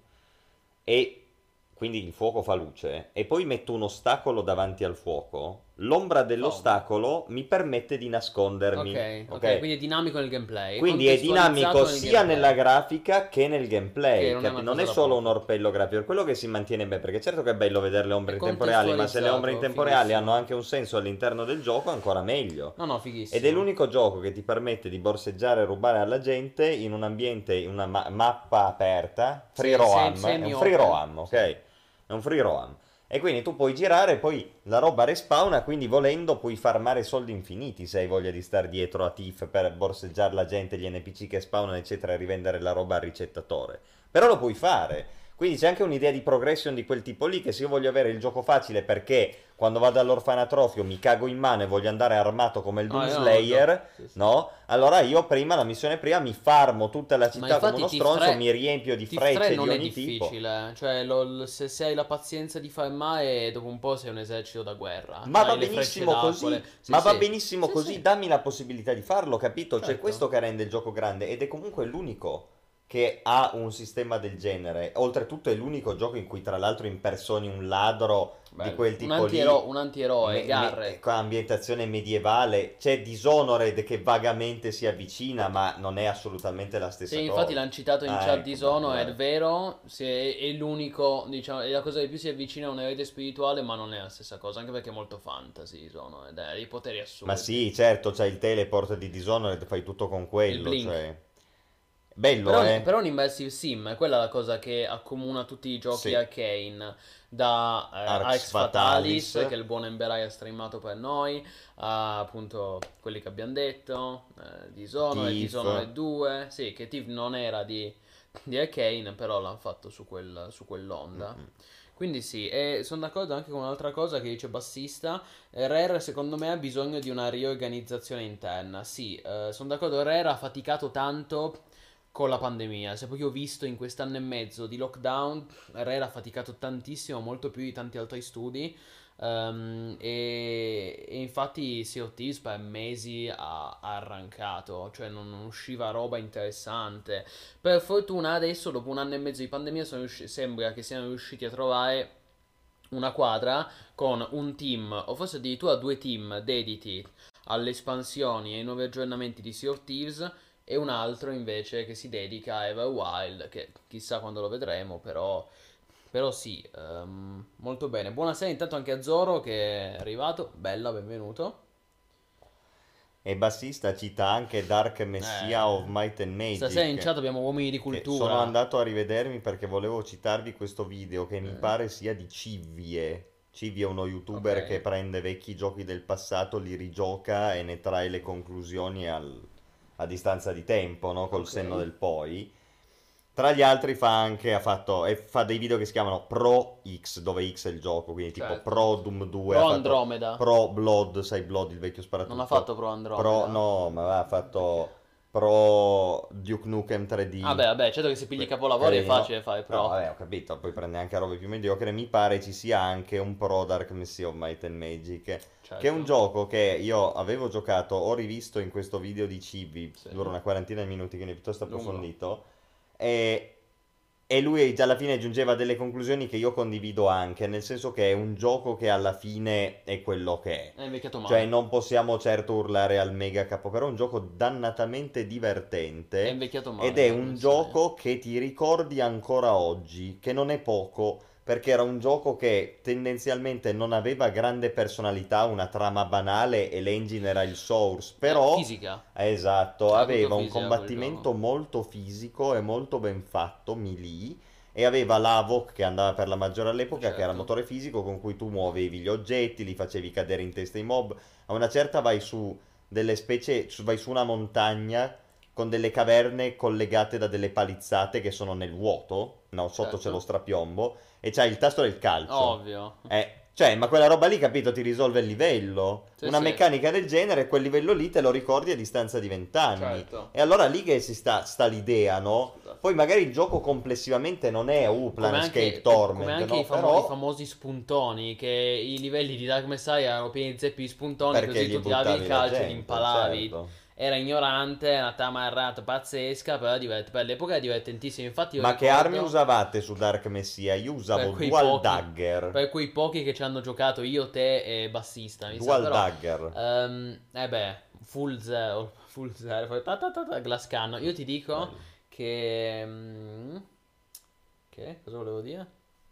E quindi il fuoco fa luce, e poi metto un ostacolo davanti al fuoco, l'ombra Fa ombra. dell'ostacolo mi permette di nascondermi, Ok, ok, ok? quindi è dinamico nel gameplay, è Quindi è dinamico contestualizzato nel sia nella gameplay, grafica che nel che gameplay, non è una non è cosa da solo un poco. orpello grafico, è quello che si mantiene bene, perché certo che è bello vedere le ombre È in tempo reale, ma se le ombre in contestualizzato, tempo reale hanno fighissimo. anche un senso all'interno del gioco, ancora meglio. No, no, Ed è fighissimo. l'unico gioco che ti permette di borseggiare e rubare alla gente in un ambiente, in una mappa aperta, free Sì, roam, è un free semi-open. roam, ok? Sì. È un free roam. E quindi tu puoi girare, poi la roba respawna, quindi volendo puoi farmare soldi infiniti se hai voglia di stare dietro a Tiff per borseggiare la gente, gli NPC che spawnano, eccetera, e rivendere la roba al ricettatore. Però lo puoi fare. Quindi c'è anche un'idea di progression di quel tipo lì, che se io voglio avere il gioco facile perché quando vado all'orfanatrofio mi cago in mano e voglio andare armato come il No, Doom io non lo gioco. Slayer, Sì, sì. no? Allora io prima, la missione prima, mi farmo tutta la Ma città come infatti uno stronzo, mi riempio di TIF 3 frecce di non è ogni tipo. difficile, cioè se hai la pazienza di farmare, dopo un po' sei un esercito da guerra. Ma va C'hai le frecce benissimo d'acqua, così, sì, ma va sì, benissimo sì, così, sì, dammi la possibilità di farlo, capito? C'è certo. questo che rende il gioco grande ed è comunque l'unico che ha un sistema del genere. Oltretutto è l'unico gioco in cui tra l'altro impersoni un ladro di Bello. quel tipo lì, Un antieroe, con Garrett. ambientazione medievale. C'è Dishonored che vagamente si avvicina, ma non è assolutamente la Sì, stessa infatti cosa. l'hanno citato in Ah, chat di ecco, Sono, bello, è eh. vero, è l'unico, diciamo, è la cosa che più si avvicina a un erede spirituale, ma non è la stessa cosa, anche perché è molto fantasy Sono, ed ha dei poteri Ma assurdi. sì, certo, c'hai il teleport di Dishonored, fai tutto con Il quello, Blink. cioè. Bello, Però eh? un immersive sim, è quella la cosa che accomuna tutti i giochi Sì. Arcane, da Arx Arx Fatalis. Fatalis, che il buon Emberai ha streamato per noi, a appunto quelli che abbiamo detto, Thief. Dishonored 2, sì, che Thief non era di Arcane, però l'hanno fatto su quell'onda. Mm-mm. Quindi sì, e sono d'accordo anche con un'altra cosa che dice Bassista. Rare secondo me ha bisogno di una riorganizzazione interna. Sì, sono d'accordo, Rare ha faticato tanto con la pandemia. Se poi ho visto in quest'anno e mezzo di lockdown, Rare ha faticato tantissimo, molto più di tanti altri studi. E infatti Sea of Thieves per mesi ha arrancato, cioè non usciva roba interessante. Per fortuna adesso, dopo un anno e mezzo di pandemia, sembra che siano riusciti a trovare una quadra con un team, o forse addirittura due team dediti alle espansioni e ai nuovi aggiornamenti di Sea of Thieves e un altro invece che si dedica a Everwild, che chissà quando lo vedremo, però sì, molto bene. Buonasera intanto anche a Zoro che è arrivato, bella, benvenuto. e bassista cita anche Dark Messiah of Might and Stasera in Magic. chat abbiamo uomini di Che sono cultura. andato a rivedermi perché volevo citarvi questo video che mi Eh, pare sia di Civie. Civie è uno ok, youtuber che prende vecchi giochi del passato, li rigioca e ne trae le conclusioni a distanza di tempo, no? Col ok, senno del poi. Tra gli altri fa dei video che si chiamano Pro X, dove X è il gioco, quindi tipo certo. Pro Doom 2, ha Pro fatto Andromeda. Pro Blood, sai Blood, il vecchio Non ha sparatutto. fatto Pro Pro, Andromeda. no, ma ha fatto Perché? Pro Duke Nukem 3D. Vabbè, certo che se pigli i capolavori è Quelli no. facile fare No, Pro. vabbè, ho capito, poi prende anche robe più mediocre. Mi pare ci sia anche un Pro Dark Messiah of Might and Magic, che è un Certo. gioco che io avevo giocato, ho rivisto in questo video di Civi, Sì. dura una quarantina di minuti, quindi è piuttosto Lungo. approfondito. E, e lui già alla fine giungeva a delle conclusioni che io condivido anche, nel senso che è un gioco che alla fine è quello che è. È invecchiato Cioè, male. non possiamo certo urlare al mega capo, però è un gioco dannatamente È divertente invecchiato ed male è Dark un Messiah. gioco che ti ricordi ancora oggi, che non è poco, perché era un gioco che tendenzialmente non aveva grande personalità, una trama banale e l'engine era il source, però, Fisica. esatto, Era tutto aveva un fisica quel gioco. combattimento molto fisico e molto ben fatto, melee. E aveva l'Avoc che andava per la maggiore all'epoca, che era Certo. motore fisico con cui tu muovevi gli oggetti, li facevi cadere in testa ai mob. A una certa vai su delle specie, vai su una montagna con delle caverne collegate da delle palizzate che sono nel vuoto. No, sotto c'è lo Certo. strapiombo. E c'hai il tasto del calcio. Ovvio. Cioè, ma quella roba lì, capito, ti risolve il livello. Sì, Una sì. meccanica del genere, quel livello lì te lo ricordi a distanza di 20 anni. Certo. E allora lì che sta l'idea, no? Scusa. Poi magari il gioco complessivamente non è Planescape Come Torment, anche no? i Però famosi spuntoni, che i livelli di Dark Messiah erano pieni zeppi di spuntoni, perché così gli tu tiravi il buttavi la calcio e li gente, impalavi. certo. Era ignorante, una trama errata pazzesca, però per l'epoca era divertentissimo. Infatti io Ma che armi ricordo usavate su Dark Messiah? Io per usavo quei Dual pochi, Dagger. per quei pochi che ci hanno giocato io, te e Bassista, mi sa, Dual però... Dagger. Full zero, full zero, poi glass cannon. Io ti dico Bello. che... che? Cosa volevo dire?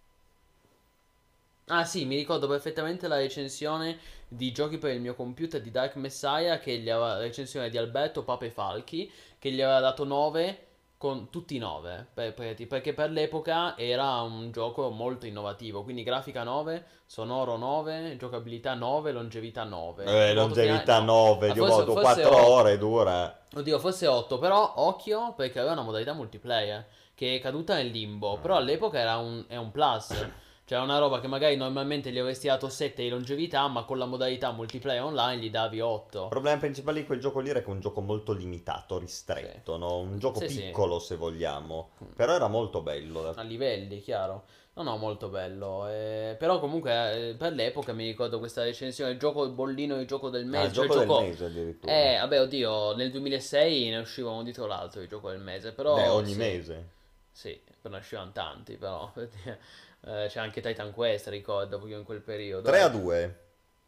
Ah sì, mi ricordo perfettamente la recensione di giochi per il mio computer di Dark Messiah, che gli aveva, la recensione di Alberto Pape Falchi, che gli aveva dato 9 con tutti i 9, perché per l'epoca era un gioco molto innovativo, quindi grafica 9, sonoro 9, giocabilità 9, longevità 9. Voto finale Longevità no. 9, Ah, di voto forse 4 ore dura. Oddio, forse 8, però occhio perché aveva una modalità multiplayer che è caduta nel limbo, però all'epoca è un plus, cioè una roba che magari normalmente gli avresti dato 7 di longevità, ma con la modalità multiplayer online gli davi Il 8. problema principale di quel gioco lì era che è un gioco molto limitato, Sì, ristretto, no? Un gioco sì, sì, piccolo se vogliamo. Però era molto bello. a livelli, chiaro. No, no, molto bello. Però comunque per l'epoca mi ricordo questa recensione, il gioco il bollino, il gioco del Ah, il mese, cioè il gioco del gioco... mese addirittura. Vabbè, oddio, nel 2006 ne usciva uno dietro l'altro il gioco del mese, però Ogni sì. mese. Sì, ne uscivano tanti, però. C'è anche Titan Quest, ricordo, proprio in quel periodo. 3 a 2.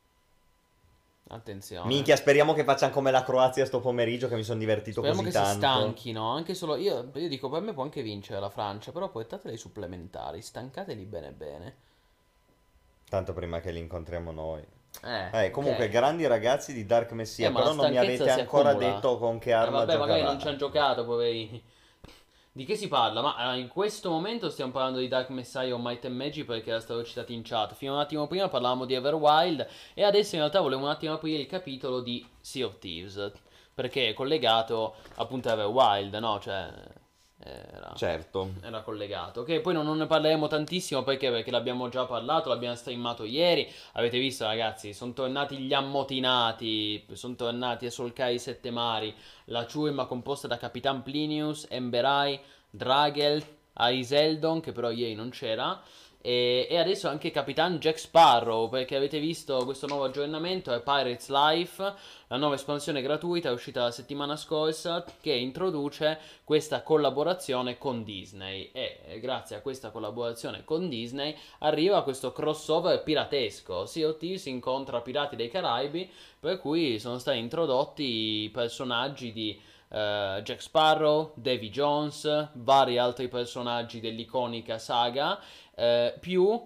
Attenzione. Minchia, speriamo che facciano come la Croazia sto pomeriggio che mi sono divertito Speriamo così che si tanto. stanchino, anche solo... Io dico, per me può anche vincere la Francia, però portateli ai supplementari, stancateli bene bene. Tanto prima che li incontriamo noi. Comunque, Ok. grandi ragazzi di Dark Messiah, Ma la però non mi stanchezza avete si ancora accumula. detto con che arma Vabbè, magari non ci giocavate. hanno giocato, poverini. Di che si parla? Ma in questo momento stiamo parlando di Dark Messiah o Might and Magic perché era stato citato in chat. Fino a un attimo prima parlavamo di Everwild e adesso in realtà volevo un attimo aprire il capitolo di Sea of Thieves perché è collegato appunto a Everwild, no? Cioè era, Certo. era collegato. Ok, poi non ne parleremo tantissimo perché l'abbiamo già parlato, l'abbiamo streamato ieri. Avete visto ragazzi, sono tornati gli ammotinati, sono tornati a solcare i sette mari. La ciurma composta da Capitan Plinius, Emberai, Dragel, Aiseldon, che però ieri non c'era, e adesso anche Capitan Jack Sparrow, perché avete visto questo nuovo aggiornamento, è Pirates Life, la nuova espansione gratuita è uscita la settimana scorsa, che introduce questa collaborazione con Disney, e grazie a questa collaborazione con Disney arriva questo crossover piratesco. Sea of Thieves incontra Pirati dei Caraibi, per cui sono stati introdotti i personaggi di Jack Sparrow, Davy Jones, vari altri personaggi dell'iconica saga, più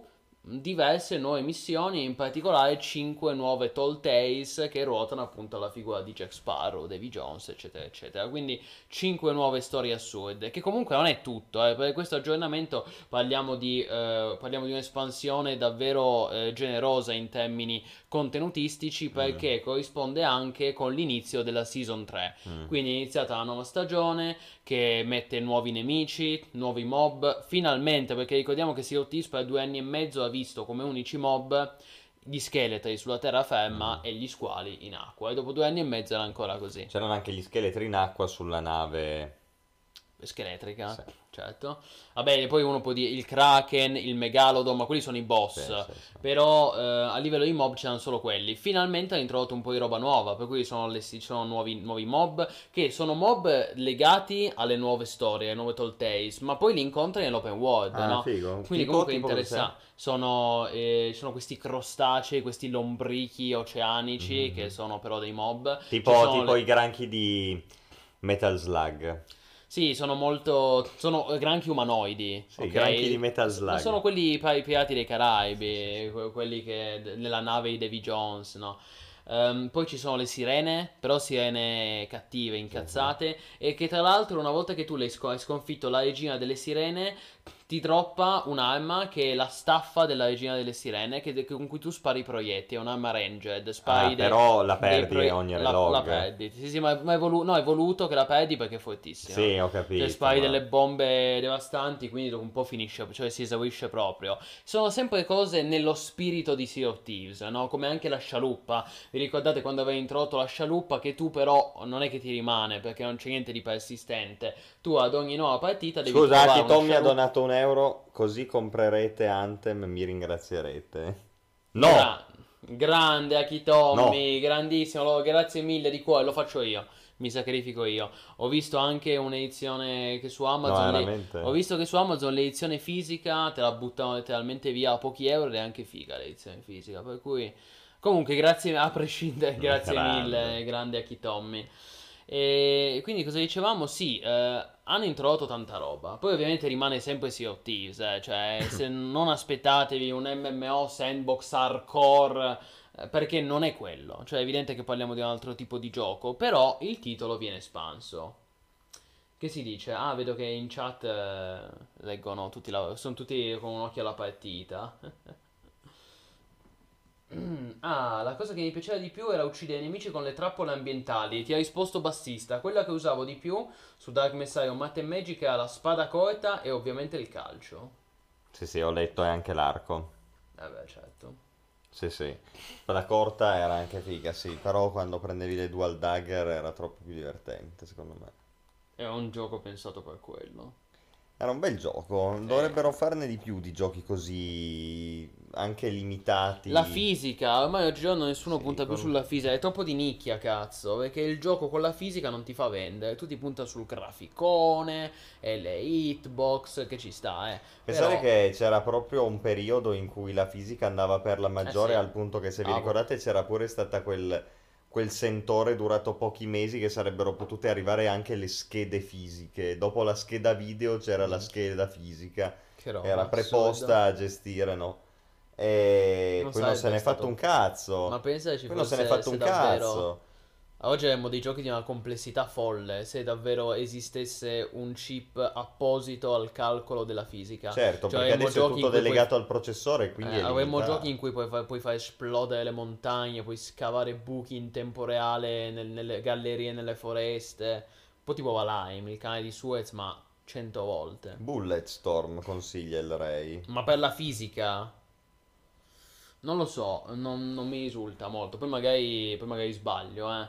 diverse nuove missioni, in particolare 5 nuove Tall Tales che ruotano appunto alla figura di Jack Sparrow, Davy Jones, eccetera, eccetera. Quindi 5 nuove storie assurde, che comunque non è tutto, per questo aggiornamento parliamo di un'espansione davvero generosa in termini contenutistici, perché corrisponde anche con l'inizio della Season 3. Quindi è iniziata la nuova stagione che mette nuovi nemici, nuovi mob, finalmente, perché ricordiamo che Sea of Thieves per 2 anni e mezzo ha visto come unici mob gli scheletri sulla terraferma e gli squali in acqua, e dopo 2 anni e mezzo era ancora così. C'erano anche gli scheletri in acqua sulla nave. Scheletrica, Sì. certo. Vabbè, poi uno può dire il Kraken, il Megalodon, ma quelli sono i boss. Sì, sì, sì. Però a livello di mob c'erano solo quelli. Finalmente hanno introdotto un po' di roba nuova, per cui ci sono nuovi mob, che sono mob legati alle nuove storie, alle nuove Tall Tales, ma poi li incontri nell'open world, Ah, no? figo. Quindi Tipo, comunque è tipo cosa interessante. Sono questi crostacei, questi lombrichi oceanici, che sono però dei mob. c'è? Ci sono Tipo i granchi di Metal Slug. Sì, sono granchi umanoidi, Sì, ok? granchi di Metal Ma Slug. sono quelli pirati dei Caraibi, quelli che nella nave di Davy Jones, no? Poi ci sono le sirene, però sirene cattive, incazzate, e che tra l'altro una volta che tu hai sconfitto la regina delle sirene, ti droppa un'arma che è la staffa della regina delle sirene, con cui tu spari proiettili, è un'arma ranged, spari Però la dei perdi ogni relog. la perdi. Sì, sì, ma no, è voluto che la perdi perché è fortissima. Sì, ho Cioè capito. spari ma- delle bombe devastanti, quindi dopo un po' finisce, cioè si esaurisce proprio. Sono sempre cose nello spirito di Sea of Thieves, no? Come anche la scialuppa. Vi ricordate quando avevi introdotto la scialuppa, che tu però non è che ti rimane, perché non c'è niente di persistente. Tu ad ogni nuova partita devi trovare Scusate, una Tommy ha scialuppa. donato €1, così comprerete Anthem e mi ringrazierete. No! Grande Akitomi, grandissimo, grazie mille di cuore, lo faccio io, mi sacrifico io. Ho visto anche un'edizione che su No, Amazon, veramente. ho visto che su Amazon l'edizione fisica te la buttano letteralmente via a pochi euro, ed è anche figa l'edizione fisica, per cui comunque grazie a prescindere, grazie Grande. mille, grande Akitomi. E quindi cosa dicevamo? Sì, hanno introdotto tanta roba. Poi ovviamente rimane sempre Sea of Thieves, cioè se non aspettatevi un MMO sandbox hardcore, perché non è quello. Cioè è evidente che parliamo di un altro tipo di gioco, però il titolo viene espanso. Che si dice? Ah, vedo che in chat leggono sono tutti con un occhio alla partita. La cosa che mi piaceva di più era uccidere i nemici con le trappole ambientali. Ti ha risposto Bassista. Quella che usavo di più su Dark Messiah o Matte Magic era la spada corta e ovviamente il calcio. Sì, sì, ho letto e anche l'arco. Vabbè, certo. Sì, sì. La corta era anche figa, sì, però quando prendevi le dual dagger era troppo più divertente, secondo me. È un gioco pensato per quello. Era un bel gioco, dovrebbero farne di più di giochi così anche limitati. La fisica, ormai oggigiorno nessuno Sì, punta più sulla fisica, è troppo di nicchia, cazzo, perché il gioco con la fisica non ti fa vendere, tu ti punta sul graficone e le hitbox, che ci sta, Pensate però, che c'era proprio un periodo in cui la fisica andava per la maggiore, sì, al punto che, se vi ah, ricordate, c'era pure stata quel sentore durato pochi mesi, che sarebbero potute arrivare anche le schede fisiche. Dopo la scheda video c'era la scheda fisica, che roba, era assurda. preposta a gestire, no? E Non poi non se sarebbe n'è fatto stato. un cazzo. Ma pensa che ci Poi non se n'è fosse, fatto se un davvero. cazzo. Oggi abbiamo dei giochi di una complessità folle, se davvero esistesse un chip apposito al calcolo della fisica. Certo, Cioè perché avremmo adesso è giochi tutto in cui delegato al processore, quindi è avremmo giochi limitato. in cui puoi far esplodere le montagne, puoi scavare buchi in tempo reale nelle gallerie, nelle foreste. Un po' tipo Valheim, il cane di Suez, ma 100 volte. Bulletstorm consiglia il Ray. Ma per la fisica, non lo so, non mi risulta molto. Poi magari sbaglio, eh.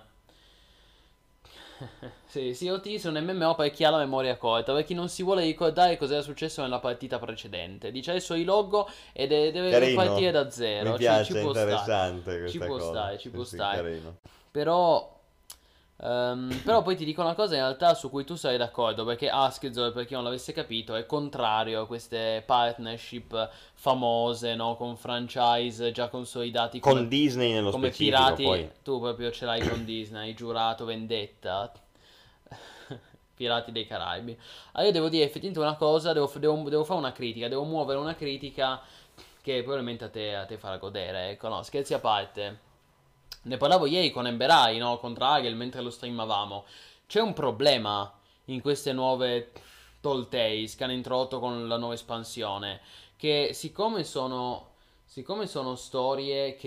Sì, COT su un MMO per chi ha la memoria corta, per chi non si vuole ricordare cosa era successo nella partita precedente. Dice adesso i logo e deve ripartire Carino, da mi zero. Ci piace, può stare. interessante Ci questa può cosa. stare, ci Sì, può sì, stare. carino. Però poi ti dico una cosa in realtà su cui tu sarai d'accordo, perché Askzor, per chi non l'avesse capito, è contrario a queste partnership famose, no? Con franchise già consolidati Con Disney nello come specifico, pirati. poi. Tu proprio ce l'hai con Disney, giurato vendetta. Pirati dei Caraibi. Io devo dire effettivamente una cosa, devo fare una critica, devo muovere una critica che probabilmente a te farà godere, ecco, no, scherzi a parte. Ne parlavo ieri con Emberai, no, con Dragel, mentre lo streamavamo. C'è un problema in queste nuove Tall Tales che hanno introdotto con la nuova espansione, che siccome sono storie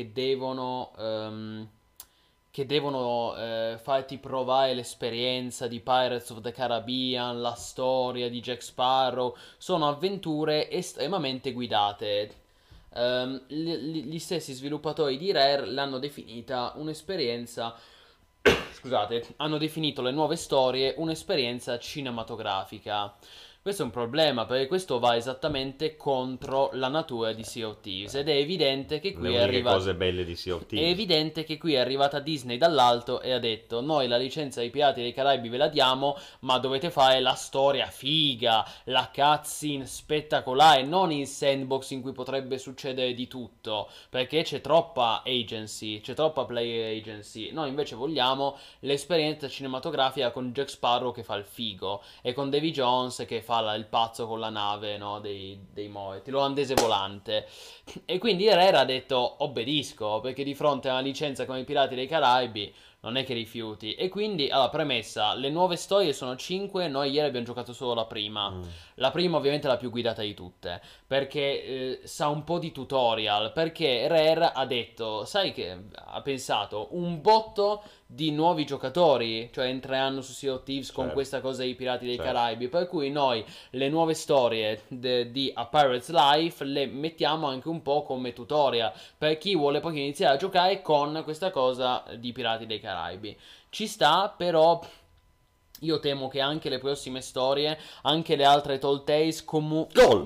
che devono farti provare l'esperienza di Pirates of the Caribbean, la storia di Jack Sparrow, sono avventure estremamente guidate. Gli stessi sviluppatori di Rare l'hanno definita un'esperienza. Scusate, hanno definito le nuove storie un'esperienza cinematografica. Questo è un problema perché questo va esattamente contro la natura di Sea of Thieves ed è evidente che qui Le uniche cose belle di Sea of è Thieves. evidente che qui è arrivata Disney dall'alto e ha detto: noi la licenza dei Pirati dei Caraibi ve la diamo, ma dovete fare la storia figa, la cutscene spettacolare, non il sandbox in cui potrebbe succedere di tutto, perché c'è troppa agency, c'è troppa player agency. Noi invece vogliamo l'esperienza cinematografica con Jack Sparrow che fa il figo e con Davy Jones che fa il pazzo con la nave, no, dei Morti, l'olandese volante. E quindi Herrera ha detto obbedisco, perché di fronte a una licenza come i Pirati dei Caraibi non è che rifiuti. E quindi, allora, premessa, le nuove storie sono 5, noi ieri abbiamo giocato solo la prima. La prima ovviamente è la più guidata di tutte, perché sa un po' di tutorial, perché Rare ha detto, sai che ha pensato, un botto di nuovi giocatori, cioè entreranno su Sea of Thieves con questa cosa dei Pirati dei Caraibi, per cui noi le nuove storie di A Pirate's Life le mettiamo anche un po' come tutorial, per chi vuole poi iniziare a giocare con questa cosa di Pirati dei Caraibi. Ci sta, però io temo che anche le prossime storie, anche le altre Tall Tales Gol!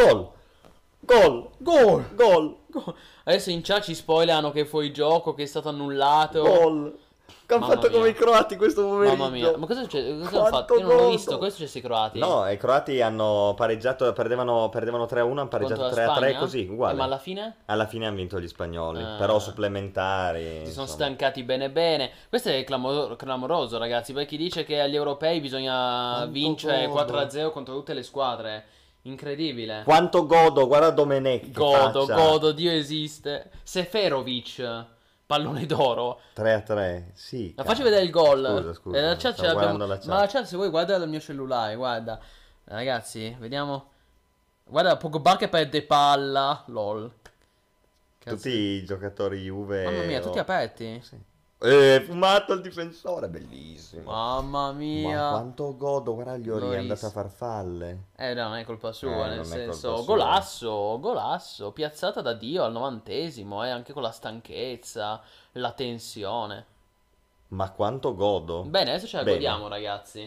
Adesso in chat ci spoilerano che è fuori gioco, che è stato annullato. Gol! Che hanno Mamma fatto come mia. i croati questo pomeriggio. Mamma mia, ma cosa succede? Cosa hanno Quanto fatto? Io non l'ho gol! visto, cosa è successo ai croati? No, i croati hanno pareggiato, perdevano 3-1, hanno pareggiato Contro la 3-3, Spagna? così, uguale. Ma alla fine? Alla fine hanno vinto gli spagnoli, Ah. però supplementari. Si sono insomma. stancati bene bene. Questo è clamoroso, ragazzi, per chi dice che agli europei bisogna Quanto vincere godo. 4-0 contro tutte le squadre. Incredibile. Quanto godo, guarda Domenech. Godo, Dio esiste. Seferovic, pallone d'oro. 3-3, sì. Ma cazzo. facci vedere il gol. Scusa, La chat ce stavo l'abbiamo. guardando la chat. Ma la chat, se vuoi, guarda dal mio cellulare. Guarda, ragazzi, vediamo. Guarda, Pogba che perde palla. LOL. Cazzo. Tutti i giocatori Juve. Mamma mia, tutti aperti. Sì. Fumato il difensore, bellissimo. Mamma mia. Ma quanto godo, guarda gli ori, è Loris. andata a farfalle. No, non è colpa sua, Non nel è senso, colpa sua. golasso, piazzata da Dio al 90esimo, anche con la stanchezza, la tensione. Ma quanto godo. Bene, adesso ce la Bene. godiamo, ragazzi.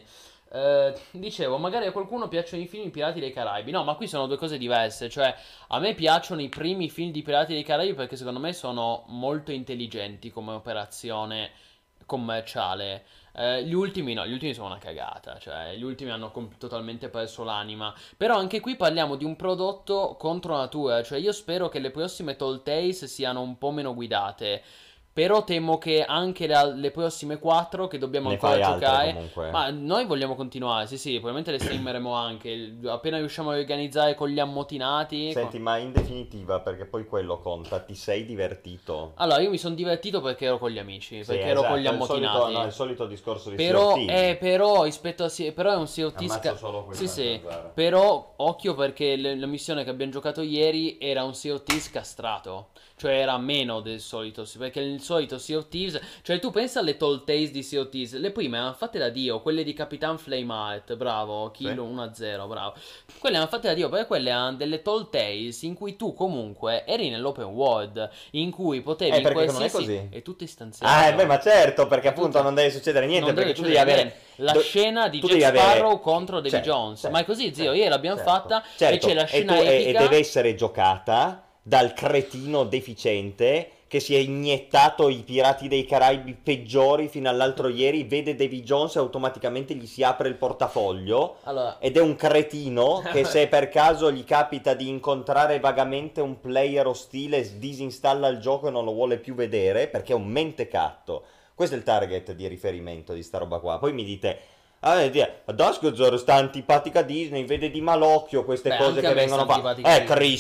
Dicevo, magari a qualcuno piacciono i film di Pirati dei Caraibi. No, ma qui sono due cose diverse. Cioè, a me piacciono i primi film di Pirati dei Caraibi perché secondo me sono molto intelligenti come operazione commerciale. Gli ultimi no, gli ultimi sono una cagata. Cioè, gli ultimi hanno totalmente perso l'anima. Però anche qui parliamo di un prodotto contro natura. Cioè, io spero che le prossime Tall Tales siano un po' meno guidate. Però temo che anche le prossime 4 che dobbiamo Ne ancora fai altre giocare. comunque. Ma noi vogliamo continuare, sì, probabilmente le streameremo anche. Appena riusciamo a organizzare con gli ammotinati. Senti, ma in definitiva, perché poi quello conta, ti sei divertito? Allora, io mi sono divertito perché ero con gli amici, Sì, perché ero con esatto, gli è il solito, ammotinati. no, è il solito discorso di Però, Sea of Thieves. però rispetto a però è un Sea of Thieves Ammazzo solo quel sì, sì, zanzara. però occhio perché la missione che abbiamo giocato ieri era un Sea of Thieves castrato. Cioè era meno del solito, perché il solito Sea of Thieves, cioè tu pensa alle Tall Tales di Sea of Thieves, le prime erano fatte da Dio, quelle di Capitan Flameheart, bravo, Kilo 1-0, bravo. Quelle erano fatte da Dio, perché quelle erano delle Tall Tales in cui tu comunque eri nell'open world, in cui potevi in perché non è qualsiasi... così. È tutto istanziato. Beh, ma certo, perché appunto Tutto- non deve succedere niente, non perché deve tu devi succedere avere... niente. La scena di tu Jack devi avere- Sparrow contro Davy Certo, Jones. certo, Ma è così, zio, certo, ieri l'abbiamo certo, fatta certo. e c'è la scena e epica. deve essere giocata dal cretino deficiente che si è iniettato i Pirati dei Caraibi peggiori fino all'altro ieri, vede Davy Jones e automaticamente gli si apre il portafoglio. Allora, Ed è un cretino che se per caso gli capita di incontrare vagamente un player ostile disinstalla il gioco e non lo vuole più vedere perché è un mentecatto. Questo è il target di riferimento di sta roba qua. Poi mi dite, Duskzor sta antipatica Disney, vede di malocchio queste beh, cose anche che a me vengono sta fatte. antipatica Disney. Cristo,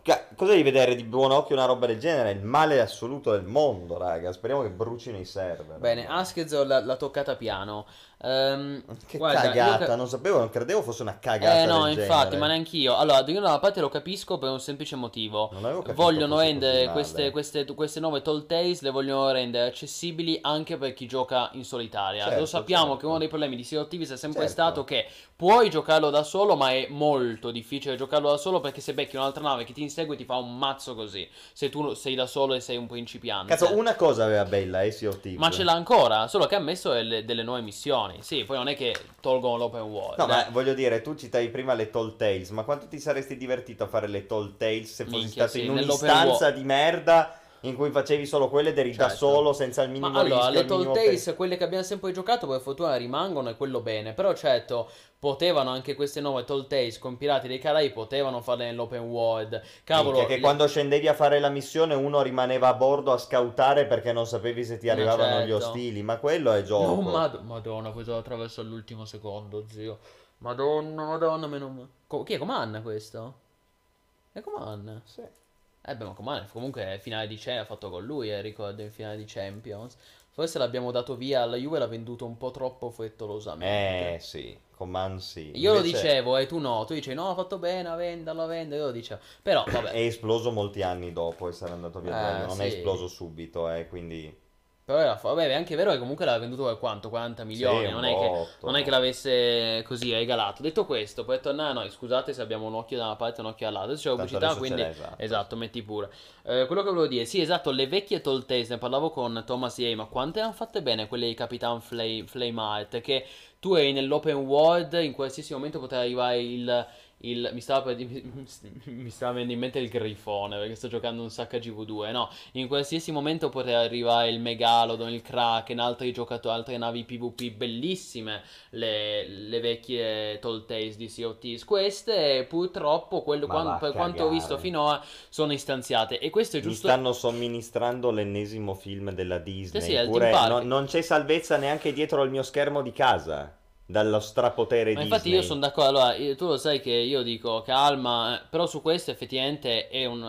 Cosa devi vedere di buon occhio una roba del genere? È il male assoluto del mondo, raga. Speriamo che brucino i server. Bene, Almeno. Askez l'ha toccata piano. Che Guarda, cagata, non sapevo, non credevo fosse una cagata no, del infatti, ma genere. neanch'io. Allora, io da una parte lo capisco per un semplice motivo. Non avevo capito Vogliono fosse così rendere male. queste nuove Tall Tales, le vogliono rendere accessibili anche per chi gioca in solitaria. Lo Certo, sappiamo che uno certo, dei problemi di Sea of Thieves è sempre stato certo. che puoi giocarlo da solo, ma è molto difficile giocarlo da solo perché se becchi un'altra nave che ti insegue ti fa un mazzo così. Se tu sei da solo e sei un Cazzo, principiante. una cosa aveva bella, Sea of Ma Thieves. ce l'ha ancora, solo che ha messo delle nuove missioni. Sì, poi non è che tolgono l'open No, world. ma voglio dire, tu citavi prima le Tall Tales, ma quanto ti saresti divertito a fare le Tall Tales se fossi Minchia, stato sì, in nell'open un'istanza world. di merda in cui facevi solo quelle ed eri da Certo. solo senza il Ma minimo allora, rischio, le il Tall minimo Tales, quelle che abbiamo sempre giocato, per fortuna rimangono e quello bene. Però certo, potevano anche queste nuove Tall Tales con Pirati dei Caraibi, potevano farle nell'open world. Minchia, Cavolo, che quando scendevi a fare la missione uno rimaneva a bordo a scautare perché non sapevi se ti ma arrivavano gli certo. ostili, ma quello è No, gioco. Madonna, poi sono attraverso all'ultimo secondo, zio. Madonna, Madonna, meno male. Chi è Coman questo? È Coman. Sì. Beh, ma comunque è finale di Champions, ha fatto con lui, ricordo, in finale di Champions. Forse l'abbiamo dato via alla Juve, l'ha venduto un po' troppo frettolosamente. Sì, Coman sì. Io lo Invece dicevo e tu no, tu dicevi no, ha fatto bene a venderlo, io lo dicevo. Però, è vabbè, esploso molti anni dopo essere andato via quello, non è sì. esploso subito, quindi Però vabbè, è anche vero che comunque l'ha venduto per quanto? 40 sì, milioni, un non è che botto. l'avesse così regalato. Detto questo, puoi tornare, no, scusate se abbiamo un occhio da una parte e un occhio dall'altra. Adesso c'è la Tanto pubblicità, adesso ce quindi l'hai, esatto. esatto, metti pure. Quello che volevo dire, sì, esatto, le vecchie Tall Tales, ne parlavo con Thomas Yeh, ma quante hanno fatte bene quelle di Capitan Flame Art, che tu eri nell'open world, in qualsiasi momento poteva arrivare mi stava venendo in mente il grifone, perché sto giocando un sacco a GV2, no? In qualsiasi momento poteva arrivare il Megalodon, il Kraken, altri giocatori, altre navi PvP bellissime, le vecchie Tall Tales di Sea of Thieves. Queste, purtroppo, Ma va a per quanto ho visto cagare. finora, sono istanziate. E questo è Mi giusto. stanno somministrando l'ennesimo film della Sì, Disney. sì, è il Team Eppure Park. non c'è salvezza neanche dietro al mio schermo di casa. Dallo strapotere Ma infatti io Disney. sono d'accordo, allora, tu lo sai che io dico calma, però su questo effettivamente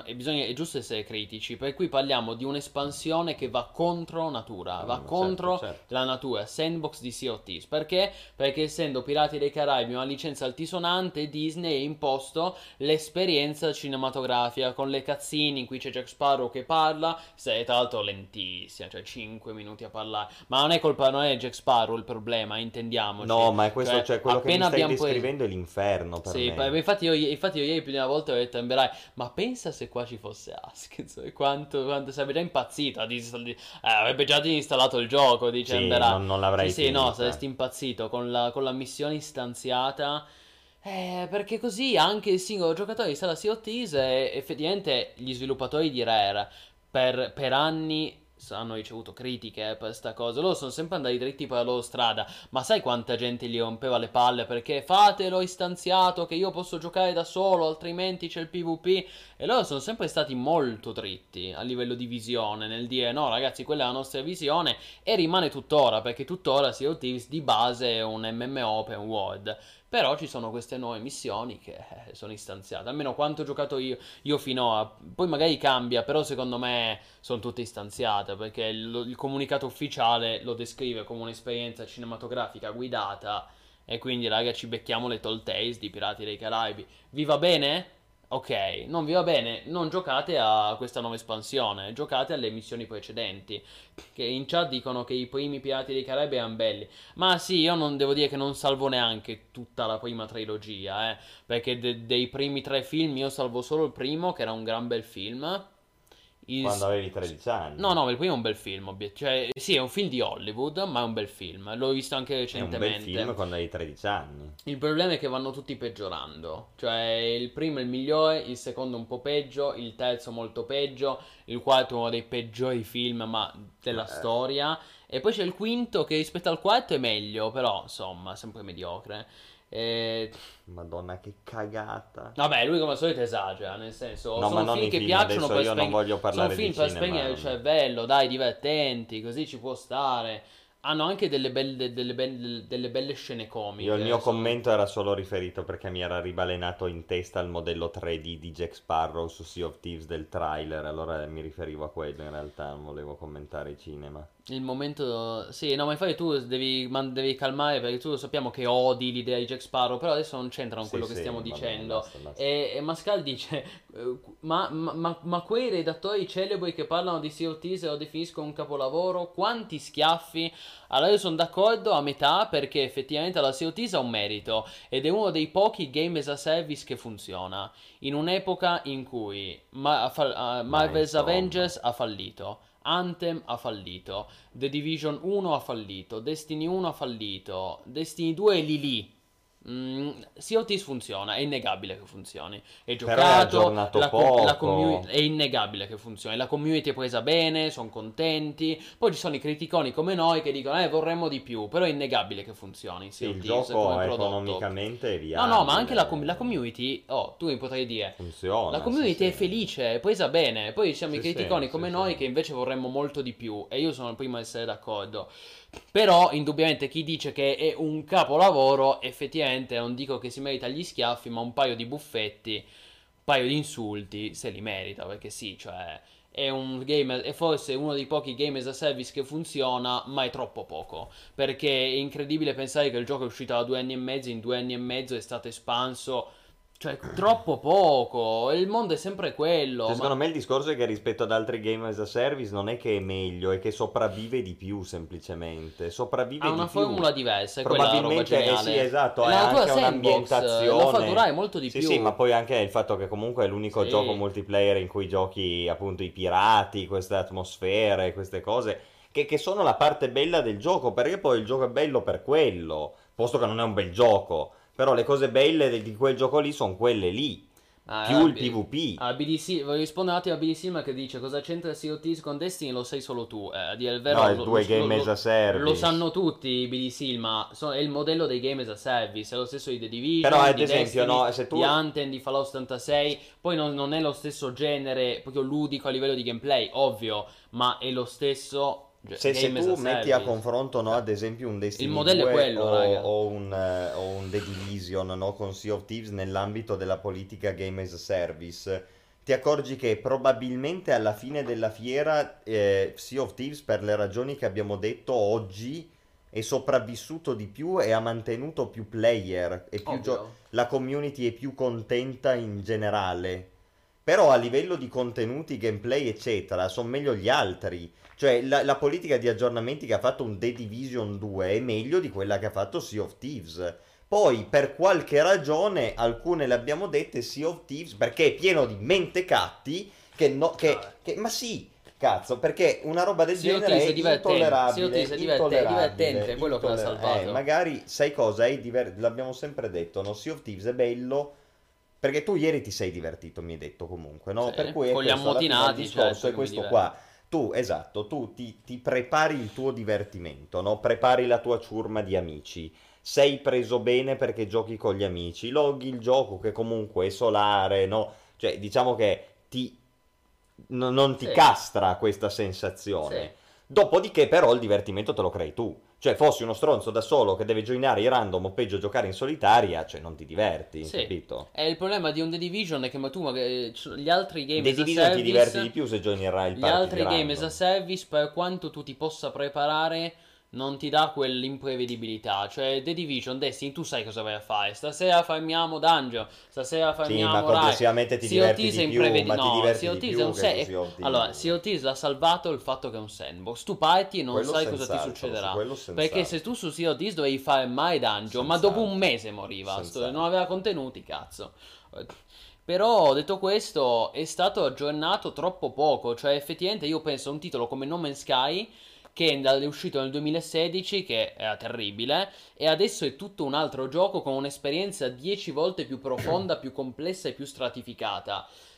è giusto essere critici, per cui parliamo di un'espansione che va contro natura, va Ma certo, contro certo. la natura, sandbox di Sea of Thieves, perché? Perché essendo Pirati dei Caraibi una licenza altisonante, Disney ha imposto l'esperienza cinematografica con le cutscene in cui c'è Jack Sparrow che parla, sei tra l'altro lentissima, cioè 5 minuti a parlare, ma non è Jack Sparrow il problema, No, intendiamoci. ma è questo, Cioè, cioè quello che mi appena stai abbiamo preso. descrivendo è l'inferno per Sì, me. infatti io ieri più di una volta ho detto a Emberai, ma pensa se qua ci fosse Askins, e quanto sarebbe già impazzito, avrebbe già disinstallato il gioco, dice Sì, Emberai. non Sì, l'avrei sì, no, finita. saresti impazzito con la missione istanziata. Perché così anche il singolo giocatore di Sala Sea of Thieves e effettivamente gli sviluppatori di Rare per anni hanno ricevuto critiche per sta cosa. Loro sono sempre andati dritti per la loro strada. Ma sai quanta gente gli rompeva le palle perché fatelo istanziato che io posso giocare da solo, altrimenti c'è il PvP. E loro sono sempre stati molto dritti a livello di visione nel dire no ragazzi quella è la nostra visione e rimane tuttora perché tuttora Sea of Thieves di base è un MMO open world. Però ci sono queste nuove missioni che sono istanziate. Almeno quanto ho giocato io finora. Poi magari cambia, però secondo me sono tutte istanziate perché il comunicato ufficiale lo descrive come un'esperienza cinematografica guidata. E quindi, raga, ci becchiamo le Tall Tales di Pirati dei Caraibi. Vi va bene? Ok, non vi va bene, non giocate a questa nuova espansione, giocate alle missioni precedenti. Che in chat dicono che i primi Pirati dei Caraibi erano belli. Ma sì, io non devo dire che non salvo neanche tutta la prima trilogia, perché dei primi tre film io salvo solo il primo, che era un gran bel film. Il, Quando s- avevi 13 No, anni. no, il primo è un bel film, cioè sì, è un film di Hollywood, ma è un bel film. L'ho visto anche È un bel film recentemente. quando avevi 13 anni. Il problema è che vanno tutti peggiorando. Cioè, il primo è il migliore, il secondo un po' peggio, il terzo molto peggio, il quarto è uno dei peggiori film, ma della Eh, storia. E poi c'è il quinto che rispetto al quarto è meglio, però insomma, sempre mediocre. E... Madonna, che cagata. Vabbè, lui come al solito esagera, nel senso, No, ma sono non film i che film, piacciono adesso per io non spegnere. voglio Sono parlare film di per spegnere cinema. il cervello, dai, divertenti, così ci può stare. hanno anche delle belle scene Io il comiche. mio commento era solo riferito perché mi era ribalenato in testa il modello 3D di Jack Sparrow su Sea of Thieves del trailer, allora mi riferivo a quello in realtà, non volevo commentare i cinema. Il momento. Sì, no, ma infatti tu devi calmare perché tu sappiamo che odi l'idea di Jack Sparrow, però adesso non c'entra con Sì, quello che sì, stiamo va bene, dicendo. basta, basta. E Mascal dice: ma quei redattori celebri che parlano di Sea of Thieves e lo definiscono un capolavoro, quanti schiaffi? Allora io sono d'accordo a metà perché effettivamente la Sea of Thieves ha un merito ed è uno dei pochi game as a service che funziona in un'epoca in cui Ma Marvel's insomma. Avengers ha fallito. Anthem ha fallito, The Division 1 ha fallito, Destiny 1 ha fallito, Destiny 2 è lì lì. Sea of Thieves funziona, è innegabile che funzioni. È Però è giocato, aggiornato la community poco. è innegabile che funzioni. La community è presa bene, sono contenti. Poi ci sono i criticoni come noi che dicono, vorremmo di più. Però è innegabile che funzioni Sì, Sea of il Thieves come gioco prodotto. economicamente è No, no, ma anche la viabile, community, oh, tu mi potrai dire, la funziona, sì, community sì. è felice, è presa bene. Poi ci siamo i Sì, sì, criticoni sì, come sì. noi che invece vorremmo molto di più. E io sono il primo a essere d'accordo. Però, indubbiamente, chi dice che è un capolavoro, effettivamente non dico che si merita gli schiaffi, ma un paio di buffetti, un paio di insulti, se li merita. Perché sì, cioè, è forse uno dei pochi game as a service che funziona, ma è troppo poco. Perché è incredibile pensare che il gioco è uscito da 2 anni e mezzo, in 2 anni e mezzo è stato espanso. Cioè, troppo poco. Il mondo è sempre quello, Cioè, ma secondo me il discorso è che rispetto ad altri game as a service non è che è meglio, è che sopravvive di più semplicemente. ha Sopravvive di una più. formula diversa, è quella la roba Probabilmente, eh sì, geniale. esatto, E è la natura anche sandbox lo fa un'ambientazione. durare molto di Sì, sì, ma più. poi anche il fatto che comunque è l'unico gioco Sì. multiplayer in cui giochi appunto i pirati, queste atmosfere, queste cose, che sono la parte bella del gioco, perché poi il gioco è bello per quello, posto che non è un bel gioco. Però le cose belle di quel gioco lì sono quelle lì, più il PvP. BDC, voglio rispondere un attimo a BDC ma che dice cosa c'entra Sea of Thieves con Destiny lo sai solo tu. A dire il No, vero è due game as a lo service. sanno tutti i BDC, ma è il modello dei game as a service, è lo stesso di The Però Division, ad di esempio, Destiny, no, se di tu Anthem, di Fallout 76, poi non è lo stesso genere proprio ludico a livello di gameplay, ovvio, ma è lo stesso se game as a tu metti a service. confronto, no, Cioè, ad esempio un il Destiny modello è 2 quello, raga. o un The Division, no, con Sea of Thieves nell'ambito della politica Game as a Service, ti accorgi che probabilmente alla fine della fiera Sea of Thieves, per le ragioni che abbiamo detto oggi, è sopravvissuto di più e ha mantenuto più player, e Ovvio. la community è più contenta in generale. Però a livello di contenuti, gameplay, eccetera, sono meglio gli altri. Cioè, la politica di aggiornamenti che ha fatto un The Division 2 è meglio di quella che ha fatto Sea of Thieves. Poi, per qualche ragione, alcune le abbiamo dette Sea of Thieves perché è pieno di mentecatti che no, ma sì, cazzo, perché una roba del Sea of genere Thieves è è divertente, Sea of intollerabile, Thieves è intollerabile, divertente, è quello che l'ha salvato. magari, sai cosa? L'abbiamo sempre detto, no? Sea of Thieves è bello perché tu ieri ti sei divertito, mi hai detto comunque, no? Sì, Per cui è con gli questo, alla fine il ammotinati, discorso certo è che mi questo diverto. qua. Tu, esatto, tu ti prepari il tuo divertimento, no? Prepari la tua ciurma di amici. Sei preso bene perché giochi con gli amici. Loghi il gioco che comunque è solare, no? Cioè, diciamo che non ti Sì, castra questa sì, sensazione. Dopodiché, però, il divertimento te lo crei tu. Cioè, fossi uno stronzo da solo che deve joinare i random o peggio giocare in solitaria, cioè non ti diverti, sì. capito? E il problema di un The Division è che gli altri In game The as a Division ti diverti di service, più se joinerai il gli party di altri game as a random. service, per quanto tu ti possa preparare, non ti dà quell'imprevedibilità. Cioè, The Division, Destiny, tu sai cosa vai a fare. Stasera farmiamo dungeon, stasera Sì, ma farmiamo Rai. complessivamente ti Sea of diverti Thieves è di più, ma imprevedibile. ti No, diverti Sea of di Thieves è più un che su se- Sea of Allora, Thieves. Sea of Thieves l'ha salvato il fatto che è un sandbox. Tu parti e non Quello sai cosa ti senz'altro, su succederà. quello Perché senz'altro. se tu su Sea of Thieves dovevi fare mai dungeon, ma dopo un Senz'altro. mese moriva. Non Senz'altro. aveva contenuti, cazzo. Però, detto questo, è stato aggiornato troppo poco. Cioè, effettivamente, io penso a un titolo come No Man's Sky, che è uscito nel 2016, che era terribile, e adesso è tutto un altro gioco con un'esperienza 10 volte più profonda, più complessa e più stratificata.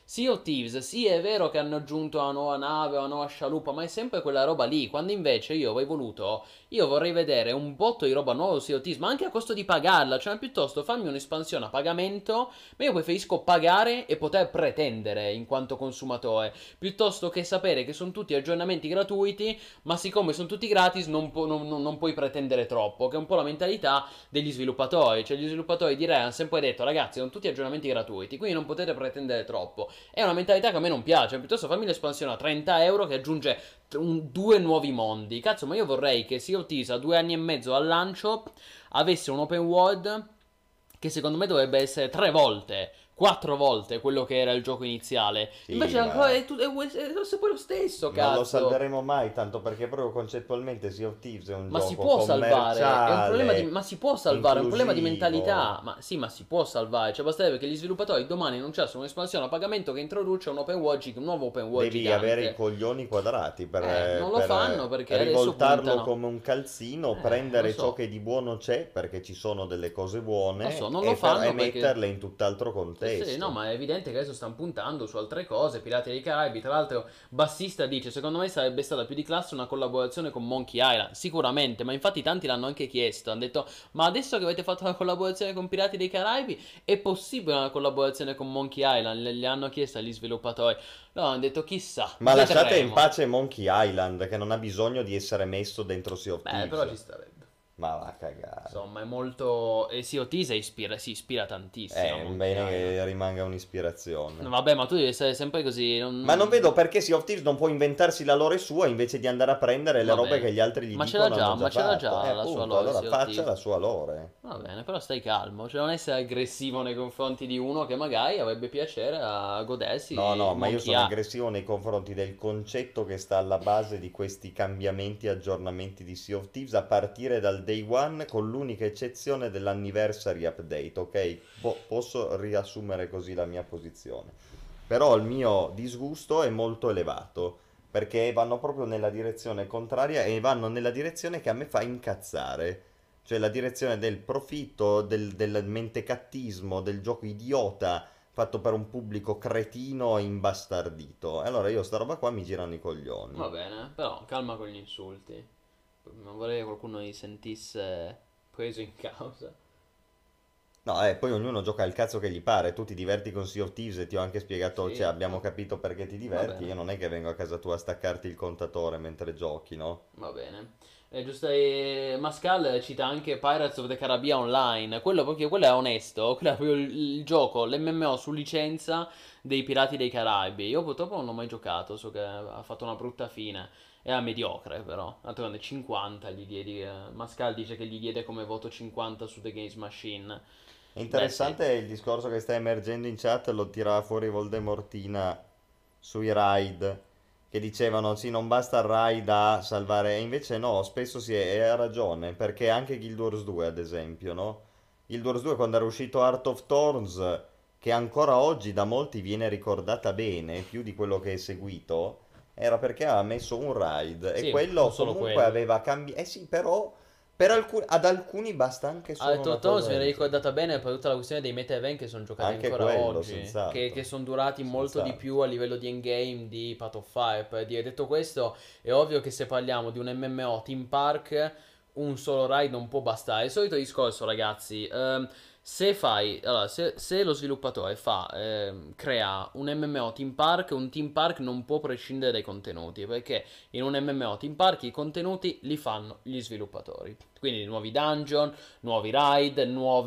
Sea of Thieves, sì, è vero che hanno aggiunto una nuova nave, una nuova scialuppa, ma è sempre quella roba lì. Quando invece io avrei voluto, io vorrei vedere un botto di roba nuova su Sea of Thieves, ma anche a costo di pagarla. Cioè, piuttosto fammi un'espansione a pagamento, ma io preferisco pagare e poter pretendere in quanto consumatore, piuttosto che sapere che sono tutti aggiornamenti gratuiti, ma siccome sono tutti gratis non puoi pretendere troppo, che è un po' la mentalità degli sviluppatori. Cioè, gli sviluppatori di Rare hanno sempre detto, ragazzi, sono tutti aggiornamenti gratuiti, quindi non potete pretendere troppo. È una mentalità che a me non piace. Piuttosto fammi l'espansione a 30 euro che aggiunge due nuovi mondi. Cazzo, ma io vorrei che Sea of Thieves a 2 anni e mezzo al lancio avesse un open world che secondo me dovrebbe essere 3 volte, 4 volte quello che era il gioco iniziale. Sì, Invece ancora ma è sempre lo stesso, non lo cazzo. salveremo mai, tanto perché proprio concettualmente Sea of Thieves è un Ma si gioco può salvare, è un problema di, commerciale, ma si può salvare, è un problema di inclusivo. mentalità. Ma sì, ma si può salvare. Cioè, basterebbe che gli sviluppatori domani annunciassero un'espansione a pagamento che introduce un nuovo open world Devi avere i gigante. coglioni quadrati Non lo per fanno perché adesso rivoltarlo puntano. come un calzino, Lo prendere ciò so, che di buono c'è, perché ci sono delle cose lo so, buone, non lo e fanno perché. metterle in tutt'altro Sì, sì, no, contesto. ma è evidente che adesso stanno puntando su altre cose. Pirati dei Caraibi, tra l'altro, Bassista dice: secondo me sarebbe stata più di classe una collaborazione con Monkey Island. Sicuramente, ma infatti tanti l'hanno anche chiesto. Hanno detto: ma adesso che avete fatto una collaborazione con Pirati dei Caraibi, è possibile una collaborazione con Monkey Island? Le hanno chiesto agli sviluppatori. Loro hanno detto: chissà, Ma lasciate in vedremo. pace Monkey Island, che non ha bisogno di essere messo dentro Sea of Beh, però Thieves. ci starebbe. Ma va a cagare. Insomma, è molto. E sì, Otise si ispira tantissimo a È Monkey bene Island. che rimanga un'ispirazione. Vabbè, ma tu devi essere sempre così. Ma non vedo perché Sea of Thieves non può inventarsi la lore sua invece di andare a prendere le Va robe che bene. gli altri gli Ma ce l'ha dicono hanno già, già ma ce l'ha fatto. già la sua Appunto, lore, allora Sea of faccia Thieves. la sua lore. Va bene, però stai calmo, cioè non essere aggressivo nei confronti di uno che magari avrebbe piacere a No, godersi no, ma io Monkey sono A. aggressivo nei confronti del concetto che sta alla base di questi cambiamenti e aggiornamenti di Sea of Thieves a partire dal day one con l'unica eccezione dell'anniversary update, ok? Posso riassumere così la mia posizione. Però il mio disgusto è molto elevato perché vanno proprio nella direzione contraria e vanno nella direzione che a me fa incazzare. Cioè la direzione del profitto, del mentecattismo, del gioco idiota fatto per un pubblico cretino e imbastardito. E allora io sta roba qua mi girano i Va coglioni. bene, però calma con gli insulti. Non vorrei che qualcuno mi sentisse preso in causa. No, poi ognuno gioca il cazzo che gli pare. Tu ti diverti con Sea of Thieves e ti ho anche spiegato, cioè Sì, abbiamo capito perché ti va diverti. bene. Io non è che vengo a casa tua a staccarti il contatore mentre giochi, no? Va bene. Giusto, Mascal cita anche Pirates of the Caribbean Online. Quello è onesto. Quello è proprio il gioco, l'MMO su licenza dei Pirati dei Caraibi. Io purtroppo non l'ho mai giocato. So che ha fatto una brutta fine. Era mediocre, però. D'altronde 50 gli diedi. Mascal dice che gli diede come voto 50 su The Games Machine. È Beh, sì. interessante il discorso che sta emergendo in chat, lo tirava fuori Voldemortina sui raid, che dicevano sì, non basta il raid a salvare, e invece no, spesso e ha ragione, perché anche Guild Wars 2 ad esempio, no? Guild Wars 2 quando era uscito Heart of Thorns, che ancora oggi da molti viene ricordata bene, più di quello che è seguito, era perché aveva messo un raid, e Sì, non quello solo comunque quello. aveva cambiato, eh sì, però ad alcuni basta anche solo una Alto Tones cosa mi era del ricordata genere. bene per tutta la questione dei meta event che sono giocati Anche ancora quello, oggi, che senz'altro. sono durati molto di più Senz'altro. a livello di endgame di Path of Fire. Per dire, detto questo, è ovvio che se parliamo di un MMO Team Park, un solo raid non può bastare. Il solito discorso, ragazzi. Allora, se lo sviluppatore crea un MMO Team Park, un Team Park non può prescindere dai contenuti, perché in un MMO Team Park i contenuti li fanno gli sviluppatori. Quindi nuovi dungeon, nuovi raid,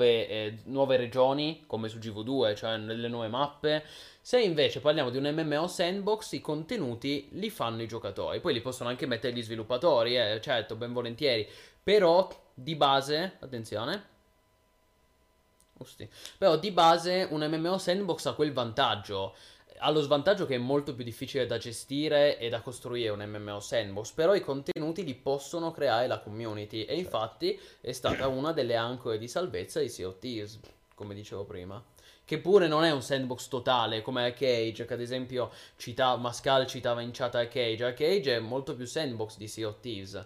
nuove regioni, come su GV2, cioè nelle nuove mappe. Se invece parliamo di un MMO sandbox, i contenuti li fanno i giocatori. Poi li possono anche mettere gli sviluppatori, certo, ben volentieri. Però, di base, attenzione. Usti. Però di base un MMO sandbox ha quel vantaggio. Ha lo svantaggio che è molto più difficile da gestire e da costruire un MMO sandbox, però i contenuti li possono creare la community e Certo. infatti è stata una delle ancore di salvezza di Sea of Thieves, come dicevo prima. Che pure non è un sandbox totale come Arcade, che ad esempio Mascal citava in chat Arcade. Arcade è molto più sandbox di Sea of Thieves.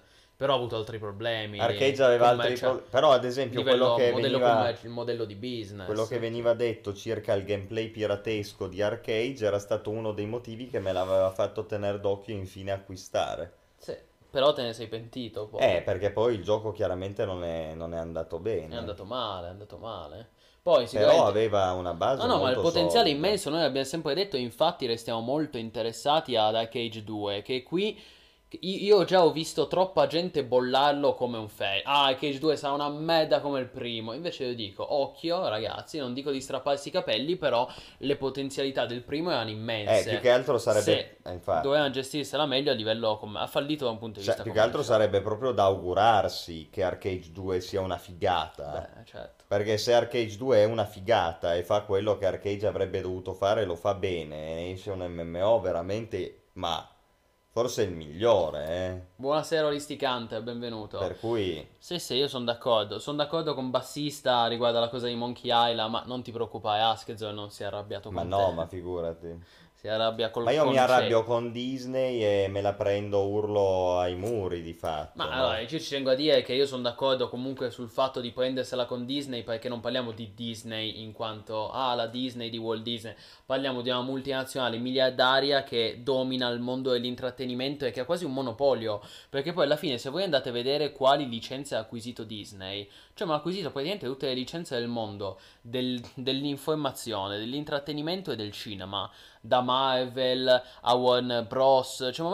Però ha avuto altri problemi. Arcade aveva altri Cioè, problemi, però ad esempio quello che veniva, il modello di quello business. che veniva detto circa il gameplay piratesco di Arcade era stato uno dei motivi che me l'aveva fatto tenere d'occhio e infine acquistare. Sì, però te ne sei pentito poi. Perché poi il gioco chiaramente non è andato È bene, andato male, è andato male. Poi però sicuramente... aveva una No, base no, ma il molto potenziale è solida. immenso, noi abbiamo sempre detto, infatti restiamo molto interessati ad Arcade 2, che qui io già ho visto troppa gente bollarlo come un fail. Ah, Arcade 2 sarà una merda come il primo. Invece io dico, occhio ragazzi, non dico di strapparsi i capelli, però le potenzialità del primo erano Più immense. che altro sarebbe, Se infatti, dovevano gestirsela meglio a livello... ha fallito da un punto di cioè, vista più che altro commerciale. sarebbe proprio da augurarsi che Arcade 2 sia una figata. Beh, certo. Perché se Arcade 2 è una figata e fa quello che Arcade avrebbe dovuto fare, lo fa bene, e esce un MMO veramente, ma forse il migliore, eh. Buonasera Olisticante, benvenuto. Per cui, Sì, sì, io sono d'accordo. Sono d'accordo con Bassista riguardo alla cosa di Monkey Island, ma non ti preoccupare, Askezzo non si è arrabbiato ma con no, te. ma figurati. Si arrabbia Ma col io mi arrabbio concetto. con Disney e me la prendo urlo ai muri di Ma fatto, allora, no? io ci tengo a dire che io sono d'accordo comunque sul fatto di prendersela con Disney perché non parliamo di Disney in quanto, la Disney di Walt Disney, parliamo di una multinazionale miliardaria che domina il mondo dell'intrattenimento e che ha quasi un monopolio, perché poi alla fine se voi andate a vedere quali licenze ha acquisito Disney, cioè ma ha acquisito praticamente tutte le licenze del mondo, dell'informazione, dell'intrattenimento e del cinema, da Marvel a Warner Bros. Cioè,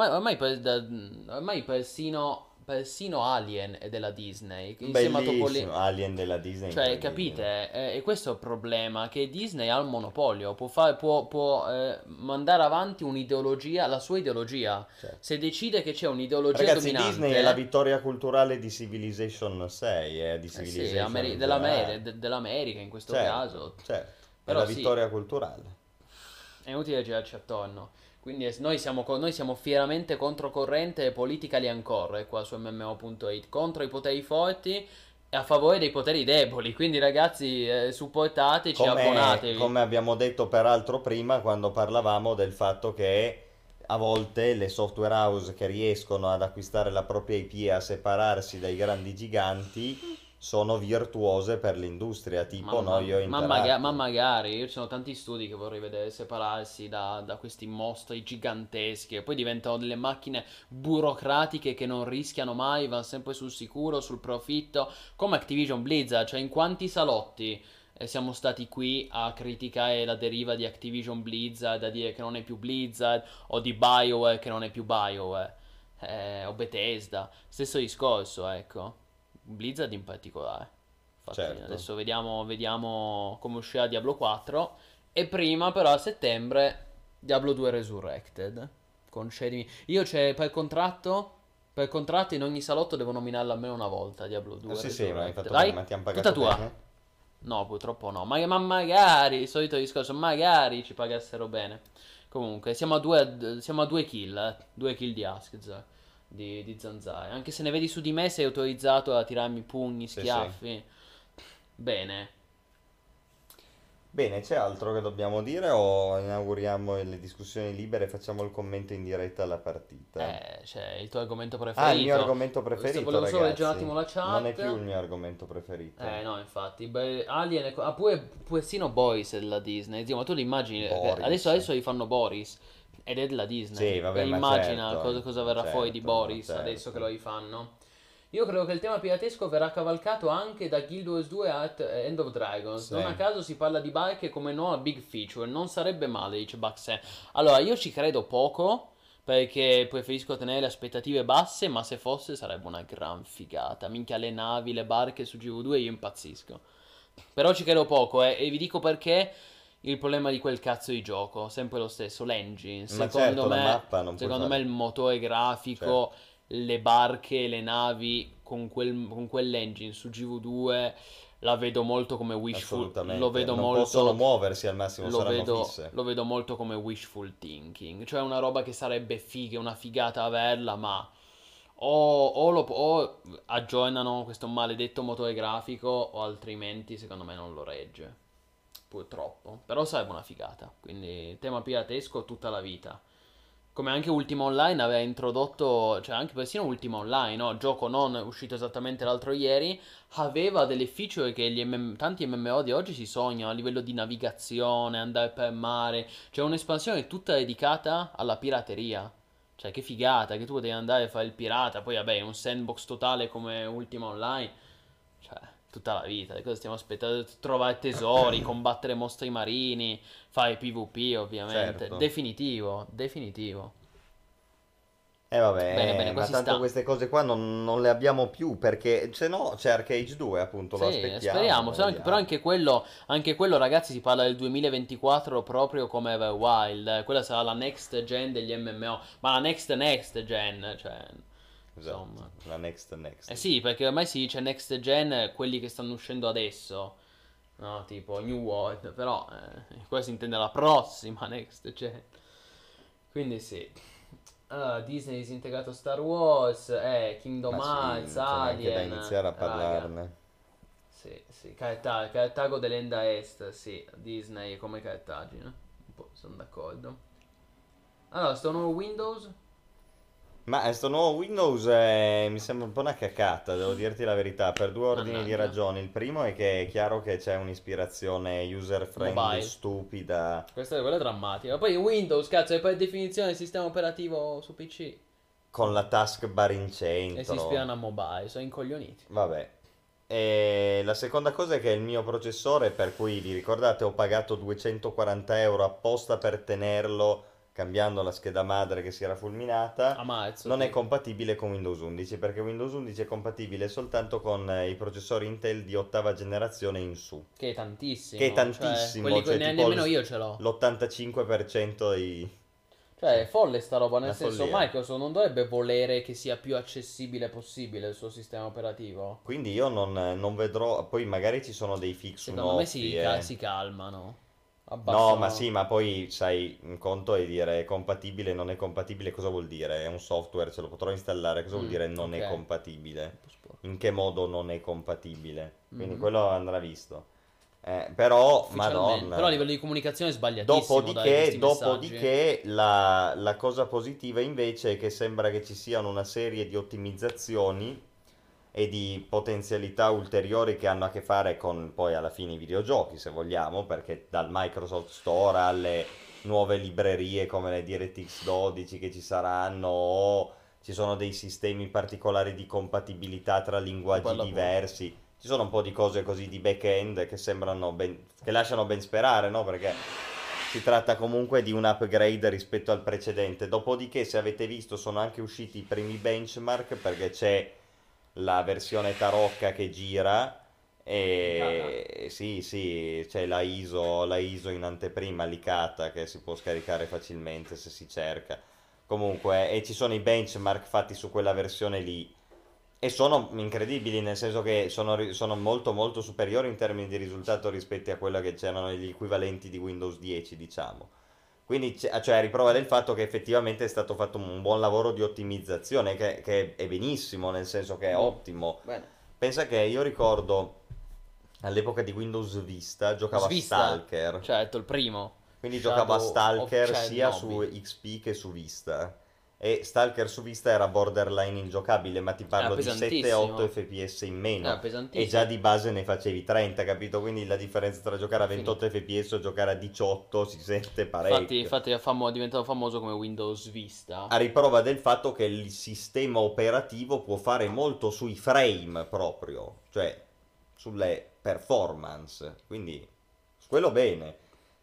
ormai persino Alien è della Disney. Insieme a Bellissimo, Alien della Disney Cioè, incredibile. capite? E questo è il problema, che Disney ha il monopolio, può mandare avanti un'ideologia, la sua ideologia. Cioè, Se decide che c'è un'ideologia ragazzi, Disney è la dominante, vittoria culturale di Civilization 6, di eh sì, Civilization in generale. dell'America in questo Certo, caso. certo, è Però la sì, vittoria culturale. è inutile girarci attorno. Quindi noi siamo fieramente controcorrente e politically encore qua su MMO.it, contro i poteri forti e a favore dei poteri deboli. Quindi ragazzi, supportateci, abbonatevi. Come abbiamo detto peraltro prima quando parlavamo del fatto che a volte le software house che riescono ad acquistare la propria IP e a separarsi dai grandi giganti sono virtuose per l'industria, tipo Noio Ma Interactive. magari, io ci sono tanti studi che vorrei vedere separarsi da questi mostri giganteschi e poi diventano delle macchine burocratiche che non rischiano mai, vanno sempre sul sicuro, sul profitto, come Activision Blizzard, cioè in quanti salotti siamo stati qui a criticare la deriva di Activision Blizzard, a dire che non è più Blizzard, o di BioWare che non è più BioWare, o Bethesda, stesso discorso, ecco. Blizzard in particolare. Infatti, Certo. adesso vediamo come uscirà Diablo 4. E prima, però, a settembre, Diablo 2 Resurrected. Concedimi. Io c'è per contratto. Per contratto in ogni salotto devo nominarlo almeno una volta. Diablo 2 Sì, sì, ma hai Resurrected. fatto bene, Dai, ma ti hanno tutta pagato tua. bene? No, purtroppo no. Ma magari, il solito discorso, magari ci pagassero bene. Comunque, siamo a due kill, due kill di Askz, di Zanzare. Anche se ne vedi su di me sei autorizzato a tirarmi pugni, Sì, sì. schiaffi. Bene. Bene, c'è altro che dobbiamo dire o inauguriamo le discussioni libere e facciamo il commento in diretta alla partita? C'è il tuo argomento Ah, il mio preferito. argomento preferito, Volevo solo leggere un ragazzi. attimo la Non è più chat. il mio argomento preferito. No, infatti, beh, Alien pure persino Boris è della Disney. Zio, ma tu li immagini? Boris. Adesso li fanno Boris ed è della Disney. Sì, vabbè, E ma immagina certo, cosa verrà fuori di certo, ma Boris adesso che lo certo. rifanno. Io credo che il tema piratesco verrà cavalcato anche da Guild Wars 2 End of Dragons. Non a Sì. caso si parla di barche come nuova big feature. Non sarebbe male, dice Baxè. Allora, io ci credo poco. Perché preferisco tenere le aspettative basse, ma se fosse sarebbe una gran figata. Minchia, le navi, le barche su GV2 io impazzisco. Però ci credo poco, e vi dico perché il problema di quel cazzo di gioco, sempre lo stesso, l'engine. Ma certo, la mappa non puoi Secondo me fare. il motore grafico, Certo, le barche, le navi con quell'engine su GV2 la vedo molto come wishful, lo assolutamente. vedo Non possono molto muoversi al massimo, saranno fisse. lo vedo molto come wishful thinking, cioè una roba che sarebbe figa, una figata averla, ma o aggiornano questo maledetto motore grafico o altrimenti secondo me non lo regge, purtroppo. Però sarebbe una figata, quindi tema piratesco tutta la vita. Come anche Ultima Online aveva introdotto, cioè anche persino Ultima Online, no? Gioco non uscito esattamente l'altro ieri, aveva delle feature che tanti MMO di oggi si sognano a livello di navigazione, andare per mare. C'è un'espansione tutta dedicata alla pirateria. Cioè, che figata, che tu potevi andare a fare il pirata, poi vabbè, un sandbox totale come Ultima Online. Cioè, tutta la vita, cosa stiamo aspettando? Trovare tesori, combattere mostri marini, fare PvP ovviamente. Certo. Definitivo, definitivo. E Bene, bene, vabbè, ma quasi tanto sta. queste cose qua non le abbiamo più perché se no c'è Arcade 2 appunto, lo Sì, aspettiamo, speriamo. Però vediamo. anche quello, ragazzi, si parla del 2024 proprio come Everwild. Quella sarà la next gen degli MMO. Ma la next gen, cioè, Esatto, insomma. la next. Eh sì, perché ormai si dice next gen quelli che stanno uscendo adesso. No, tipo New World, però qua si intende la prossima next gen. Quindi sì. Allora, Disney ha disintegrato Star Wars, Kingdom Ma sì, Hearts, non c'è neanche da Alien, iniziare a raga. parlarne. Sì, sì, Cartago dell'Enda Est, sì, Disney come Cartagine. Un po', sono d'accordo. Allora, sto nuovo Windows? Ma sto nuovo Windows mi sembra un po' una cacata, devo dirti la verità, per due ordini di Mannaggia. ragioni. Il primo è che è chiaro che c'è un'ispirazione user-friendly Mobile. stupida, Quella è drammatica. Poi Windows, cazzo, è per definizione il sistema operativo su PC. con la taskbar in E si ispirano centro. a mobile, sono incoglioniti. Vabbè. E la seconda cosa è che il mio processore, per cui vi ricordate, ho pagato 240 euro apposta per tenerlo, cambiando la scheda madre che si era fulminata, A marzo, non è tipo. compatibile con Windows 11, perché Windows 11 è compatibile soltanto con i processori Intel di ottava generazione in su, Che è che è tantissimo. Cioè, tantissimo, cioè tipo nemmeno io ce l'ho. l'85% di... Cioè, Sì, è folle sta roba, nel una senso, follia. Microsoft non dovrebbe volere che sia più accessibile possibile il suo sistema operativo. Quindi io non vedrò, poi magari ci sono dei fix Secondo me unoffi, si calmano. No, ma Abbassano. sì, ma poi sai, un conto è dire è compatibile, non è compatibile, cosa vuol dire? È un software, ce lo potrò installare, cosa vuol dire non Ok. è Un compatibile? po' sporco. In che modo non è compatibile? Quindi Mhm. quello andrà visto. Però, Ufficialmente. Però a Madonna. livello di comunicazione è sbagliatissimo dare Dopodiché, questi messaggi. dopodiché la cosa positiva invece è che sembra che ci siano una serie di ottimizzazioni e di potenzialità ulteriori che hanno a che fare con poi alla fine i videogiochi, se vogliamo, perché dal Microsoft Store alle nuove librerie come le DirectX 12 che ci saranno, o ci sono dei sistemi particolari di compatibilità tra linguaggi Quello pure. diversi. Ci sono un po' di cose così di back-end che sembrano che lasciano ben sperare, no? Perché si tratta comunque di un upgrade rispetto al precedente. Dopodiché, se avete visto, sono anche usciti i primi benchmark perché c'è la versione tarocca che gira Licata. e sì, sì, c'è la ISO in anteprima licata che si può scaricare facilmente se si cerca. Comunque, e ci sono i benchmark fatti su quella versione lì e sono incredibili, nel senso che sono molto molto superiori in termini di risultato rispetto a quello che c'erano gli equivalenti di Windows 10, diciamo. Quindi, cioè, a riprova del fatto che effettivamente è stato fatto un buon lavoro di ottimizzazione, che è benissimo, nel senso che è Boh. ottimo. Bene. Pensa che io ricordo all'epoca di Windows Vista giocavo a Svista. Stalker. Certo, il primo. Quindi giocavo a Shadow of Stalker sia su Chernobyl. XP che su Vista. E Stalker su Vista era borderline ingiocabile, ma ti Era parlo di 7-8 pesantissimo. fps in Era meno. E già pesantissimo. di base ne facevi 30, capito? Quindi la differenza tra giocare a Finito. 28 fps o giocare a 18 si sente Infatti, parecchio. infatti è diventato famoso come Windows Vista. A riprova del fatto che il sistema operativo può fare molto sui frame proprio, cioè sulle performance. Quindi, su quello bene.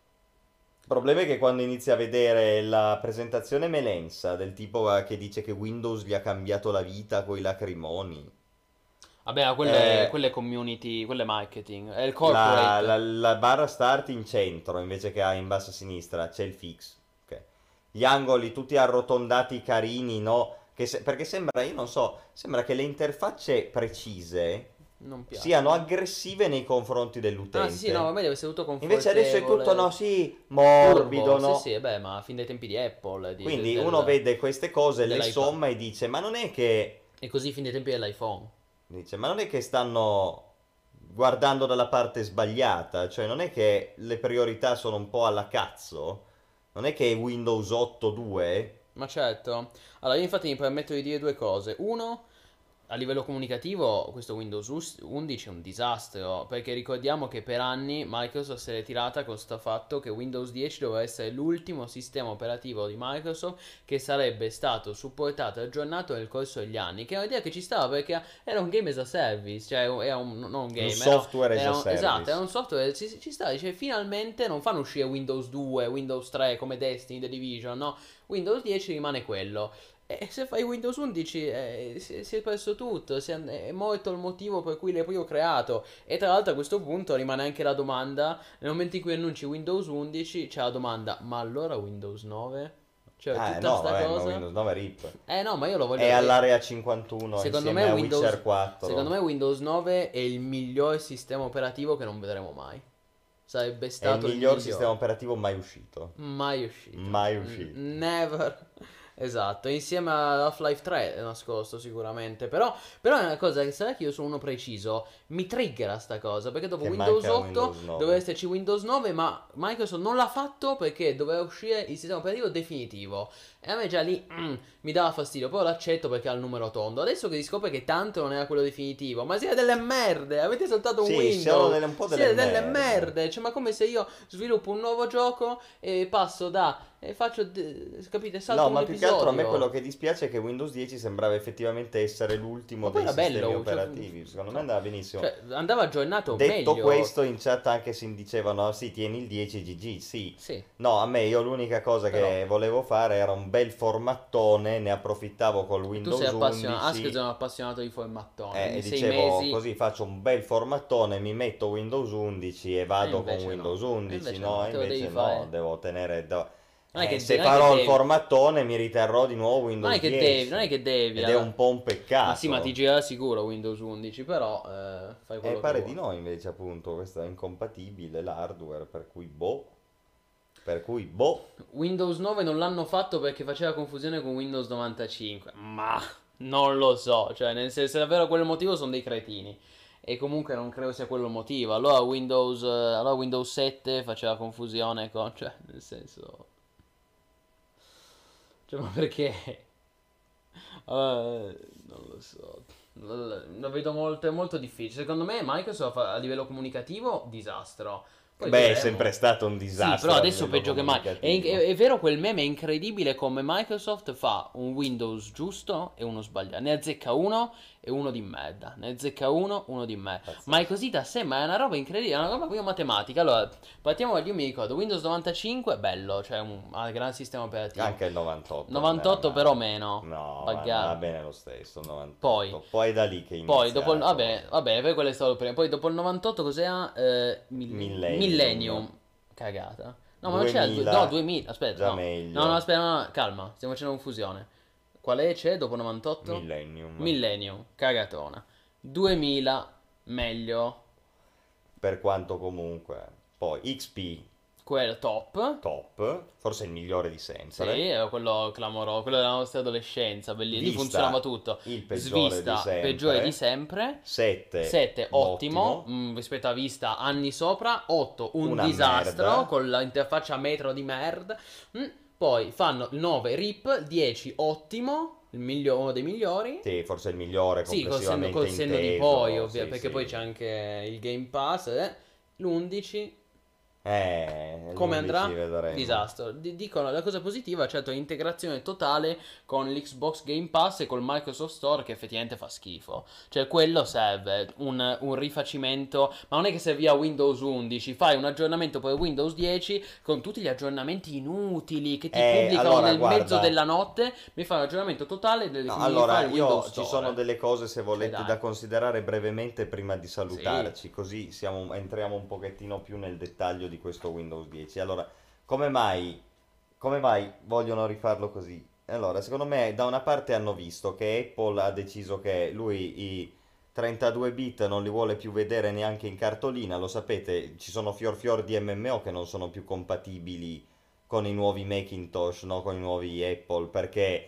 Il problema è che quando inizi a vedere la presentazione melensa del tipo che dice che Windows gli ha cambiato la vita coi lacrimoni, Vabbè, ma eh, quelle community, quelle marketing. È il la, corporate. la- la barra start in centro invece che in basso a sinistra c'è il fix. Ok. Gli angoli tutti arrotondati carini, no? Perché sembra, io non so, sembra che le interfacce precise Non siano piacciono. aggressive nei confronti Ah, sì, sì, no, dell'utente. ormai deve essere tutto Invece adesso è tutto, no, confortevole. sì, morbido, Curvo, sì, no? sì, beh, ma fin dai tempi di Apple, Quindi uno vede queste cose, le dell'iPad. somma e dice, ma non è che, E così fin dai tempi dell'iPhone. dice, ma non è che stanno guardando dalla parte sbagliata, cioè non è che le priorità sono un po' alla cazzo, non è che Windows 8.2 Ma certo. Allora, io infatti mi permetto di dire due cose. Uno, a livello comunicativo, questo Windows 11 è un disastro, perché ricordiamo che per anni Microsoft si è ritirata con questo fatto che Windows 10 doveva essere l'ultimo sistema operativo di Microsoft che sarebbe stato supportato e aggiornato nel corso degli anni, che è un'idea che ci stava perché era un game as a service, cioè era un, non un Un game, software as a esatto, era service. un software, ci sta, dice finalmente non fanno uscire Windows 2, Windows 3 come Destiny, The Division, no? Windows 10 rimane quello. E se fai Windows 11 si è perso tutto, è morto il motivo per cui l'hai proprio creato. E tra l'altro a questo punto rimane anche la domanda, nel momento in cui annunci Windows 11 c'è la domanda, ma allora Windows 9? Cioè Ah, tutta no, sta vabbè, ma cosa? Windows 9 RIP. No, ma io lo voglio... È all'area 51 secondo me insieme a Witcher Secondo 4. me Windows 9 è il miglior sistema operativo che non vedremo mai. Sarebbe È il stato il miglior sistema migliore. operativo mai uscito. Mai uscito. Mai uscito. Never. Esatto, insieme a Half-Life 3 è nascosto sicuramente. Però è una cosa che sarà che io sono uno preciso. Mi triggera sta cosa. Perché dopo Che Windows manca 8 Windows 9. doveva esserci Windows 9. Ma Microsoft non l'ha fatto perché doveva uscire il sistema operativo definitivo. E a me già lì mi dava fastidio. Poi l'accetto perché ha il numero tondo. Adesso che si scopre che tanto non era quello definitivo. Ma siete delle merde. Avete saltato un Sì, Windows. siamo un po' delle Siete delle merde. merde. Cioè, ma come se io sviluppo un nuovo gioco e passo da. E faccio. Capite? Salto No, un ma più che altro a me episodio. quello che dispiace è che Windows 10 sembrava effettivamente essere l'ultimo Ma poi dei era sistemi bello. operativi. Secondo me andava benissimo. Cioè, andava aggiornato Detto meglio. questo, in chat anche si dicevano, sì, tieni il 10 GG, sì. Sì, No, a me io l'unica cosa però. che volevo fare era un bel formattone, ne approfittavo col Tu Windows sei appassionato. Ask è 11 un appassionato di formattone. e Ogni sei dicevo mesi. così faccio un bel formattone, mi metto Windows 11 e E vado con invece no. Windows E 11, invece no, no. e Te lo devi invece no, fare. devo tenere... Non se è che farò il devi. formattone mi riterrò di nuovo Non è Windows che devi. 10 Non è che devi. ed è un po' un Ma sì, ma ti peccato. girerà sicuro Windows 11. Però fai E quello che pare di vuoi. no invece appunto, questo è incompatibile l'hardware, per cui boh, per cui boh. Windows 9 non l'hanno fatto perché faceva confusione con Windows 95. Ma non lo so. Cioè, nel senso, se davvero quello è il motivo, sono dei cretini. E comunque non credo sia quello il motivo. Allora Windows 7 faceva confusione con. Cioè, nel senso. Cioè, ma perché? Non lo so. Lo vedo molto, è molto difficile. Secondo me Microsoft a livello comunicativo, disastro. Poi Beh, è vedremo. sempre stato un Sì, disastro però a adesso livello peggio che mai. comunicativo. È vero quel meme, è incredibile come Microsoft fa un Windows giusto e uno sbagliato. Ne azzecca uno e uno di merda. Ne azzecca uno di merda. Ma è Pazzesco. così da sé, ma è una roba incredibile, è una roba proprio matematica. Allora, partiamo, io mi ricordo, Windows 95 bello, cioè ha un gran sistema operativo. Anche il 98 non era 98 però male. meno. No, ma va Buggato. bene lo stesso, il Poi, 98. Poi è da lì che è poi dopo il, iniziato vabbè, poi quello è stato il primo. Poi dopo il 98 cos'era? Millennium, Millennium. Cagata. No, ma non c'è 2000, no, 2000. Aspetta, già no. No, meglio. aspetta, no, calma. Stiamo facendo confusione. Qual è? C'è dopo 98? Millennium. Millennium. Cagatona. 2000 meglio. Per quanto comunque. Poi XP Quello top. top, forse il migliore di Sì, sempre. era quello clamoroso, quello della nostra adolescenza, bellissimo. Lì Vista, funzionava tutto. il peggiore di Svista, sempre. peggiore di sempre. 7, 7 ottimo, rispetto a Vista anni sopra. 8 un una disastro merda. con l'interfaccia metro di merda. Poi fanno il 9 RIP, 10 ottimo, uno dei migliori. Sì, forse il migliore Sì, complessivamente col senno di inteso. poi, Sì, perché sì. poi c'è anche il Game Pass. L'11 come l'11 andrà? vedremo. Disastro. Dicono la cosa positiva, certo, l'integrazione totale con l'Xbox Game Pass e col Microsoft Store che effettivamente fa schifo. Cioè, quello serve, un rifacimento, ma non è che serviva Windows 11, fai un aggiornamento per Windows 10 con tutti gli aggiornamenti inutili che ti pubblicano allora, nel guarda. mezzo della notte, mi fai un aggiornamento totale del No, mi allora, fai il Windows ci Store. sono delle cose, se volete, dai. da considerare brevemente prima di salutarci, così entriamo un pochettino più nel dettaglio di questo Windows 10. Allora, come mai, come mai vogliono rifarlo così? Allora, secondo me, da una parte hanno visto che Apple ha deciso che lui i 32 bit non li vuole più vedere neanche in cartolina, lo sapete, ci sono fior di MMO che non sono più compatibili con i nuovi Macintosh, no? Con i nuovi Apple, perché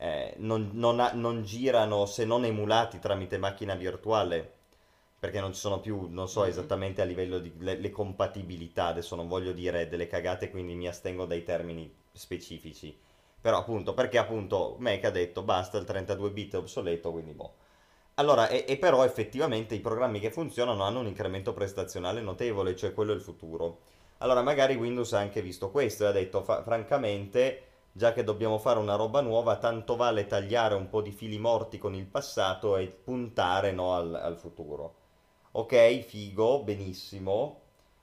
non girano se non emulati tramite macchina virtuale, perché non ci sono più, non so Mhm. esattamente a livello di le compatibilità, adesso non voglio dire delle cagate, quindi mi astengo dai termini specifici, Però appunto, perché appunto Mac ha detto basta, il 32 bit è obsoleto, quindi boh. Allora, e però effettivamente i programmi che funzionano hanno un incremento prestazionale notevole, cioè quello è il futuro. Allora, magari Windows ha anche visto questo e ha detto, francamente, già che dobbiamo fare una roba nuova, tanto vale tagliare un po' di fili morti con il passato e puntare, no, al futuro. Ok, figo, benissimo.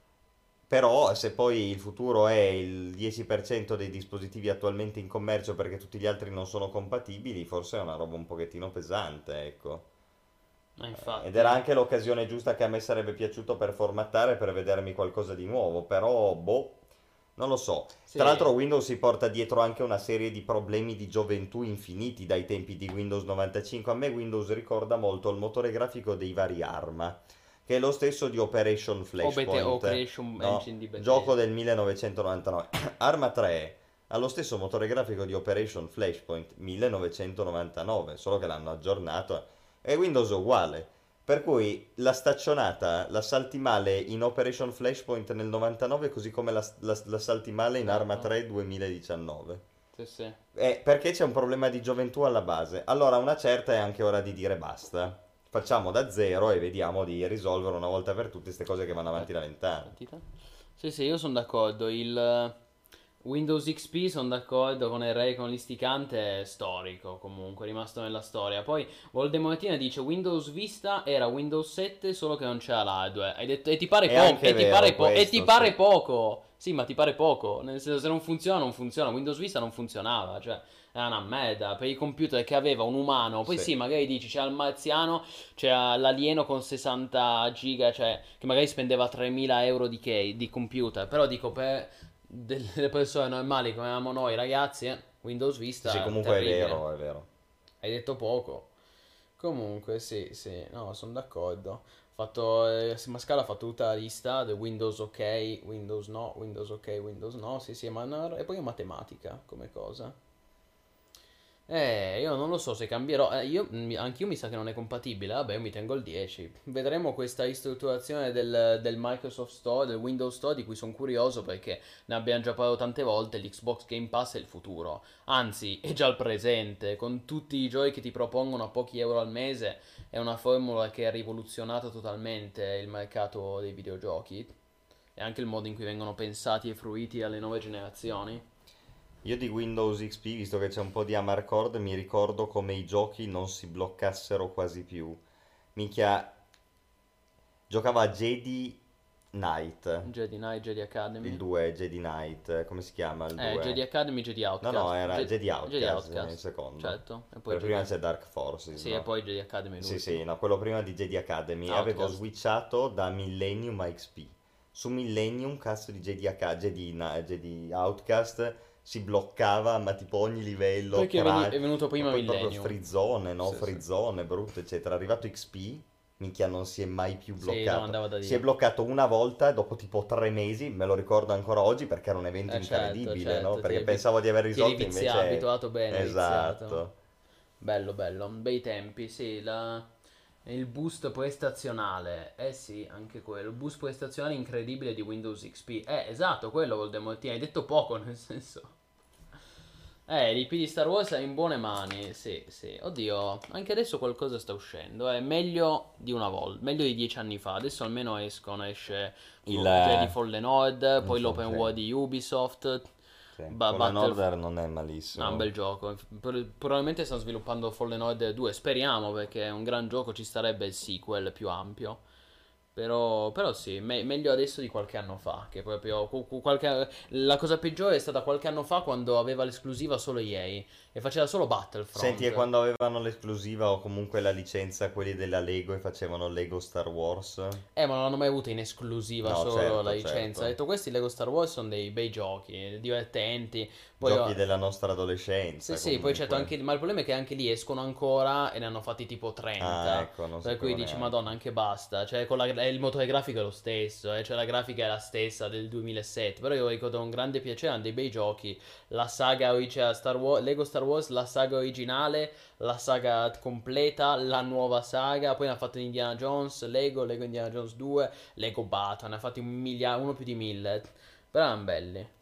Però se poi il futuro è il 10% dei dispositivi attualmente in commercio perché tutti gli altri non sono compatibili, forse è una roba un pochettino pesante, ecco. Ma Ed era infatti, anche l'occasione giusta che a me sarebbe piaciuto per formattare, per vedermi qualcosa di nuovo, però boh, non lo so. Tra sì, l'altro Windows si porta dietro anche una serie di problemi di gioventù infiniti dai tempi di Windows 95. A me Windows ricorda molto il motore grafico dei vari Arma, che è lo stesso di Operation o Flashpoint, Creation no? Engine di Gioco Bethesda. del 1999. Arma 3 ha lo stesso motore grafico di Operation Flashpoint 1999, solo che l'hanno aggiornato e Windows è uguale. Per cui la staccionata la salti male in Operation Flashpoint nel 99, così come la salti male in Arma Certo, 3 2019. sì, sì. Perché c'è un problema di gioventù alla base. Allora, una certa è anche ora di dire basta. Facciamo da zero e vediamo di risolvere una volta per tutte queste cose che vanno avanti da 20 anni. Partita? Sì, sì, io sono d'accordo. Il Windows XP sono d'accordo con il Ray con l'isticante, è storico comunque, è rimasto nella storia. Poi Voldemartina dice Windows Vista era Windows 7 solo che non c'era l'hardware. Hai detto, e ti pare È poco, anche vero e ti questo, pare sì. poco. Sì, ma ti pare poco. Nel senso, se non funziona, non funziona. Windows Vista non funzionava, cioè era una merda. Per i computer che aveva un umano, poi Sì. sì, magari dici c'era il marziano, c'era l'alieno con 60 giga, cioè che magari spendeva 3000 euro di computer. Però dico, per delle persone normali come eravamo noi ragazzi, Windows Sì, sì, Vista comunque è terribile. vero, è vero. Hai detto poco. Comunque, sì, sì, no, sono d'accordo. Fatto, Mascala ha fatto tutta la lista del Windows ok, Windows no, Windows ok, Windows no. Sì, sì, ma e poi è matematica come cosa. Io non lo so se cambierò. Anch'io mi sa che non è compatibile. Vabbè, io mi tengo il 10. Vedremo questa ristrutturazione del Microsoft Store, del Windows Store, di cui sono curioso perché ne abbiamo già parlato tante volte. L'Xbox Game Pass è il futuro. Anzi, è già il presente. Con tutti i giochi che ti propongono a pochi euro al mese, è una formula che ha rivoluzionato totalmente il mercato dei videogiochi. E anche il modo in cui vengono pensati e fruiti alle nuove generazioni. Io di Windows XP, visto che c'è un po' di Amarcord, mi ricordo come i giochi non si bloccassero quasi più. Minchia, giocava a Jedi Knight, Jedi Knight, Jedi il Academy. 2, Jedi Knight, come si chiama il 2? Jedi Academy, Jedi No, no, Outcast. era Jedi Jedi Outcast, il Outcast, secondo. certo. E poi Per prima Jedi... c'è Dark Forces, Sì, e no? poi Jedi Academy Sì, sì, l'ultimo. no, quello prima di Jedi Academy. E avevo Outcast. switchato da Millennium a XP. Su Millennium, cazzo di Jedi Outcast si bloccava, ma tipo ogni livello, Perché è venuto ma prima poi proprio Millennium. free zone, no? Sì, sì. Free zone, brutto, eccetera. Arrivato XP, minchia, non si è mai più Sì, non bloccato. andava da Si è Dio. bloccato una volta dopo tipo 3 mesi, me lo ricordo ancora oggi perché era un evento Certo, incredibile, no? certo. Perché pensavo di aver Ti eri risolto, invece... abituato bene, viziato. Esatto. Bello, bello. Bei tempi, sì. Il boost prestazionale. Eh sì, anche quello. Il boost prestazionale incredibile di Windows XP. Esatto, quello Voldemort. Hai detto poco, nel senso. L'IP di Star Wars è in buone mani, sì, sì. Oddio, anche adesso qualcosa sta uscendo. È meglio di una volta, meglio di 10 anni fa. Adesso almeno esce Il... Jedi Fallen Order, poi l'open sì, world di Ubisoft, sì. Fallen Battle... Order non è No, un malissimo. bel gioco. Probabilmente stanno sviluppando Fallen Order 2. Speriamo perché è un gran gioco, ci starebbe il sequel più ampio. Però sì, meglio adesso di qualche anno fa. Che proprio la cosa peggiore è stata qualche anno fa quando aveva l'esclusiva solo EA e faceva solo Senti, e Battlefront. quando avevano l'esclusiva o comunque la licenza quelli della Lego e facevano Lego Star Wars? Ma non hanno mai avuto in esclusiva No, solo la certo, licenza. Ha certo. detto questi Lego Star Wars sono dei bei giochi, divertenti. Poi Giochi della nostra sì, adolescenza sì, poi certo comunque. anche, ma il problema è che anche lì escono ancora e ne hanno fatti tipo Ah, 30, ecco, non per cui sapevo dici neanche. Madonna, anche basta, cioè il motore grafico è lo stesso, cioè la grafica è la stessa del 2007, però io ricordo un grande piacere, hanno dei bei giochi, la saga originale Star Wars, Lego Star Wars, la saga originale, la saga completa, la nuova saga, poi ne ha fatto Indiana Jones, Lego Indiana Jones 2, Lego Batman, ne ha fatti uno più di 1000, però erano belli.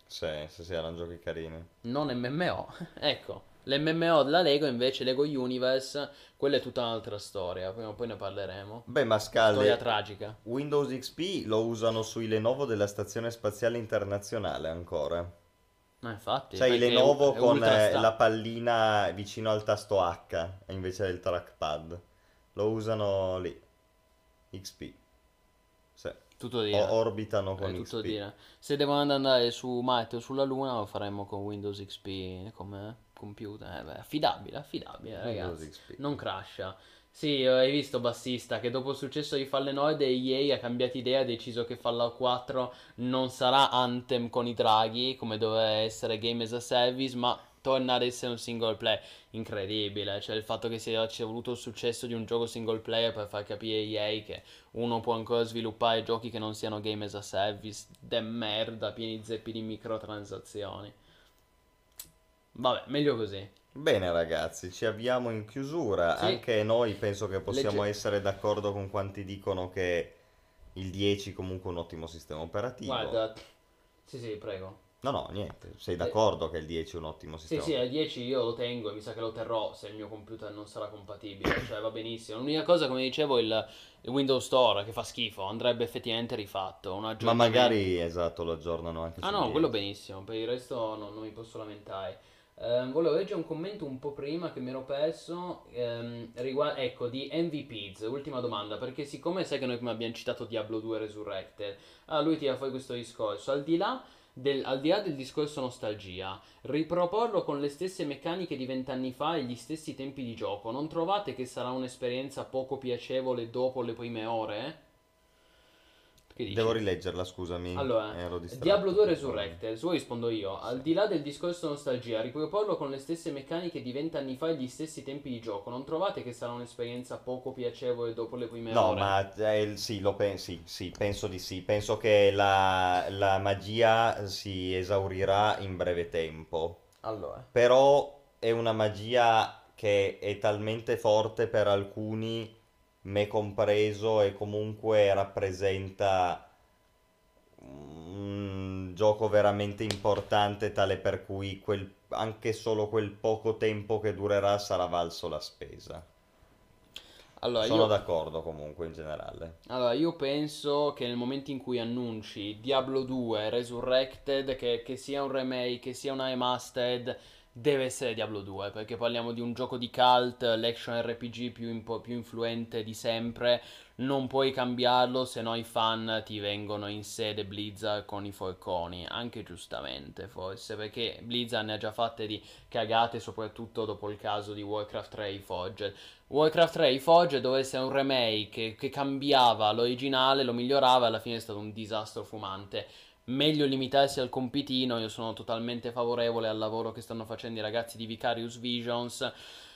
Sì, erano giochi carini. Non MMO. Ecco, l'MMO della Lego invece, Lego Universe, quella è tutta un'altra storia, prima o poi ne parleremo. Beh, Storia Mascalle, tragica. Windows XP lo usano sui Lenovo della Stazione Spaziale Internazionale ancora. Ma infatti, C'hai perché Lenovo è con ultra la sta. pallina vicino al tasto H invece del trackpad. Lo usano lì, XP. Sì. Tutto dire. Orbitano È con tutto XP. dire. Se devono andare su Marte o sulla Luna lo faremo con Windows XP come computer. Beh, affidabile, Windows ragazzi. XP. Non crasha. Sì, hai visto Bassista che dopo il successo di Fallen e EA ha cambiato idea, ha deciso che Fallout 4 non sarà Anthem con i draghi, come doveva essere Game as a Service, ma torna ad essere un single player. Incredibile, cioè il fatto che ci sia voluto il successo di un gioco single player per far capire a EA che uno può ancora sviluppare giochi che non siano game as a service, de merda, pieni zeppi di microtransazioni. Vabbè, meglio così. Bene ragazzi, ci avviamo in chiusura. Sì, Anche noi penso che possiamo legge... essere d'accordo con quanti dicono che il 10 comunque è un ottimo sistema operativo. Guarda, sì, prego. No, no, niente. Sei Eh, d'accordo che il 10 è un ottimo sistema sì, al operativo? 10 io lo tengo e mi sa che lo terrò se il mio computer non sarà compatibile, cioè va benissimo. L'unica cosa, come dicevo, il Windows Store che fa schifo, andrebbe effettivamente rifatto, un Ma aggiornamento. magari, esatto, lo aggiornano anche Ah sul no, quello 10. benissimo, per il resto non mi posso lamentare. Volevo leggere un commento un po' prima che mi ero perso, ecco, di MVPs, ultima domanda, perché siccome sai che noi prima abbiamo citato Diablo 2 Resurrected, lui tira fuori questo discorso, al di là del discorso nostalgia, riproporlo con le stesse meccaniche di 20 anni fa e gli stessi tempi di gioco, non trovate che sarà un'esperienza poco piacevole dopo le prime ore? Che Devo dici? rileggerla, scusami, Allora, ero Diablo distratto. 2 Scusami. Resurrected, se vuoi rispondo io. Sì. Al di là del discorso nostalgia, riproporlo con le stesse meccaniche di 20 anni fa e gli stessi tempi di gioco, non trovate che sarà un'esperienza poco piacevole dopo le prime No, ore? ma sì, sì, penso di sì. Penso che la magia si esaurirà in breve tempo. Allora, Però è una magia che è talmente forte per alcuni, me compreso, e comunque rappresenta un gioco veramente importante, tale per cui anche solo quel poco tempo che durerà sarà valso la spesa. allora Sono io, d'accordo comunque in generale. allora, io penso che nel momento in cui annunci Diablo 2 Resurrected, che sia un remake, che sia una remastered, deve essere Diablo 2, perché parliamo di un gioco di cult, l'action RPG più influente di sempre, non puoi cambiarlo se no i fan ti vengono in sede Blizzard con i forconi, anche giustamente forse, perché Blizzard ne ha già fatte di cagate, soprattutto dopo il caso di Warcraft 3 Reforged. Warcraft 3 Reforged doveva essere un remake che cambiava l'originale, lo migliorava e alla fine è stato un disastro fumante. Meglio limitarsi al compitino, io sono totalmente favorevole al lavoro che stanno facendo i ragazzi di Vicarious Visions.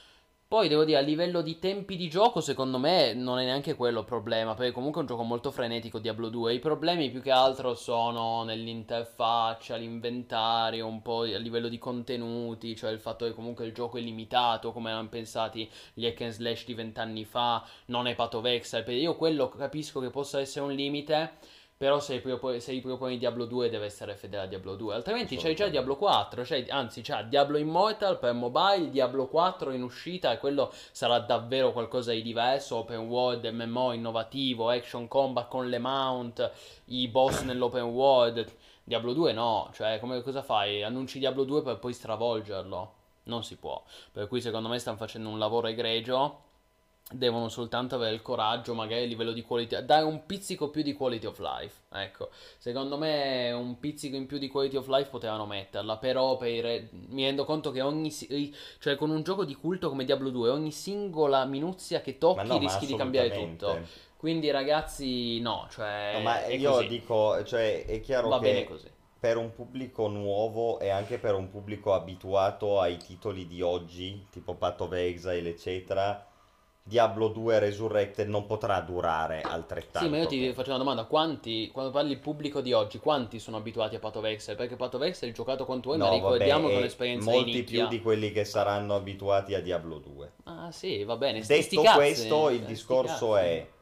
Poi devo dire, a livello di tempi di gioco, secondo me non è neanche quello il problema, perché comunque è un gioco molto frenetico Diablo 2. I problemi più che altro sono nell'interfaccia, l'inventario, un po' a livello di contenuti, cioè il fatto che comunque il gioco è limitato, come erano pensati gli hack and slash di 20 anni fa, non è Path of Exile, perché io quello capisco che possa essere un limite. Però se riproponi Diablo 2 deve essere fedele a Diablo 2. Altrimenti c'hai già Assolutamente. Diablo 4. Anzi, c'ha Diablo Immortal per mobile, Diablo 4 in uscita. E quello sarà davvero qualcosa di diverso. Open world, MMO innovativo, action combat con le mount, i boss nell'open world. Diablo 2 no. Cioè, cosa fai? Annunci Diablo 2 per poi stravolgerlo. Non si può. Per cui secondo me stanno facendo un lavoro egregio. Devono soltanto avere il coraggio, magari a livello di qualità, dare un pizzico più di quality of life. Ecco, secondo me un pizzico in più di quality of life potevano metterla. Però mi rendo conto che cioè con un gioco di culto come Diablo 2, ogni singola minuzia che Ma tocchi no, ma rischi di cambiare tutto. assolutamente. Quindi ragazzi, no, No, cioè ma è io così. dico, cioè, è chiaro Va bene che così. per un pubblico nuovo e anche per un pubblico abituato ai titoli di oggi, tipo Path of Exile, eccetera, Diablo 2 Resurrected non potrà durare Sì, ma io altrettanto ti tempo. faccio una domanda, quando parli il pubblico di oggi, quanti sono abituati a Path of Exile? Perché Path of Exile giocato quanto vuoi, ma No, vabbè, ricordiamo che è e un'esperienza di molti più nicchia. di quelli che saranno abituati a Diablo 2. Ah sì, va bene, sti Detto questo, cazzi, il sti discorso cazzi. è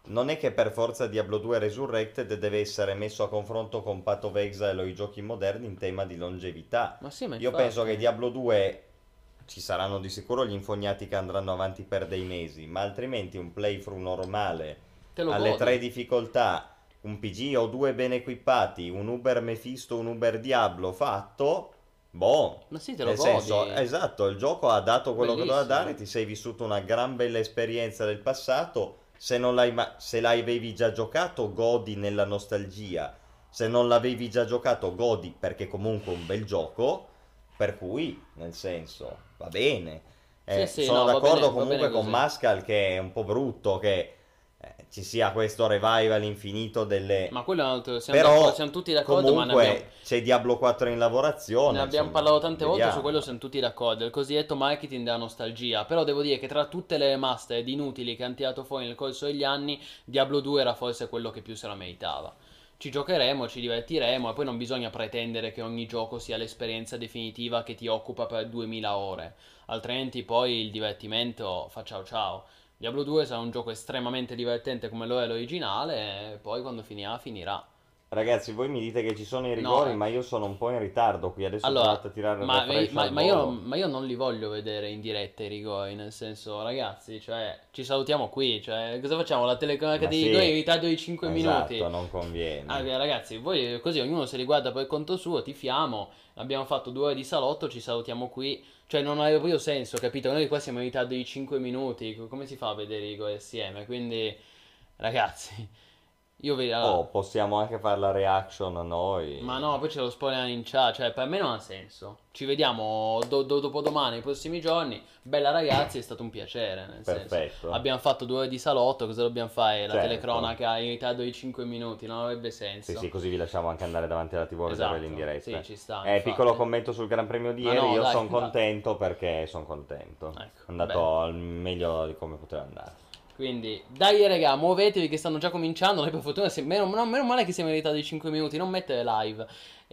non è che per forza Diablo 2 Resurrected deve essere messo a confronto con Path of Exile o i giochi moderni in tema di longevità. Ma sì, ma Io penso che infatti, Diablo 2 ci saranno di sicuro gli infognati che andranno avanti per dei mesi, ma altrimenti un playthrough normale te lo alle godi. tre difficoltà, un PG o due ben equipati, un Uber Mephisto, un Uber Diablo fatto, boh, Ma sì, te lo nel senso, godi. esatto, il gioco ha dato quello che doveva dare, Bellissimo. ti sei vissuto una gran bella esperienza del passato, se non se l'avevi già giocato godi nella nostalgia, se non l'avevi già giocato godi perché comunque è un bel gioco, per cui, nel senso, va bene. Sì, sì, Sono no, d'accordo va bene comunque con così. Mascal che è un po' brutto che ci sia questo revival infinito delle... Ma quello è un altro, Però siamo tutti d'accordo, ma comunque c'è Diablo 4 in ne lavorazione, abbiamo insomma, parlato tante volte, su quello vediamo. siamo tutti d'accordo. Il cosiddetto marketing della nostalgia. Però devo dire che tra tutte le remastered inutili che hanno tirato fuori nel corso degli anni, Diablo 2 era forse quello che più se la meritava. Ci giocheremo, ci divertiremo e poi non bisogna pretendere che ogni gioco sia l'esperienza definitiva che ti occupa per 2000 ore. Altrimenti poi il divertimento fa ciao ciao. Diablo 2 sarà un gioco estremamente divertente come lo è l'originale e poi quando finirà finirà. Ragazzi, voi mi dite che ci sono i No, rigori, ma io sono un po' in ritardo qui. Adesso ho allora, provato a tirare il refresh al volo. ma io non li voglio vedere in diretta i rigori, nel senso, ragazzi, cioè, ci salutiamo qui, cioè, cosa facciamo? La telecronaca Ma dei rigori in sì, ritardo di 5 minuti. esatto, non Ah, conviene. ragazzi, voi così ognuno si riguarda per conto suo, tifiamo, abbiamo fatto 2 ore di salotto, ci salutiamo qui. Cioè, non aveva proprio senso, capito? Noi qua siamo in ritardo di 5 minuti, come si fa a vedere i rigori assieme? Quindi, ragazzi, io vi... allora, Oh, possiamo anche fare la reaction a ma noi. no, poi ce lo spoilerano in chat, cioè per me non ha senso. Ci vediamo dopodomani, nei prossimi giorni. Bella ragazzi, è stato un piacere, nel senso. Perfetto. Abbiamo fatto 2 ore di salotto, cosa dobbiamo fare? La Certo. telecronaca in ritardo di 5 minuti, non avrebbe Sì, senso. sì, così vi lasciamo anche andare davanti alla TV a vederveli in Esatto, sì, diretta. ci sta, Piccolo infatti. commento sul Gran Premio di Ma ieri, no, io dai, sono basta. contento perché sono contento. Ecco, È bene. andato al meglio di come poteva andare. Quindi, dai raga, muovetevi che stanno già cominciando. Noi per fortuna, meno male che siamo in ritardo di 5 minuti, non mettere live.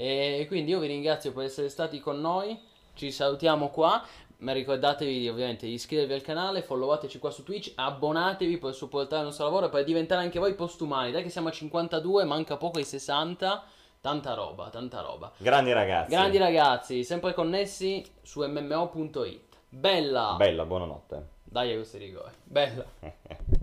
E quindi io vi ringrazio per essere stati con noi. Ci salutiamo qua. Ma ricordatevi ovviamente di iscrivervi al canale, followateci qua su Twitch, abbonatevi per supportare il nostro lavoro e per diventare anche voi postumani. Dai che siamo a 52, manca poco ai 60. Tanta roba, tanta roba. Grandi Grandi ragazzi. ragazzi, sempre connessi su mmo.it. Bella! Bella, buonanotte. Dai a questi rigori. Bella!